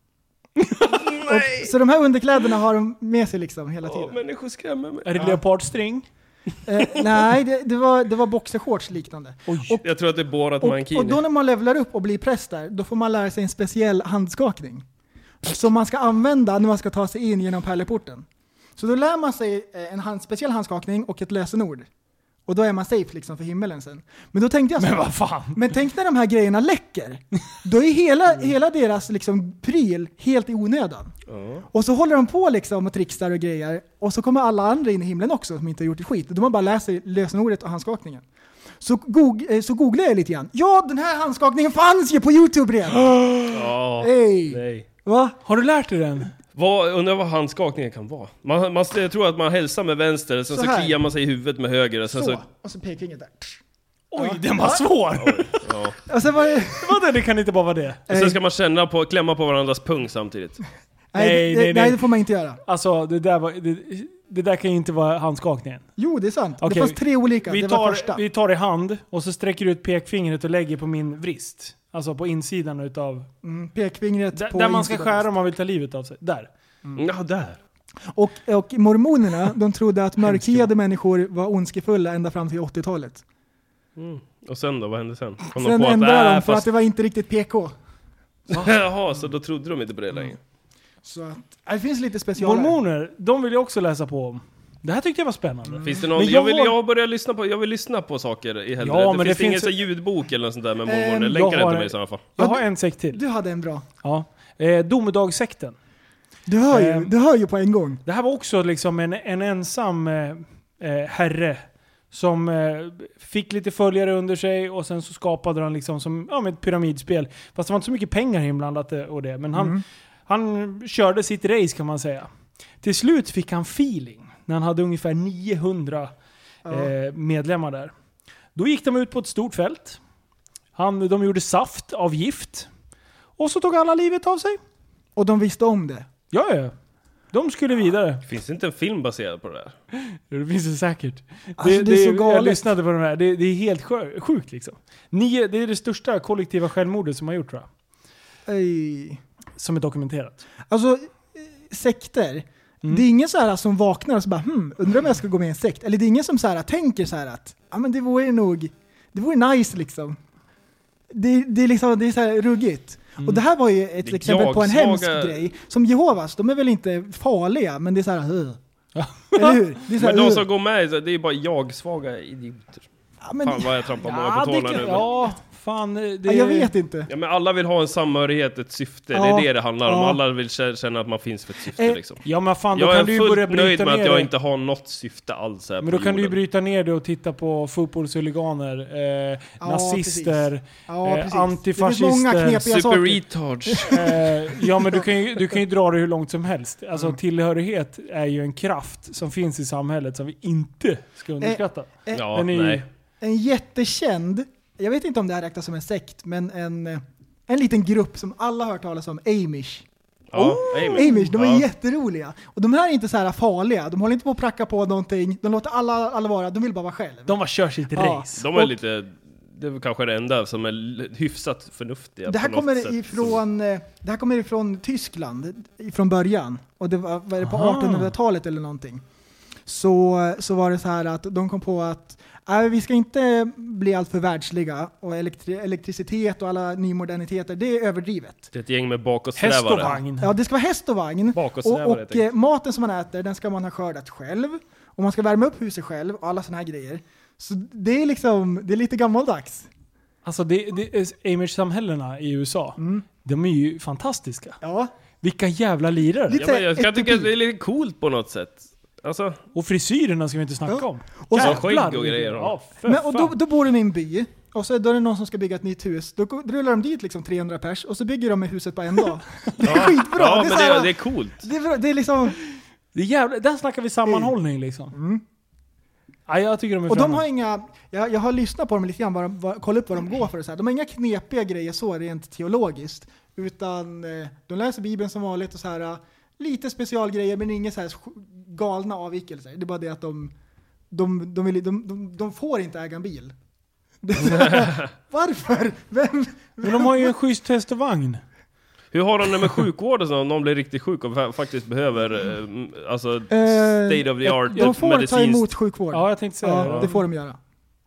och, så de här underkläderna har de med sig liksom hela tiden. Åh, människor skrämmer mig. Är det leopardstring? Eh, nej, det, det var, det var boxershorts liknande. Oj. Jag tror att det är Borat Och, Mankini. och då när man levlar upp och blir präst där, då får man lära sig en speciell handskakning. Som man ska använda när man ska ta sig in genom pärleporten. Så då lär man sig eh, en hand, speciell handskakning och ett lösenord. Och då är man safe liksom för himmelen sen. Men då tänkte jag så, Men vad fan? men tänk när de här grejerna läcker. Då är hela, hela deras liksom pryl helt i onödan. Ja. Och så håller de på liksom och trixar och grejer. Och så kommer alla andra in i himlen också som inte har gjort ett skit. De har bara läst lösenordet och handskakningen. Så, goog- så googlade jag lite grann. Ja, den här handskakningen fanns ju på YouTube redan! Ja, Hey. nej. Va? Har du lärt dig den? Vad, undrar vad handskakningen kan vara. Man, man, jag tror att man hälsar med vänster, sen Så så, här. kliar man sig i huvudet med höger. Och sen Så. så, Och så pekfingret där. Oj, Ja. den var svår! ja. Och sen var det... Vadå, det kan inte bara vara det? Och sen ska man känna på, klämma på varandras pung samtidigt. Nej, Nej, det, nej, nej, nej. det får man inte göra. Alltså, det där, var, det, det där kan ju inte vara handskakningen. Jo, det är sant. Okej, det fanns tre olika. Vi det var tar, första. vi tar i hand och så sträcker du ut pekfingret och lägger på min vrist. Alltså på insidan utav... Mm, pekfingret Där, på där man ska insidan. skära om man vill ta livet av sig. Där. Ja, där. Och, och mormonerna, de trodde att mörkhyade människor var ondskefulla ända fram till åttiotalet. Mm. Och sen då, vad hände sen? Kom Sen de på ändrade att, de äh, för att fast... det var inte riktigt P K. Jaha, så då trodde de inte på det längre. Så att, det finns lite specialer. Mormoner, de vill jag också läsa på om. Det här tyckte jag var spännande. Finns det någon, Men jag, jag vill, har- jag börjar lyssna på, jag vill lyssna på saker i helvete. Ja, det men finns det ingen finns- så här ljudbok eller något sånt där med Ehm, mormoner. jag Länka den har- till mig i sådana fall. Jag har en sekt till. Du hade en bra. Ja. Eh, Domedagssekten. Du hör ju, Ehm. du hör ju på en gång. Det här var också liksom en, en ensam eh, eh, herre som eh, fick lite följare under sig och sen så skapade han liksom som ja, med ett pyramidspel. Fast det var inte så mycket pengar inblandat eh, och det. Men han, Mm. han körde sitt race kan man säga. Till slut fick han feeling när han hade ungefär niohundra Ja. eh, medlemmar där. Då gick de ut på ett stort fält. Han, de gjorde saft av gift. Och så tog alla livet av sig. Och de visste om det. Ja, ja. De skulle vidare. Finns det inte en film baserad på det där? Det finns det säkert. Alltså, det är så galet. Jag lyssnade på de här. Det, det är helt sjö, sjukt liksom. Nio, det är det största kollektiva självmordet som har gjort tror jag. Ej. Som är dokumenterat. Alltså, eh, sekter. Mm. Det är ingen så här som vaknar och så bara hmm, undrar om jag ska gå med i en sekt. Eller det är ingen som så här tänker så här att ja men det vore nog, det vore nice liksom. Det, det är liksom, det är så här ruggigt. Mm. Och det här var ju ett Det exempel på en jag-svaga- hemsk grej. Som Jehovas, de är väl inte farliga, men det är så här "Huh." Ja. Eller hur? Det är så här, Men de "Huh." som går med, det är bara jag-svaga idioter. ja, men, Fan vad jag trampar många Ja, på det tårna kan, nu. ja, fan, det... Ja, jag vet inte. Ja, men alla vill ha en samhörighet, ett syfte. Ja, det är det det handlar om. ja. Alla vill känna att man finns för ett syfte Eh, liksom. Ja men fan, då Jag kan du är ju börja fullt nöjd bryta med ner att jag det. inte har något syfte alls här Men på då kan du ju jorden. bryta ner det och titta på fotbollshuliganer, eh, Ja, nazister, Ja, eh, precis. Det finns antifascister, många knepiga Super saker. retards. eh, ja men du kan, ju, du kan ju dra det hur långt som helst. Alltså Mm. tillhörighet är ju en kraft som finns i samhället som vi inte ska underskatta. Eh, Ja, Den är ju- nej. En jättekänd, jag vet inte om det här räknas som en sekt, men en, eh, en liten grupp som alla har hört talas om, Amish. Ja, Amish. Amish, de är Ja. jätteroliga. Och de här är inte så här farliga, de håller inte på att pracka på någonting, de låter alla, alla vara, de vill bara vara själv. De var kör sitt Ja. race. De är Och- lite... Det är väl kanske det enda som är l- hyfsat förnuftiga Det här, på något kommer sätt, ifrån, eh, det här kommer ifrån Tyskland från början. Och det var, var det på Aha. artonhundratalet eller någonting. Så, så var det så här att de kom på att äh, vi ska inte bli allt för världsliga. Och elektri- elektricitet och alla nymoderniteter, det är överdrivet. Det är ett gäng med Häst och bakåtsträvare. vagn. Ja, det ska vara häst och vagn. Bakåtsträvare, Och, helt och eh, enkelt. maten som man äter, den ska man ha skördat själv. Och man ska värma upp huset själv och alla såna här grejer. Så det är liksom, det är lite gammaldags. Alltså det, det, Amish-samhällena i U S A, Mm. de är ju fantastiska. Ja. Vilka jävla lirare. Lite- Ja, men jag kan Ett tycka att typ. det är lite coolt på något sätt. Alltså, Och frisyrerna ska vi inte snacka Ja. om. Och så- Ja, skägg och grejer. Ja, för Men, och då, fan. då bor de i en by, och så då är det någon som ska bygga ett nytt hus. Då går- rullar de dit liksom trehundra pers, och så bygger de huset på en dag. Det är skitbra! ja, det, är men så det, här, är- det är coolt. det, är bra, det är liksom... Det är jävla, där snackar vi sammanhållning liksom. Mm. Ja, jag tycker de är Och de främma. har inga... Jag, jag har lyssnat på dem lite grann, bara, bara, kolla upp vad de går för och så här. De har inga knepiga grejer så rent teologiskt, utan eh, de läser Bibeln som vanligt och så här, eh, lite specialgrejer, men inga så här sj- galna avvikelser. Det är bara det att de, de, de, vill, de, de, de får inte äga en bil. Det är så här, varför? Vem? Men de har ju en schysst häst och vagn. Hur har de det med sjukvården om någon blir riktigt sjuk och fa- faktiskt behöver eh, alltså Eh, state of the art De får ta medicinskt? emot sjukvård. Ja, jag tänkte säga Ja, det. det får de göra.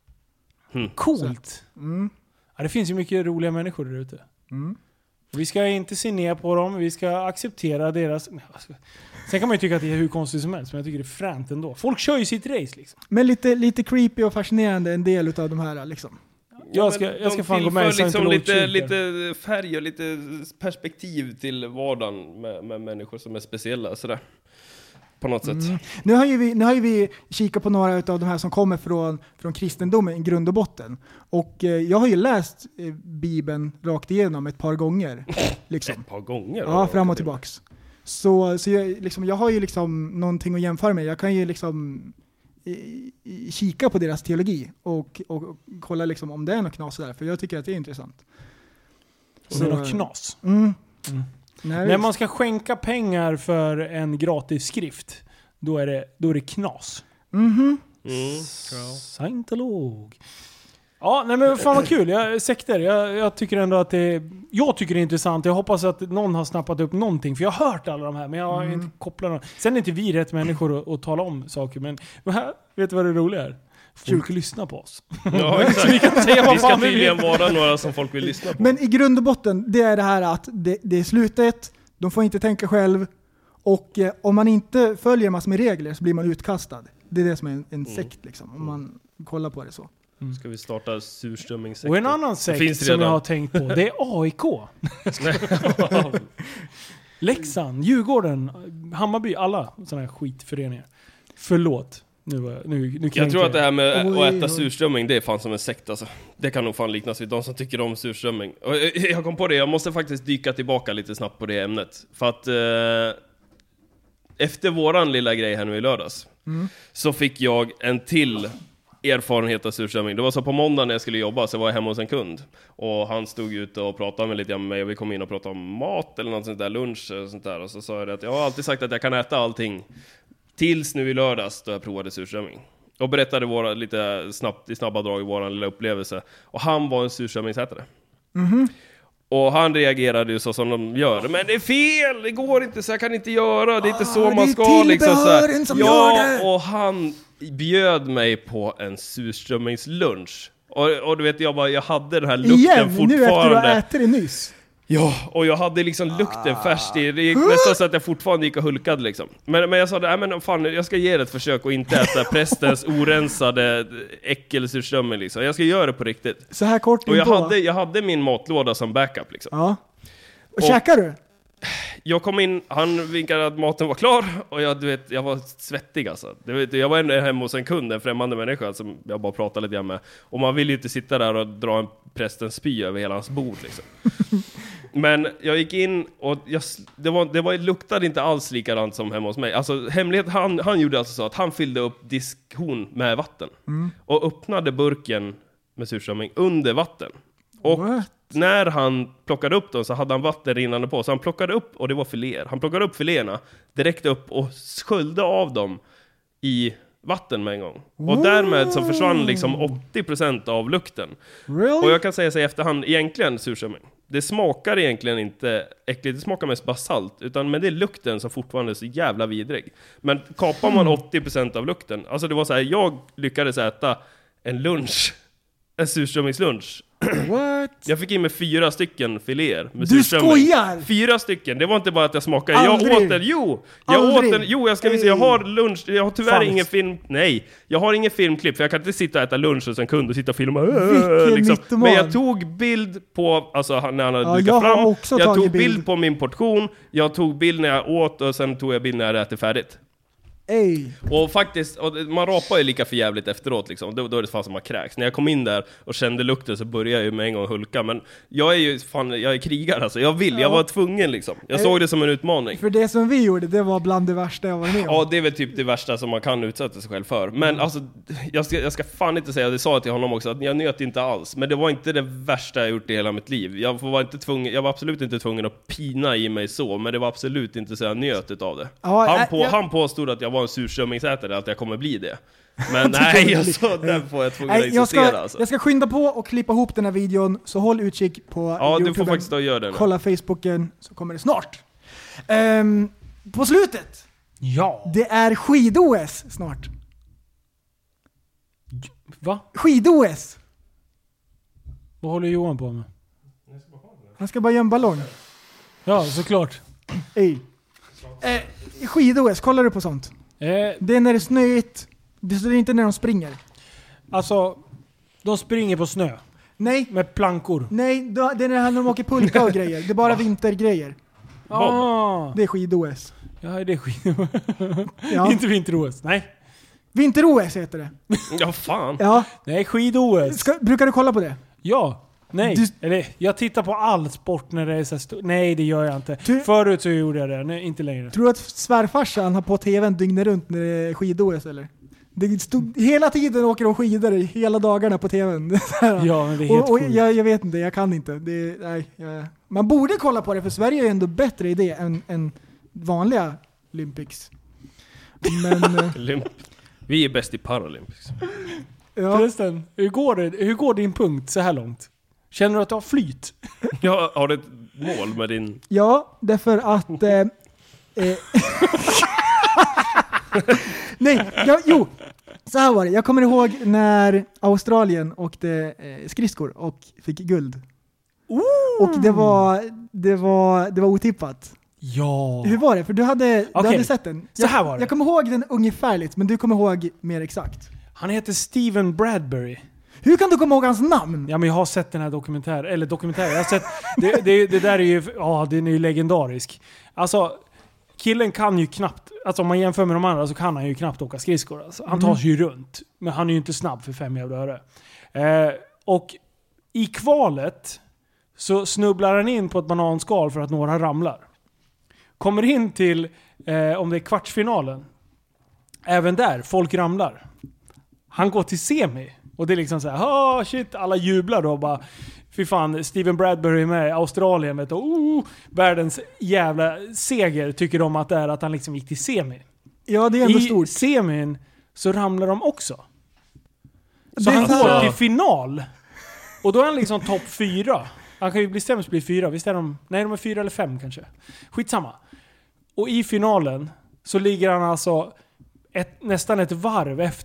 Coolt. Mm. Ja, det finns ju mycket roliga människor där ute. Mm. Vi ska inte se ner på dem, vi ska acceptera deras... Nej, vad ska- Sen kan man ju tycka att det är hur konstigt som helst, men jag tycker det är fränt ändå. Folk kör ju sitt race liksom. Men lite, lite creepy och fascinerande en del av de här liksom. Jag ska, jag ska fan gå med i liksom scientologkyrkor. lite, lite färg och lite perspektiv till vardagen med, med människor som är speciella sådär. På något sätt. Mm. Nu har ju vi, nu har ju vi kikat på några av de här som kommer från, från kristendomen i grund och botten. Och eh, jag har ju läst eh, Bibeln rakt igenom ett par gånger. Liksom. Ett par gånger. Ja, fram och tillbaks. Så, så jag, liksom, jag har ju liksom någonting att jämföra med. Jag kan ju liksom i, i, kika på deras teologi och, och, och kolla liksom om det är något knas där, för jag tycker att det är intressant. Så det är något knas. Mm. Mm. Nej, När man ska skänka pengar för en gratis skrift, då är det, då är det knas. Mhm. Mm. Scientolog. Ja, nej men fan vad kul. Jag, sekter, jag, jag tycker ändå att det är, jag tycker det är intressant. Jag hoppas att någon har snappat upp någonting. För jag har hört alla de här, men jag har Mm. inte kopplat dem. Sen är inte vi rätt människor att, att tala om saker. Men, men här, vet du vad det roliga är? Folk lyssnar på oss. Ja, exakt. Vi kan säga vad Vi ska fan vi vill. tydligen vara några som folk vill lyssna på. Men i grund och botten, det är det här att det, det är slutet, de får inte tänka själv, och eh, om man inte följer massor med regler så blir man utkastad. Det är det som är en, en sekt liksom, om man kollar på det så. Ska vi starta surströmmingssektorn? Och en annan finns sekt som redan. jag har tänkt på, det är A I K. Leksand, Djurgården, Hammarby, alla sådana här skitföreningar. Förlåt. Nu, var jag- nu, nu Jag kränkte tror att det här med Oj, att äta oj. surströmming, det är fan som en sekt alltså. Det kan nog fan liknas vid de som tycker om surströmming. Och eh, jag kom på det, jag måste faktiskt dyka tillbaka lite snabbt på det ämnet. För att eh, efter våran lilla grej här nu i lördags, Mm. så fick jag en till erfarenhet av surströmming. Det var så på måndag när jag skulle jobba, så var jag hemma hos en kund. Och han stod ute och pratade med lite grann med mig, och vi kom in och pratade om mat eller något sånt där, lunch och sånt där. Och så sa jag det att jag har alltid sagt att jag kan äta allting. Tills nu i lördags då jag provade surströmming. Och berättade våra, lite snabbt, i snabba drag i våran lilla upplevelse. Och han var en surströmmingsätare. Mhm. Och han reagerade ju så som de gör. Men det är fel, det går inte, så jag kan inte göra. Det är inte så Ah, det man är ska liksom så här. tillbehören som Ja, gör det. och han bjöd mig på en surströmmingslunch. Och, och du vet, jag bara, jag hade den här lukten Igen, nu efter du har fortfarande. ätit det nyss. Ja, och jag hade liksom lukten färst i. Det gick nästan så att jag fortfarande gick och hulkade liksom. Men, men jag sa, nej men fan, jag ska ge det ett försök och inte äta prästens orensade äckelsurströmming liksom. Jag ska göra det på riktigt. Så här kort Och jag inpå. hade, jag hade min matlåda som backup liksom. Ja. Och, Och- käkar du? Jag kom in, han vinkade att maten var klar och jag, du vet, jag var svettig alltså. Du vet, jag var ändå hemma hos en kund, en främmande människa som jag bara pratade lite grann med. Och man vill ju inte sitta där och dra en prästens spy över hela hans bord liksom. Men jag gick in och jag, det, var, det, var, det luktade inte alls likadant som hemma hos mig. Alltså hemlighet, han, han gjorde alltså så att han fyllde upp diskhon med vatten. Mm. Och öppnade burken med surströmming under vatten. Och What? när han plockade upp dem så hade han vatten rinnande på. Så han plockade upp, och det var filéer. Han plockade upp filéerna direkt upp och sköljde av dem i vatten med en gång. Och därmed så försvann liksom åttio procent av lukten. Really? Och jag kan säga så i efterhand, egentligen surströmming. Det smakar egentligen inte äckligt, det smakar mest bara salt. Utan med det är lukten som fortfarande är så jävla vidrig. Men kapar man åttio procent av lukten, alltså det var så här, jag lyckades äta en lunch, en surströmmingslunch. What? Jag fick in med fyra stycken filéer med Du surströmming. skojar! Fyra stycken, det var inte bara att jag smakade. Aldrig. Jag åt den, jo! Jag Aldrig. åt den, jo jag ska visa, jag har lunch, jag har tyvärr Falskt. ingen film, nej. Jag har ingen filmklipp, för jag kan inte sitta och äta lunch hos en kund och sitta och filma. Vilken Liksom. mytoman. Men jag tog bild på, alltså han- när han hade Ja, dukat jag har fram. också Jag tagit tog bild. bild. på min portion, jag tog bild när jag åt och sen tog jag bild när jag hade ätit färdigt. Ey. Och faktiskt, och man rapar ju lika för jävligt efteråt liksom. Då, då är det fan som man kräks. När jag kom in där och kände lukten så började jag ju med en gång hulka. Men jag är ju fan, jag är krigare alltså. Jag vill, jag var tvungen liksom. Jag såg det som en utmaning. För det som vi gjorde, det var bland det värsta jag var med om. Ja, det är väl typ det värsta som man kan utsätta sig själv för. Men alltså, jag ska, jag ska fan inte säga, det sa jag till honom också, att jag nöt inte alls. Men det var inte det värsta jag gjort i hela mitt liv. Jag var, inte tvungen, jag var absolut inte tvungen att pina i mig så. Men det var absolut inte så jag nöt utav det. Ja, han, äh, på, jag- han påstod att jag var en surströmmingsätare, att jag kommer bli det. Men nej, jag så där får jag tvungen att Nej, jag, insistera ska, alltså. jag ska skynda på och klippa ihop den här videon, så håll utkik på Ja, YouTube. du får faktiskt då göra det nu. Kolla Facebooken, så kommer det snart. Ehm, på slutet, Ja. det är skid-O S snart. Va? Skid-O S! Vad håller Johan på med? Han ska bara göra en ballong. Ja, såklart. Ey. Eh, skid-O S, kollar du på sånt? Eh, Det är när det är snöigt, det är inte när de springer. alltså, de springer på snö. Nej, Med plankor. nej, då- det är när de åker pulka och grejer. Det är bara vintergrejer. Ah, Det är skid-O S. ja, det är skit. Ja. Inte vinter-O S. Nej. Vinter-O S heter det. Ja, fan. Ja. Nej, skid-O S. Ska, brukar du kolla på det? Ja. Nej. Du- Eller, jag tittar på all sport när det är så här stor. Nej, det gör jag inte. Du- Förut så gjorde jag det. Nej, inte längre. Tror du att svärfarsan har på tvn dygnet runt när det är skid-O S eller? Det stod, hela tiden åker de skidor hela dagarna på tvn. Ja, men det är helt och, och sjukt. jag, jag vet inte, jag kan inte. Det, nej, jag, man borde kolla på det, för Sverige är ändå bättre i det än, än vanliga Olympics. Men eh, Olymp- Vi är bäst i Paralympics. ja, Förresten, hur går, det, hur går din punkt så här långt? Känner du att du har flyt? Ja, har du ett mål med din... ja, därför att... Eh, eh, nej, ja, jo. Så här var det. Jag kommer ihåg när Australien åkte eh, skridskor och fick guld. Och det var, det var, det var otippat. Ja. Hur var det? För du hade, du Okej, hade sett den. så här var det. Jag kommer ihåg den ungefärligt, men du kommer ihåg mer exakt. Han heter Steven Bradbury. Hur kan du komma ihåg hans namn? Ja, men jag har sett den här dokumentären, eller dokumentären. Jag har sett, det, det, det där är ju, ja, den är ju legendarisk. Alltså, killen kan ju knappt, alltså om man jämför med de andra så kan han ju knappt åka skridskor. Alltså. Han tar sig ju runt, men han är ju inte snabb för fem jävla öre. Eh, och i kvalet så snubblar han in på ett bananskal för att några ramlar. Kommer in till, eh, om det är kvartsfinalen, även där, folk ramlar. Han går till semi. Och det är liksom så här, oh shit, alla jublar då bara. Fy fan, Steven Bradbury är med i Australien, vet du. Oh, världens jävla seger tycker de att det är att han liksom gick till semi. Ja, det är ändå I stort. semin så ramlar de också. Så Det är han så går här- till final. Och då är han liksom topp fyra. Han kan ju bli sämst bli fyra. Visst är de... Nej, de är fyra eller fem kanske. Skitsamma. Och i finalen så ligger han alltså ett, nästan ett varv efter.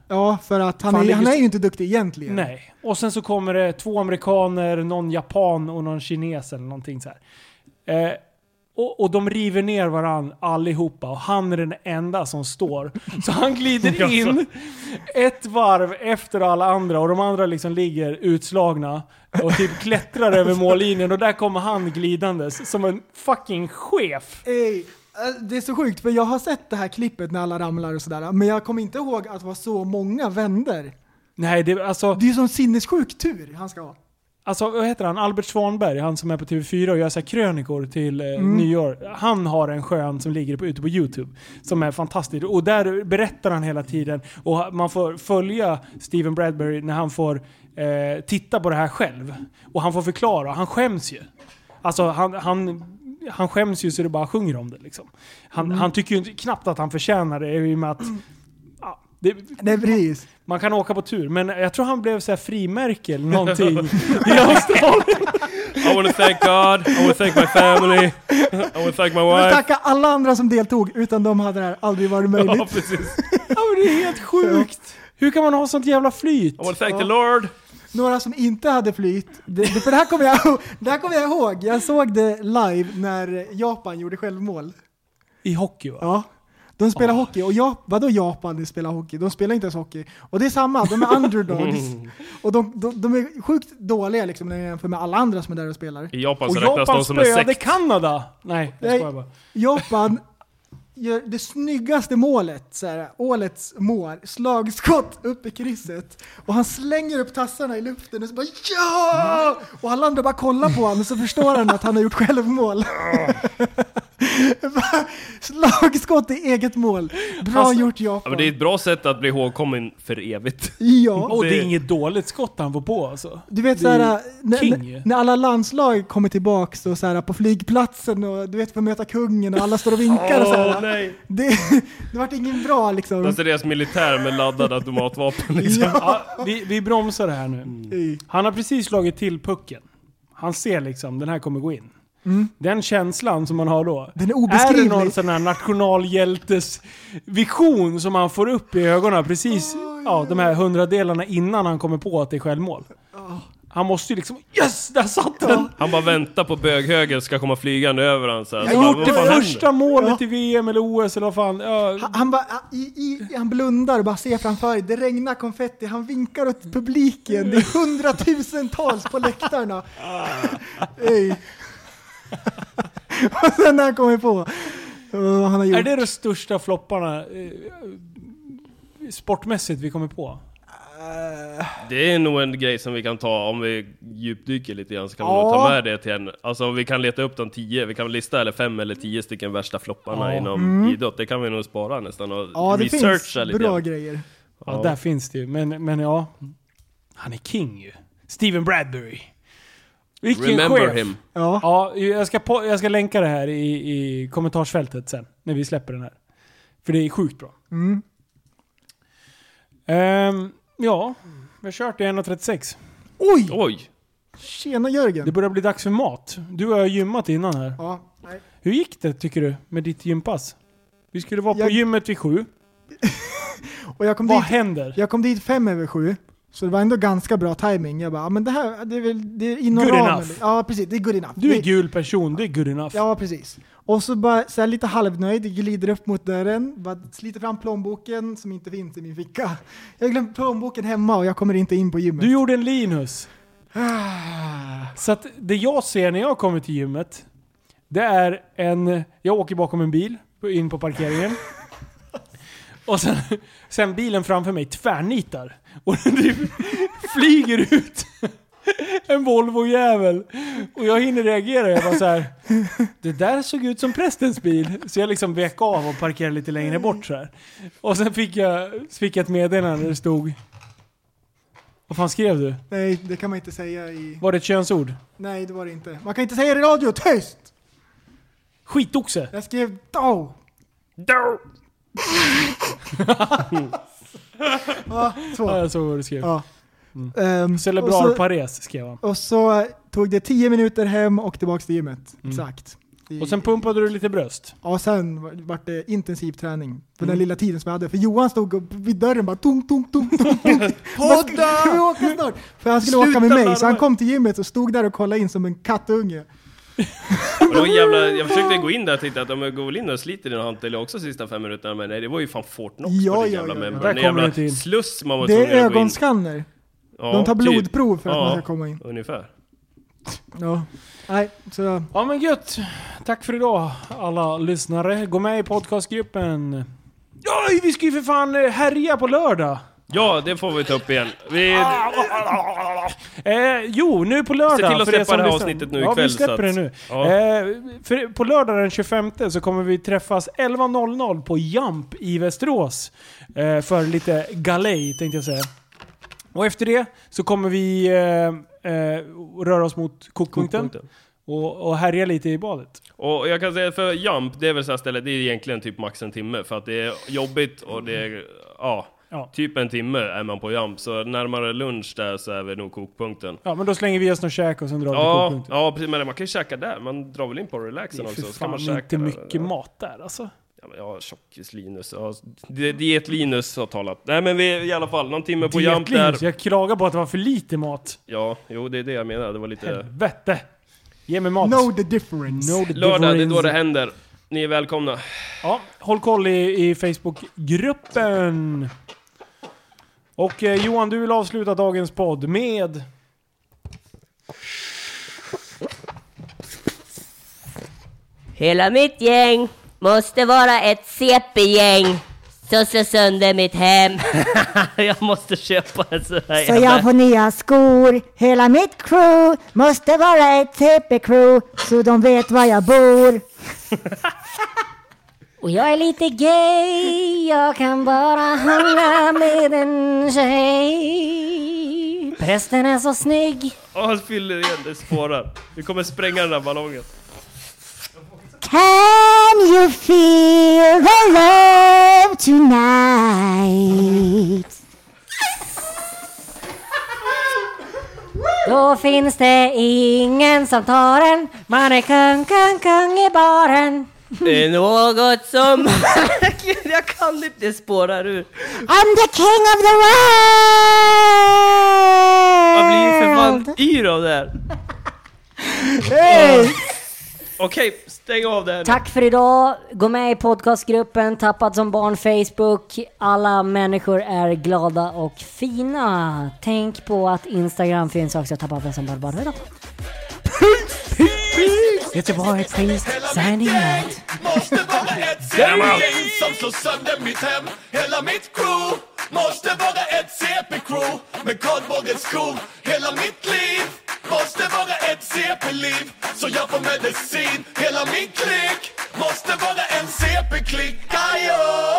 Ja, för att han, Fan, är, det är han just- är ju inte duktig egentligen. Nej. Och sen så kommer det två amerikaner, någon japan och någon kines eller någonting så här. Eh, och, och de river ner varann allihopa och han är den enda som står. Så han glider in ett varv efter alla andra och de andra liksom ligger utslagna och typ klättrar över mållinjen och där kommer han glidandes som en fucking chef. Ey, äh, det är så sjukt för jag har sett det här klippet när alla ramlar och sådär, men jag kommer inte ihåg att det var så många vänder. Nej, det alltså... Det är ju sån sinnessjuk tur han ska ha. Alltså, vad heter han? Albert Svanberg, han som är på T V fyra och gör så här krönikor till eh, mm. New York. Han har en skön som ligger på, ute på YouTube som är fantastisk. Och där berättar han hela tiden. Och man får följa Stephen Bradbury när han får eh, titta på det här själv. Och han får förklara. Han skäms ju. Alltså, han, han, han skäms ju så det bara sjunger om det. Liksom. Han, mm. han tycker ju inte, knappt att han förtjänar det i och med att... Ja, det, Nej, precis. Man kan åka på tur, men jag tror han blev så här frimärke eller någonting i Australien. I want to thank God, I want to thank my family, I want to thank my Jag vill wife. tacka alla andra som deltog, utan de hade det här aldrig varit möjligt. Ja, precis. Ja, men det är helt sjukt. Hur kan man ha sånt jävla flyt? I want to thank the Lord. Några som inte hade flyt, det, det, för det här kommer jag, det här kommer jag ihåg. Jag såg det live när Japan gjorde självmål. I hockey, va? Ja. De spelar Oh. hockey. Och jag, vadå Japan spelar hockey? De spelar inte ens hockey. Och det är samma, de är underdogs. Och de, de, de är sjukt dåliga liksom, när jag jämför med alla andra som är där och spelar. I Japan Och så räknas de Japan som en spöade sekt. Kanada. Nej, jag Nej. skojar bara. Japan gör det snyggaste målet, så här, årets mål, slagskott upp i krysset. Och han slänger upp tassarna i luften och så bara ja! Och alla andra bara kollar på honom och så förstår han att han har gjort självmål. Slagskott i eget mål. Bra Alltså, gjort Ja, Japan. men det är ett bra sätt att bli ihågkommen för evigt. Ja. Och det Det- är inget dåligt skott han får på alltså. Du vet Det är såhär, när, king. när, när alla landslag kommer tillbaks och såhär på flygplatsen och du vet får möta kungen och alla står och vinkar och Åh såhär. nej. Det, det vart ingen bra liksom. Alltså deras militär med laddade automatvapen liksom. Ja. Ja, vi, vi bromsar det här nu. Mm. Han har precis slagit till pucken. Han ser liksom, den här kommer gå in. Mm. Den känslan som man har då. Den är Är det obeskrivlig. någon sån här nationalhjältes vision som han får upp i ögonen precis ja, de här hundradelarna innan han kommer på att det är självmål? Han måste ju liksom, yes, där satt den! Han bara väntar på böghögen ska komma flygande över han så här. Jag Så har bara, gjort vad det fan händer? första målet Ja. i V M eller O S eller vad fan. Ja, Han, han, bara, i, i, han blundar och bara ser framför sig. Det regnar konfetti. Han vinkar åt publiken. Det är hundratusentals på läktarna. Ey. Och sen när han kommer på uh, han har gjort. är det de största flopparna eh, sportmässigt vi kommer på? Det är nog en grej som vi kan ta om vi djupdyker lite grann, så kan vi Ja. nog ta med det till en. Alltså vi kan leta upp de tio, vi kan lista eller fem eller tio stycken värsta flopparna Ja. inom idrott. Det kan vi nog spara nästan och Ja, det researcha finns lite bra grann. grejer. Ja, Ja. där finns det ju. Men, men ja, han är king ju. Stephen Bradbury. Vilken Remember chef. him. Ja. Ja, jag ska, på, jag ska länka det här i, i kommentarsfältet sen, när vi släpper den här. För det är sjukt bra. Mm. Ehm, ja, vi har kört i en trettiosex. Oj! Oj! Tjena Jörgen. Det börjar bli dags för mat. Du har gymmat innan här. Ja, nej. Hur gick det tycker du med ditt gympass? Vi skulle vara på Jag- gymmet vid sju. Och jag kom Vad dit, händer? jag kom dit fem över sju. Så det var ändå ganska bra timing. Jag bara, ja, men det här, det är väl, det är inom Good ramen. enough. Ja, precis. Det är good enough. Du är det, gul person, det är good enough. Ja, precis. Och så bara så här lite halvnöjd, glider upp mot dörren, bara sliter fram plånboken som inte finns i min ficka. Jag har glömt plånboken hemma och jag kommer inte in på gymmet. Du gjorde en Linus. Ah. Så att det jag ser när jag kommer till gymmet, det är en... Jag åker bakom en bil in på parkeringen. Och sen, sen bilen framför mig tvärnitar. Och det flyger ut en Volvo-jävel. Och jag hinner reagera. Jag bara så här. Det där såg ut som prästens bil. Så jag liksom vek av och parkerade lite längre bort så här. Och sen fick jag, fick jag ett meddelande där det stod... Vad fan skrev du? Nej, det kan man inte säga i... Var det ett könsord? Nej, det var det inte. Man kan inte säga det i radio, tyst! Skitoxe! Jag skrev då. Då! Ja, så. Ja, jag såg vad du skrev. Ja. Ehm, och, Celebral så, pares skrev han. och så tog det tio minuter hem och tillbaks till gymmet. Mm. Exakt. I, Och sen pumpade du lite bröst. Ja, sen var, var det intensiv träning på mm. den lilla tiden som jag hade. För Johan stod vid dörren bara tung, tung, tung, tung, tung. Podda! Ska vi åka snart? För han skulle Sluta åka med mig, så han kom till gymmet och stod där och kollade in som en kattunge. Och jävla, jag försökte gå in där och titta att de går in och sliter i en hantel också sista fem minuterna, men nej, det var ju fan Fortnox ja, på det ja, jävla ja, ja. membran. Det jävla sluss man var det tvungen är att gå in. ögonskanner. Ja, de tar blodprov typ. för att ja, man ska komma in. Ungefär. Ja, nej, så... Ja men gött. Tack för idag alla lyssnare. Gå med i podcastgruppen. Ja, vi ska ju för fan härja på lördag. Ja, det får vi ta upp igen. Vi... eh, jo, nu på lördag. Se till att släppa det här avsnittet nu ja, ikväll. Vi släpper att... det nu. Ja. Eh, för på lördag den tjugofemte så kommer vi träffas elva noll noll på Jump i Västerås. Eh, för lite galej tänkte jag säga. Och efter det så kommer vi eh, eh, röra oss mot kokpunkten. kokpunkten. Och, och härja lite i badet. Och jag kan säga för Jump, det är väl så här ställe, det är egentligen typ max en timme. För att det är jobbigt och det är, ja, ja. typ en timme är man på Jump. Så närmare lunch där så är vi nog kokpunkten. Ja, men då slänger vi oss någon käk och sen drar vi ja, till kokpunkten. Ja, precis, men man kan ju käka där. Man drar väl in på relaxen också. Det är ska man fan inte mycket där. mat där alltså. Ja, men ja, tjockis Linus. Ja, diet Linus har talat. Nej, men vi i alla fall någon timme på Diet Jump Linus, där. jag klagar på att det var för lite mat. Ja, jo, det är det jag menar. Det var lite... Helvete. Ge mig mat. Know the difference. Know the Lördag, difference. det är då det händer. Ni är välkomna. Ja, håll koll i, i Facebookgruppen. Och eh, Johan, du vill avsluta dagens podd med... Hela mitt gäng måste vara ett C P-gäng. Så slå sönder mitt hem. Jag måste köpa en sån här. Så jag får nya skor. Hela mitt crew måste vara ett C P-crew. Så de vet var jag bor. Och jag är lite gay. Jag kan bara handla med en tjej. Prästen är så snygg. Åh, han fyller igen, det spårar. Vi kommer spränga den där ballongen. Can you feel the love tonight? Då finns det ingen som tar en. Man är kung, kung, kung i baren. Det är något som... Jag kan inte spåra ur. I'm the king of the world! Jag blir för fan yr av det här. Hey! Okej, stäng av det här. Tack för idag. Gå med i podcastgruppen Tappat som barn Facebook. Alla människor är glada och fina. Tänk på att Instagram finns också. Tappat som barn. Hejdå. It's your boy Priest signing out. Måste vara ett C P-gäng som slår sönder mitt hem. Hela mitt crew måste vara ett C P-crew med kardborrens skor. Hela mitt liv måste vara ett C P-liv så jag får medicin. Hela min klick måste vara en C P-klick. Ajo!